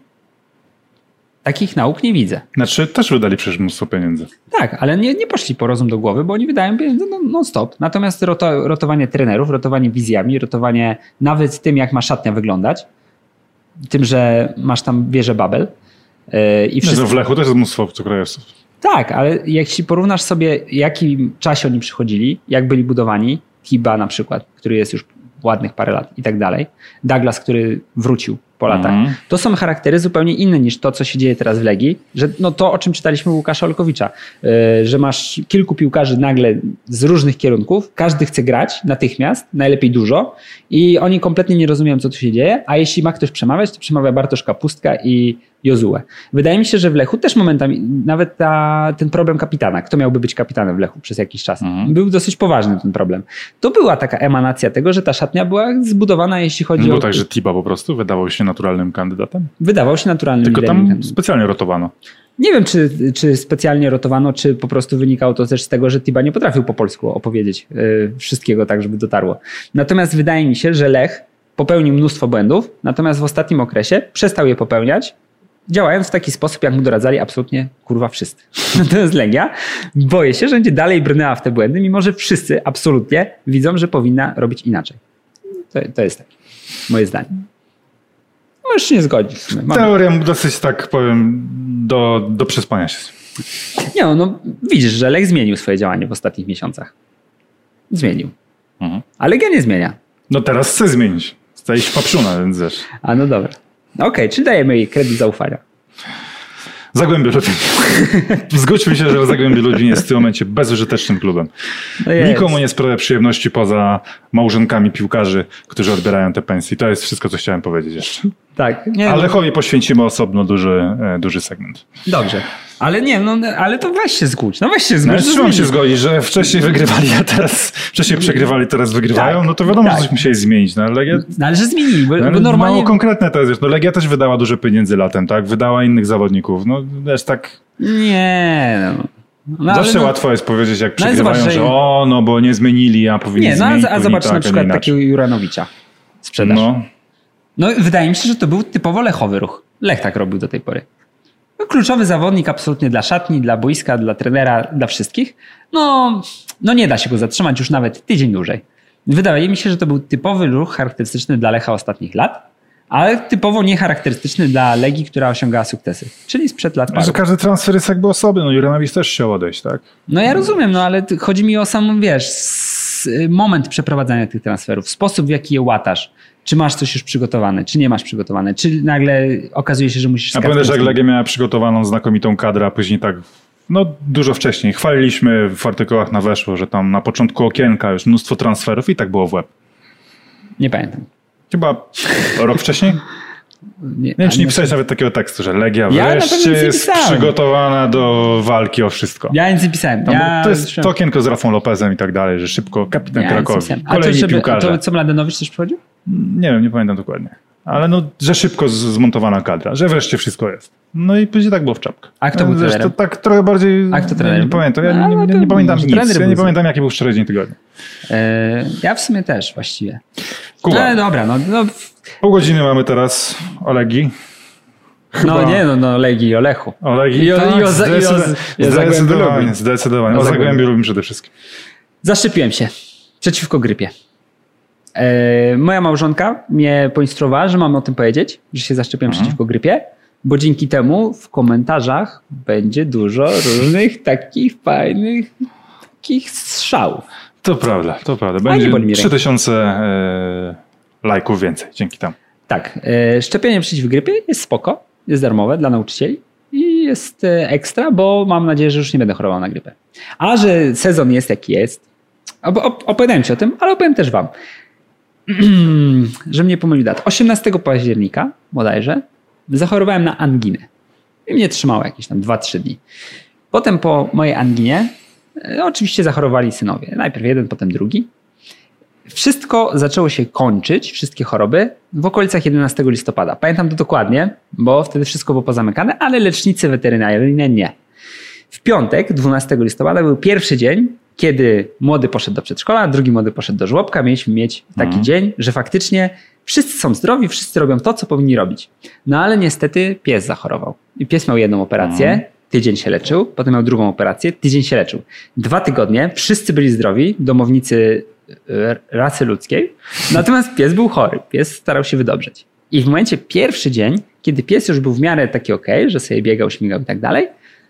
[SPEAKER 2] takich nauk nie widzę.
[SPEAKER 3] Znaczy też wydali przecież mnóstwo pieniędzy.
[SPEAKER 2] Tak, ale nie, nie poszli po rozum do głowy, bo oni wydają pieniądze no, non stop. Natomiast roto, rotowanie trenerów, rotowanie wizjami, rotowanie nawet tym, jak ma szatnia wyglądać, tym, że masz tam wieżę Babel yy, i
[SPEAKER 3] Wszyscy...
[SPEAKER 2] wszystko.
[SPEAKER 3] W Lechu też jest mnóstwo obcokrajowców.
[SPEAKER 2] Tak, ale jeśli porównasz sobie, w jakim czasie oni przychodzili, jak byli budowani, Tiba na przykład, który jest już ładnych parę lat i tak dalej, Douglas, który wrócił po latach,
[SPEAKER 3] Mhm.
[SPEAKER 2] to są charaktery zupełnie inne niż to, co się dzieje teraz w Legii, że no to, o czym czytaliśmy u Łukasza Olkowicza, yy, że masz kilku piłkarzy nagle z różnych kierunków, każdy chce grać natychmiast, najlepiej dużo i oni kompletnie nie rozumieją, co tu się dzieje, a jeśli ma ktoś przemawiać, to przemawia Bartosz Kapustka i Jozue. Wydaje mi się, że w Lechu też momentami, nawet ta, ten problem kapitana, kto miałby być kapitanem w Lechu przez jakiś czas,
[SPEAKER 3] Mhm.
[SPEAKER 2] był dosyć poważny ten problem. To była taka emanacja tego, że ta szatnia była zbudowana, jeśli chodzi
[SPEAKER 3] Było
[SPEAKER 2] o...
[SPEAKER 3] tak, że Tiba po prostu wydawał się naturalnym kandydatem?
[SPEAKER 2] Wydawał się naturalnym
[SPEAKER 3] Tylko
[SPEAKER 2] liderem.
[SPEAKER 3] tam specjalnie rotowano.
[SPEAKER 2] Nie wiem, czy, czy specjalnie rotowano, czy po prostu wynikało to też z tego, że Tiba nie potrafił po polsku opowiedzieć yy, wszystkiego tak, żeby dotarło. Natomiast wydaje mi się, że Lech popełnił mnóstwo błędów, natomiast w ostatnim okresie przestał je popełniać, działając w taki sposób, jak mu doradzali absolutnie kurwa wszyscy. Natomiast Legia, boję się, że będzie dalej brnęła w te błędy, mimo że wszyscy absolutnie widzą, że powinna robić inaczej. To, to jest takie moje zdanie. Możesz się nie zgodzić. w sumie. Mamy-
[SPEAKER 3] Teorią dosyć, tak powiem, do, do przespania się.
[SPEAKER 2] Nie, no, no widzisz, że Lech zmienił swoje działanie w ostatnich miesiącach. Zmienił.
[SPEAKER 3] Mhm.
[SPEAKER 2] A Legia nie zmienia.
[SPEAKER 3] No teraz chcę zmienić. Stajesz papszuna, więc wiesz.
[SPEAKER 2] A no dobra. Okej, czy dajemy jej kredyt zaufania?
[SPEAKER 3] Zagłębie Lubin. Zgódźmy się, że Zagłębie Lubin jest w tym momencie bezużytecznym klubem.
[SPEAKER 2] No jest.
[SPEAKER 3] Nikomu nie sprawia przyjemności poza małżonkami piłkarzy, którzy odbierają te pensje. To jest wszystko, co chciałem powiedzieć jeszcze.
[SPEAKER 2] Tak. Nie,
[SPEAKER 3] Ale
[SPEAKER 2] no,
[SPEAKER 3] Lechowi poświęcimy osobno duży, duży segment.
[SPEAKER 2] dobrze. Ale nie, no ale to weź się zgódź. No weź się zgódź.
[SPEAKER 3] No,
[SPEAKER 2] to
[SPEAKER 3] trzymam się
[SPEAKER 2] zmieni.
[SPEAKER 3] zgodzić, że wcześniej wygrywali, a teraz wcześniej przegrywali, teraz wygrywają.
[SPEAKER 2] Tak,
[SPEAKER 3] No to wiadomo,
[SPEAKER 2] tak.
[SPEAKER 3] że coś musieli zmienić. No, Legia,
[SPEAKER 2] No ale że zmienili, bo,
[SPEAKER 3] no,
[SPEAKER 2] bo normalnie...
[SPEAKER 3] mało konkretne to jest. Wiesz, no, Legia też wydała dużo pieniędzy latem, tak? Wydała innych zawodników. No wiesz, tak...
[SPEAKER 2] Nie, no. no
[SPEAKER 3] Zawsze
[SPEAKER 2] no,
[SPEAKER 3] łatwo jest powiedzieć, jak
[SPEAKER 2] No, ale
[SPEAKER 3] przegrywają,
[SPEAKER 2] zobacz,
[SPEAKER 3] że
[SPEAKER 2] że-
[SPEAKER 3] o, no bo nie zmienili, a powinni
[SPEAKER 2] Nie, no
[SPEAKER 3] zmienić.
[SPEAKER 2] a, a
[SPEAKER 3] powinni
[SPEAKER 2] zobacz
[SPEAKER 3] tak,
[SPEAKER 2] na
[SPEAKER 3] a
[SPEAKER 2] przykład
[SPEAKER 3] nie inaczej.
[SPEAKER 2] takiego Juranowicza. Sprzedaż. No.
[SPEAKER 3] No,
[SPEAKER 2] no wydaje mi się, że to był typowo Lechowy ruch. Lech tak robił do tej pory. No, kluczowy zawodnik absolutnie dla szatni, dla boiska, dla trenera, dla wszystkich. No, no nie da się go zatrzymać już nawet tydzień dłużej. Wydaje mi się, że to był typowy ruch charakterystyczny dla Lecha ostatnich lat, ale typowo niecharakterystyczny dla Legii, która osiągała sukcesy. Czyli sprzed lat paru.
[SPEAKER 3] że każdy transfer jest jakby osobny. No Juranowicz też chciał odejść, tak?
[SPEAKER 2] No ja rozumiem, no ale ty- chodzi mi o sam, wiesz, s- moment przeprowadzania tych transferów, sposób w jaki je łatasz. Czy masz coś już przygotowane, czy nie masz przygotowane, czy nagle okazuje się, że musisz...
[SPEAKER 3] A
[SPEAKER 2] z
[SPEAKER 3] pamiętasz, jak
[SPEAKER 2] każdym-
[SPEAKER 3] Legia miała przygotowaną znakomitą kadrę, a później tak, no dużo wcześniej. Chwaliliśmy w artykułach na Weszło, że tam na początku okienka już mnóstwo transferów i tak było w łeb.
[SPEAKER 2] Nie pamiętam.
[SPEAKER 3] Chyba rok wcześniej?
[SPEAKER 2] Nie,
[SPEAKER 3] Nie wiem, czy
[SPEAKER 2] ale
[SPEAKER 3] nie pisałeś nawet takiego tekstu, że Legia
[SPEAKER 2] Ja na pewno
[SPEAKER 3] wreszcie
[SPEAKER 2] nic nie
[SPEAKER 3] jest
[SPEAKER 2] pisałem.
[SPEAKER 3] przygotowana do walki o wszystko.
[SPEAKER 2] Ja nic nie pisałem.
[SPEAKER 3] No, bo
[SPEAKER 2] Ja
[SPEAKER 3] to jest
[SPEAKER 2] słyszałem-
[SPEAKER 3] to okienko z Rafą Lopezem i tak dalej, że szybko kapitan
[SPEAKER 2] ja nic nie
[SPEAKER 3] Krakowi.
[SPEAKER 2] pisałem. A to,
[SPEAKER 3] Kolejni
[SPEAKER 2] żeby,
[SPEAKER 3] piłkarze.
[SPEAKER 2] to co Mladenowicz też przychodził?
[SPEAKER 3] Nie wiem, nie pamiętam dokładnie. Ale no, że szybko z- zmontowana kadra, że wreszcie wszystko jest. No i później tak było w czapkę.
[SPEAKER 2] A kto był
[SPEAKER 3] Zresztą
[SPEAKER 2] trenerem?
[SPEAKER 3] tak trochę bardziej...
[SPEAKER 2] A kto trenerem
[SPEAKER 3] Nie
[SPEAKER 2] był?
[SPEAKER 3] pamiętam, ja
[SPEAKER 2] No,
[SPEAKER 3] nie,
[SPEAKER 2] ale
[SPEAKER 3] nie,
[SPEAKER 2] to
[SPEAKER 3] nie pamiętam
[SPEAKER 2] może
[SPEAKER 3] nic.
[SPEAKER 2] trener
[SPEAKER 3] Ja nie
[SPEAKER 2] był.
[SPEAKER 3] pamiętam, jaki był wczoraj dzień tygodnia.
[SPEAKER 2] E, ja w sumie też właściwie.
[SPEAKER 3] Kuba,
[SPEAKER 2] No ale dobra, no, no,
[SPEAKER 3] pół godziny mamy teraz o Legii.
[SPEAKER 2] no nie no, no Legii i o Lechu.
[SPEAKER 3] O Legii,
[SPEAKER 2] I o-
[SPEAKER 3] tak,
[SPEAKER 2] i o za- i o-
[SPEAKER 3] zdecyd-
[SPEAKER 2] i o Zagłębiu
[SPEAKER 3] zdecydowanie,
[SPEAKER 2] Lubin.
[SPEAKER 3] zdecydowanie.
[SPEAKER 2] O
[SPEAKER 3] O
[SPEAKER 2] Zagłębiu.
[SPEAKER 3] Zagłębiu Lubin przede wszystkim.
[SPEAKER 2] Zaszczepiłem się przeciwko grypie. E, moja małżonka mnie poinstruowała, że mam o tym powiedzieć, że się zaszczepiłem
[SPEAKER 3] Mhm.
[SPEAKER 2] przeciwko grypie, bo dzięki temu w komentarzach będzie dużo różnych takich fajnych takich strzałów.
[SPEAKER 3] To prawda, to prawda.
[SPEAKER 2] A nie boli mi
[SPEAKER 3] Będzie
[SPEAKER 2] ręka.
[SPEAKER 3] trzy tysiące e, lajków więcej dzięki temu.
[SPEAKER 2] Tak, e, szczepienie przeciw grypie jest spoko, jest darmowe dla nauczycieli i jest e, ekstra, bo mam nadzieję, że już nie będę chorował na grypę. A że sezon jest jaki jest, op- op- opowiadałem ci o tym, ale opowiem też wam, że mnie pomylił dat. osiemnastego października bodajże zachorowałem na anginę i mnie trzymało jakieś tam dwa trzy dni. Potem po mojej anginie e, oczywiście zachorowali synowie. Najpierw jeden, potem drugi. Wszystko zaczęło się kończyć, wszystkie choroby, w okolicach jedenastego listopada. Pamiętam to dokładnie, bo wtedy wszystko było pozamykane, ale lecznicy weterynaryjne nie. W piątek, dwunastego listopada, był pierwszy dzień, kiedy młody poszedł do przedszkola, a drugi młody poszedł do żłobka. Mieliśmy mieć taki
[SPEAKER 3] Mhm.
[SPEAKER 2] dzień, że faktycznie wszyscy są zdrowi, wszyscy robią to, co powinni robić. No ale niestety pies zachorował. I pies miał jedną operację,
[SPEAKER 3] Mhm.
[SPEAKER 2] tydzień się leczył, potem miał drugą operację, tydzień się leczył. Dwa tygodnie, wszyscy byli zdrowi, domownicy e, rasy ludzkiej, natomiast pies był chory, pies starał się wydobrzeć. I w momencie pierwszy dzień, kiedy pies już był w miarę taki okej, że sobie biegał, śmigał i tak dalej,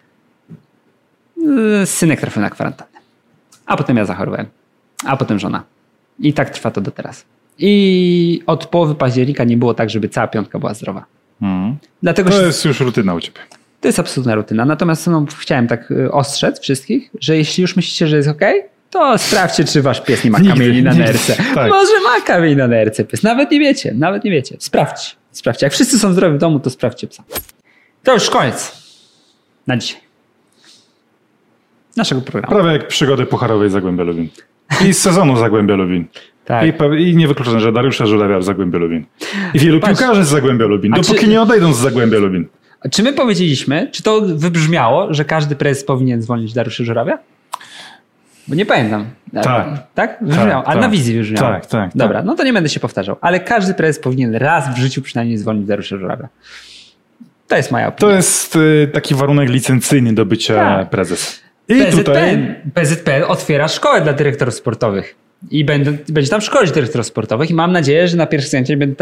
[SPEAKER 2] e, synek trafił na kwarantannę. A potem ja zachorowałem. A potem żona. I tak trwa to do teraz. I od połowy października nie było tak, żeby cała piątka była zdrowa.
[SPEAKER 3] Mhm.
[SPEAKER 2] Dlatego
[SPEAKER 3] To
[SPEAKER 2] się,
[SPEAKER 3] jest już rutyna u ciebie.
[SPEAKER 2] to jest absolutna rutyna. Natomiast no, chciałem tak y, ostrzec wszystkich, że jeśli już myślicie, że jest okej, to sprawdźcie, czy wasz pies nie ma
[SPEAKER 3] Nigdy,
[SPEAKER 2] kamieni na
[SPEAKER 3] nigdy.
[SPEAKER 2] nerce.
[SPEAKER 3] Tak.
[SPEAKER 2] Może ma kamień na nerce pies. Nawet nie wiecie. Nawet nie wiecie. Sprawdźcie. Sprawdźcie. Jak wszyscy są zdrowi w domu, to sprawdźcie psa. To już koniec. Na dzisiaj. Naszego programu.
[SPEAKER 3] Prawie jak przygody pucharowej Zagłębia Lubin. I z sezonu Zagłębia Lubin.
[SPEAKER 2] Tak.
[SPEAKER 3] I, pe- I niewykluczone, że Dariusza Żurawia w Zagłębia Lubin. I wielu
[SPEAKER 2] Patrz.
[SPEAKER 3] piłkarzy z Zagłębia Lubin.
[SPEAKER 2] A
[SPEAKER 3] Dopóki
[SPEAKER 2] czy-
[SPEAKER 3] nie odejdą z Zagłębia Lubin.
[SPEAKER 2] A czy my powiedzieliśmy, czy to wybrzmiało, że każdy prezes powinien zwolnić Dariusza Żurawia? Bo nie pamiętam.
[SPEAKER 3] Tak.
[SPEAKER 2] Tak? Wybrzmiało.
[SPEAKER 3] Tak,
[SPEAKER 2] Ale
[SPEAKER 3] tak.
[SPEAKER 2] na wizji wybrzmiało.
[SPEAKER 3] Tak, tak,
[SPEAKER 2] Dobra,
[SPEAKER 3] tak.
[SPEAKER 2] no to nie będę się powtarzał. Ale każdy prezes powinien raz w życiu przynajmniej zwolnić Dariusza Żurawia. To jest moja
[SPEAKER 3] To
[SPEAKER 2] opinia.
[SPEAKER 3] jest y, taki warunek licencyjny do bycia
[SPEAKER 2] Tak.
[SPEAKER 3] prezesem. I
[SPEAKER 2] P Z P,
[SPEAKER 3] tutaj...
[SPEAKER 2] P Z P otwiera szkołę dla dyrektorów sportowych. I będę, będzie tam szkolić dyrektorów sportowych i mam nadzieję, że na pierwszym zajęciu będę tam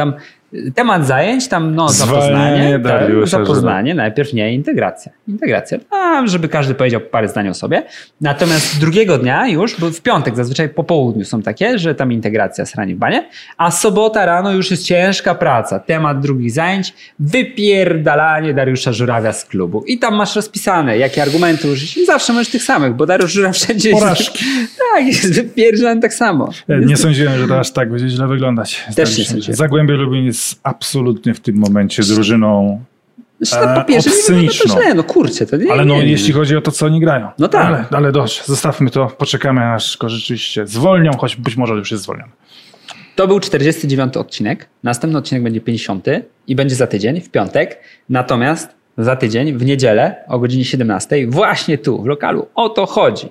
[SPEAKER 2] temat zajęć, tam no zapoznanie, tak, zapoznanie, najpierw nie, integracja. Integracja, a, żeby każdy powiedział parę zdań o sobie. Natomiast drugiego dnia już, bo w piątek zazwyczaj po południu są takie, że tam integracja sranie w banie, a sobota rano już jest ciężka praca. Temat drugich zajęć, wypierdalanie Dariusza Żurawia z klubu. I tam masz rozpisane, jakie argumenty użyć. I zawsze masz tych samych, bo Dariusz Żuraw wszędzie
[SPEAKER 3] Porażki.
[SPEAKER 2] jest, tak, jest wypierdzany tak samo.
[SPEAKER 3] Nie jest... sądziłem, że to aż tak będzie źle wyglądać.
[SPEAKER 2] Też nie sądziłem.
[SPEAKER 3] Zagłębie Lubin jest absolutnie w tym momencie drużyną
[SPEAKER 2] Zresztą na papierze nie to źle, no kurczę. To nie,
[SPEAKER 3] ale no
[SPEAKER 2] nie, nie.
[SPEAKER 3] jeśli chodzi o to, co oni grają.
[SPEAKER 2] No tak.
[SPEAKER 3] Ale, ale dobrze, zostawmy to, poczekamy aż go rzeczywiście zwolnią, choć być może już jest zwolniony.
[SPEAKER 2] To był czterdziesty dziewiąty odcinek. Następny odcinek będzie pięćdziesiąty i będzie za tydzień, w piątek. Natomiast za tydzień, w niedzielę o godzinie siedemnastej, właśnie tu, w lokalu, o to chodzi.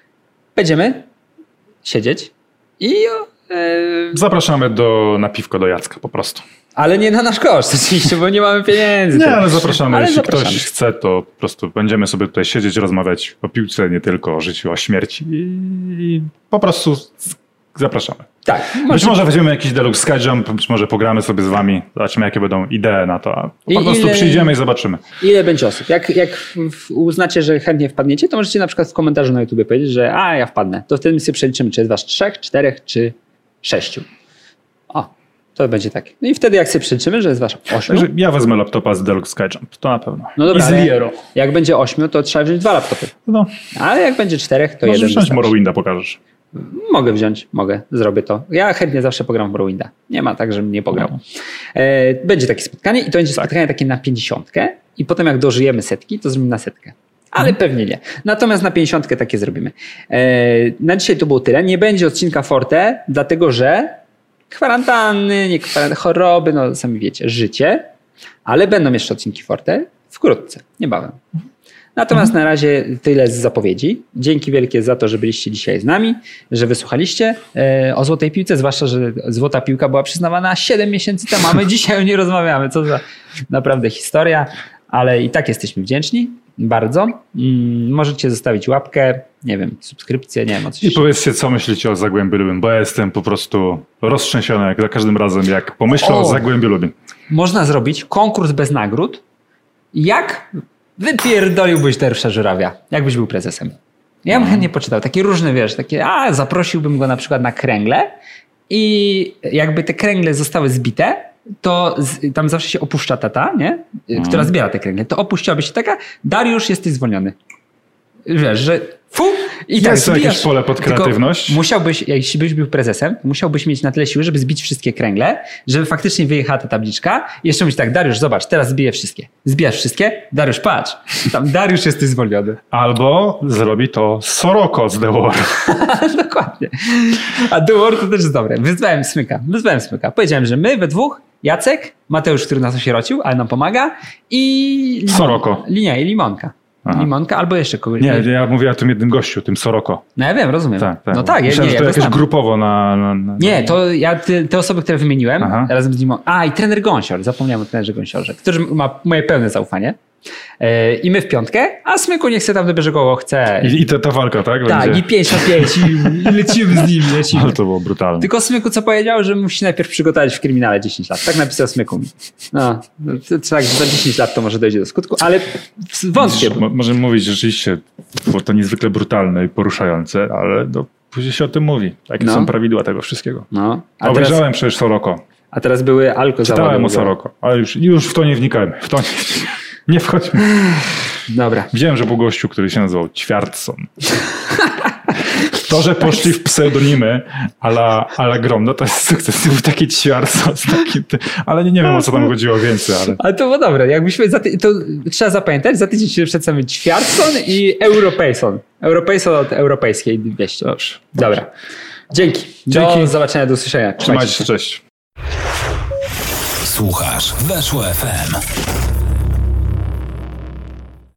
[SPEAKER 2] Będziemy siedzieć i... Yy...
[SPEAKER 3] Zapraszamy do, na piwko do Jacka po prostu.
[SPEAKER 2] Ale nie na nasz koszt oczywiście, bo nie mamy pieniędzy.
[SPEAKER 3] Nie, ale zapraszamy.
[SPEAKER 2] Ale
[SPEAKER 3] Jeśli
[SPEAKER 2] zapraszamy.
[SPEAKER 3] ktoś chce, to po prostu będziemy sobie tutaj siedzieć, rozmawiać o piłce, nie tylko o życiu, o śmierci. I po prostu zapraszamy.
[SPEAKER 2] Tak.
[SPEAKER 3] Być
[SPEAKER 2] Może...
[SPEAKER 3] może weźmiemy jakiś Deluxe Skyjump, być może pogramy sobie z wami, zobaczymy jakie będą idee na to. A po
[SPEAKER 2] I
[SPEAKER 3] prostu
[SPEAKER 2] ile...
[SPEAKER 3] przyjdziemy i zobaczymy.
[SPEAKER 2] Ile będzie osób? Jak, jak uznacie, że chętnie wpadniecie, to możecie na przykład w komentarzu na YouTube powiedzieć, że a, ja wpadnę. To wtedy my sobie przeliczymy, czy jest was trzech, czterech, czy sześciu. O, to będzie tak. No i wtedy jak sobie przeliczymy, że jest was ośmiu.
[SPEAKER 3] Także ja wezmę laptopa z Deluxe Skyjump, to na pewno.
[SPEAKER 2] No dobra,
[SPEAKER 3] i z
[SPEAKER 2] ale
[SPEAKER 3] Liero.
[SPEAKER 2] Jak będzie ośmiu, to trzeba wziąć dwa laptopy.
[SPEAKER 3] No.
[SPEAKER 2] Ale jak będzie czterech, to
[SPEAKER 3] Możesz
[SPEAKER 2] jeden
[SPEAKER 3] wziąć
[SPEAKER 2] wystarczy.
[SPEAKER 3] Morrowinda, pokażesz.
[SPEAKER 2] Mogę wziąć, mogę, zrobię to. Ja chętnie zawsze pogram w Morrowinda. Nie ma tak, żebym nie pograł.
[SPEAKER 3] No.
[SPEAKER 2] E, będzie takie spotkanie i to będzie
[SPEAKER 3] tak.
[SPEAKER 2] spotkanie takie na pięćdziesiątkę i potem jak dożyjemy setki, to zrobimy na setkę. Ale hmm. pewnie nie. Natomiast na pięćdziesiątkę takie zrobimy. E, na dzisiaj to było tyle. Nie będzie odcinka Forte, dlatego że kwarantanny, nie kwarantanny, choroby, no sami wiecie, życie. Ale będą jeszcze odcinki Forte wkrótce, niebawem. Natomiast na razie tyle z zapowiedzi. Dzięki wielkie za to, że byliście dzisiaj z nami, że wysłuchaliście e, o Złotej Piłce, zwłaszcza, że Złota Piłka była przyznawana siedem miesięcy temu, a my dzisiaj o niej rozmawiamy. Co za naprawdę historia, ale i tak jesteśmy wdzięczni bardzo. Mm, możecie zostawić łapkę, nie wiem, subskrypcję, nie wiem o coś.
[SPEAKER 3] I powiedzcie, co myślicie o Zagłębiu Lubin, bo ja jestem po prostu roztrzęsiony jak za każdym razem, jak pomyślę o, o Zagłębiu Lubin.
[SPEAKER 2] Można zrobić konkurs bez nagród. Jak wypierdoliłbyś Dariusza Żurawia, jakbyś był prezesem? Ja bym chętnie poczytał. Takie różne, wiesz, takie, a zaprosiłbym go na przykład na kręgle i jakby te kręgle zostały zbite, to z, tam zawsze się opuszcza tata, nie? Która hmm. zbiera te kręgle. To opuściłaby się taka, Dariusz, jesteś zwolniony. Wiesz, że fu i tak
[SPEAKER 3] jest
[SPEAKER 2] zbijasz.
[SPEAKER 3] jakieś pole pod kreatywność.
[SPEAKER 2] Tylko musiałbyś, jeśli byś był prezesem, musiałbyś mieć na tyle siły, żeby zbić wszystkie kręgle, żeby faktycznie wyjechała ta tabliczka i jeszcze mówić tak, Dariusz, zobacz, teraz zbiję wszystkie. Zbijasz wszystkie? Dariusz, patrz. Tam Dariusz, jesteś zwolniony.
[SPEAKER 3] Albo zrobi to Soroko z The War.
[SPEAKER 2] Dokładnie. A The War to też jest dobre. Wyzwałem Smyka. Wyzwałem Smyka. Powiedziałem, że my we dwóch, Jacek, Mateusz, który nas osierocił, ale nam pomaga i... Limon,
[SPEAKER 3] Soroko.
[SPEAKER 2] Linia i Limonka. Aha. Limonka albo jeszcze kogoś.
[SPEAKER 3] Nie, ja mówię o tym jednym gościu, tym Soroko.
[SPEAKER 2] No ja wiem, rozumiem.
[SPEAKER 3] Tak, tak.
[SPEAKER 2] No tak, ja,
[SPEAKER 3] Myślałem,
[SPEAKER 2] nie,
[SPEAKER 3] że to
[SPEAKER 2] ja
[SPEAKER 3] jakieś
[SPEAKER 2] znam.
[SPEAKER 3] grupowo na, na, na...
[SPEAKER 2] Nie, to ja te, te osoby, które wymieniłem
[SPEAKER 3] Aha.
[SPEAKER 2] razem z Limon. A i trener Gąsior, zapomniałem o trenerze Gąsiorze, który ma moje pełne zaufanie. Yy, I my w piątkę, a Smyku niech sobie tam dobierze kogo chce.
[SPEAKER 3] I, i ta, ta walka, tak?
[SPEAKER 2] Tak,
[SPEAKER 3] Będzie...
[SPEAKER 2] i pięć na pięć i, i lecimy z nim, lecimy.
[SPEAKER 3] Ale to było brutalne.
[SPEAKER 2] Tylko Smyku co powiedział, że musi najpierw przygotować w kryminale dziesięć lat. Tak napisał Smyku mi. No, tak, za dziesięć lat to może dojdzie do skutku, ale wątpię.
[SPEAKER 3] Mo- możemy mówić rzeczywiście, było to niezwykle brutalne i poruszające, ale do, później się o tym mówi. Jakie
[SPEAKER 2] no.
[SPEAKER 3] są prawidła tego wszystkiego.
[SPEAKER 2] No. A
[SPEAKER 3] Obejrzałem
[SPEAKER 2] teraz,
[SPEAKER 3] przecież Soroko.
[SPEAKER 2] a teraz były alko
[SPEAKER 3] Czytałem
[SPEAKER 2] zawodowe.
[SPEAKER 3] o Soroko, ale już, już w to nie wnikajmy. W to nie, nie wchodźmy.
[SPEAKER 2] Dobra.
[SPEAKER 3] Widziałem, że był gościu, który się nazywał Ćwiartson. To, że poszli w pseudonimy ala, ala Grom, no to jest sukces. To był taki Ćwiartson. Taki, ale nie, nie wiem, o co tam chodziło więcej. Ale,
[SPEAKER 2] ale to było dobre. Jakbyśmy za ty- to trzeba zapamiętać. Za tydzień się przedstawimy Ćwiartson i Europejson. Europejson od europejskiej dwieście.
[SPEAKER 3] Dobrze.
[SPEAKER 2] Dobra. Dzięki.
[SPEAKER 3] Dzięki.
[SPEAKER 2] Do zobaczenia, do usłyszenia.
[SPEAKER 3] Trzymajcie się, cześć.
[SPEAKER 1] Słuchasz Weszło F M.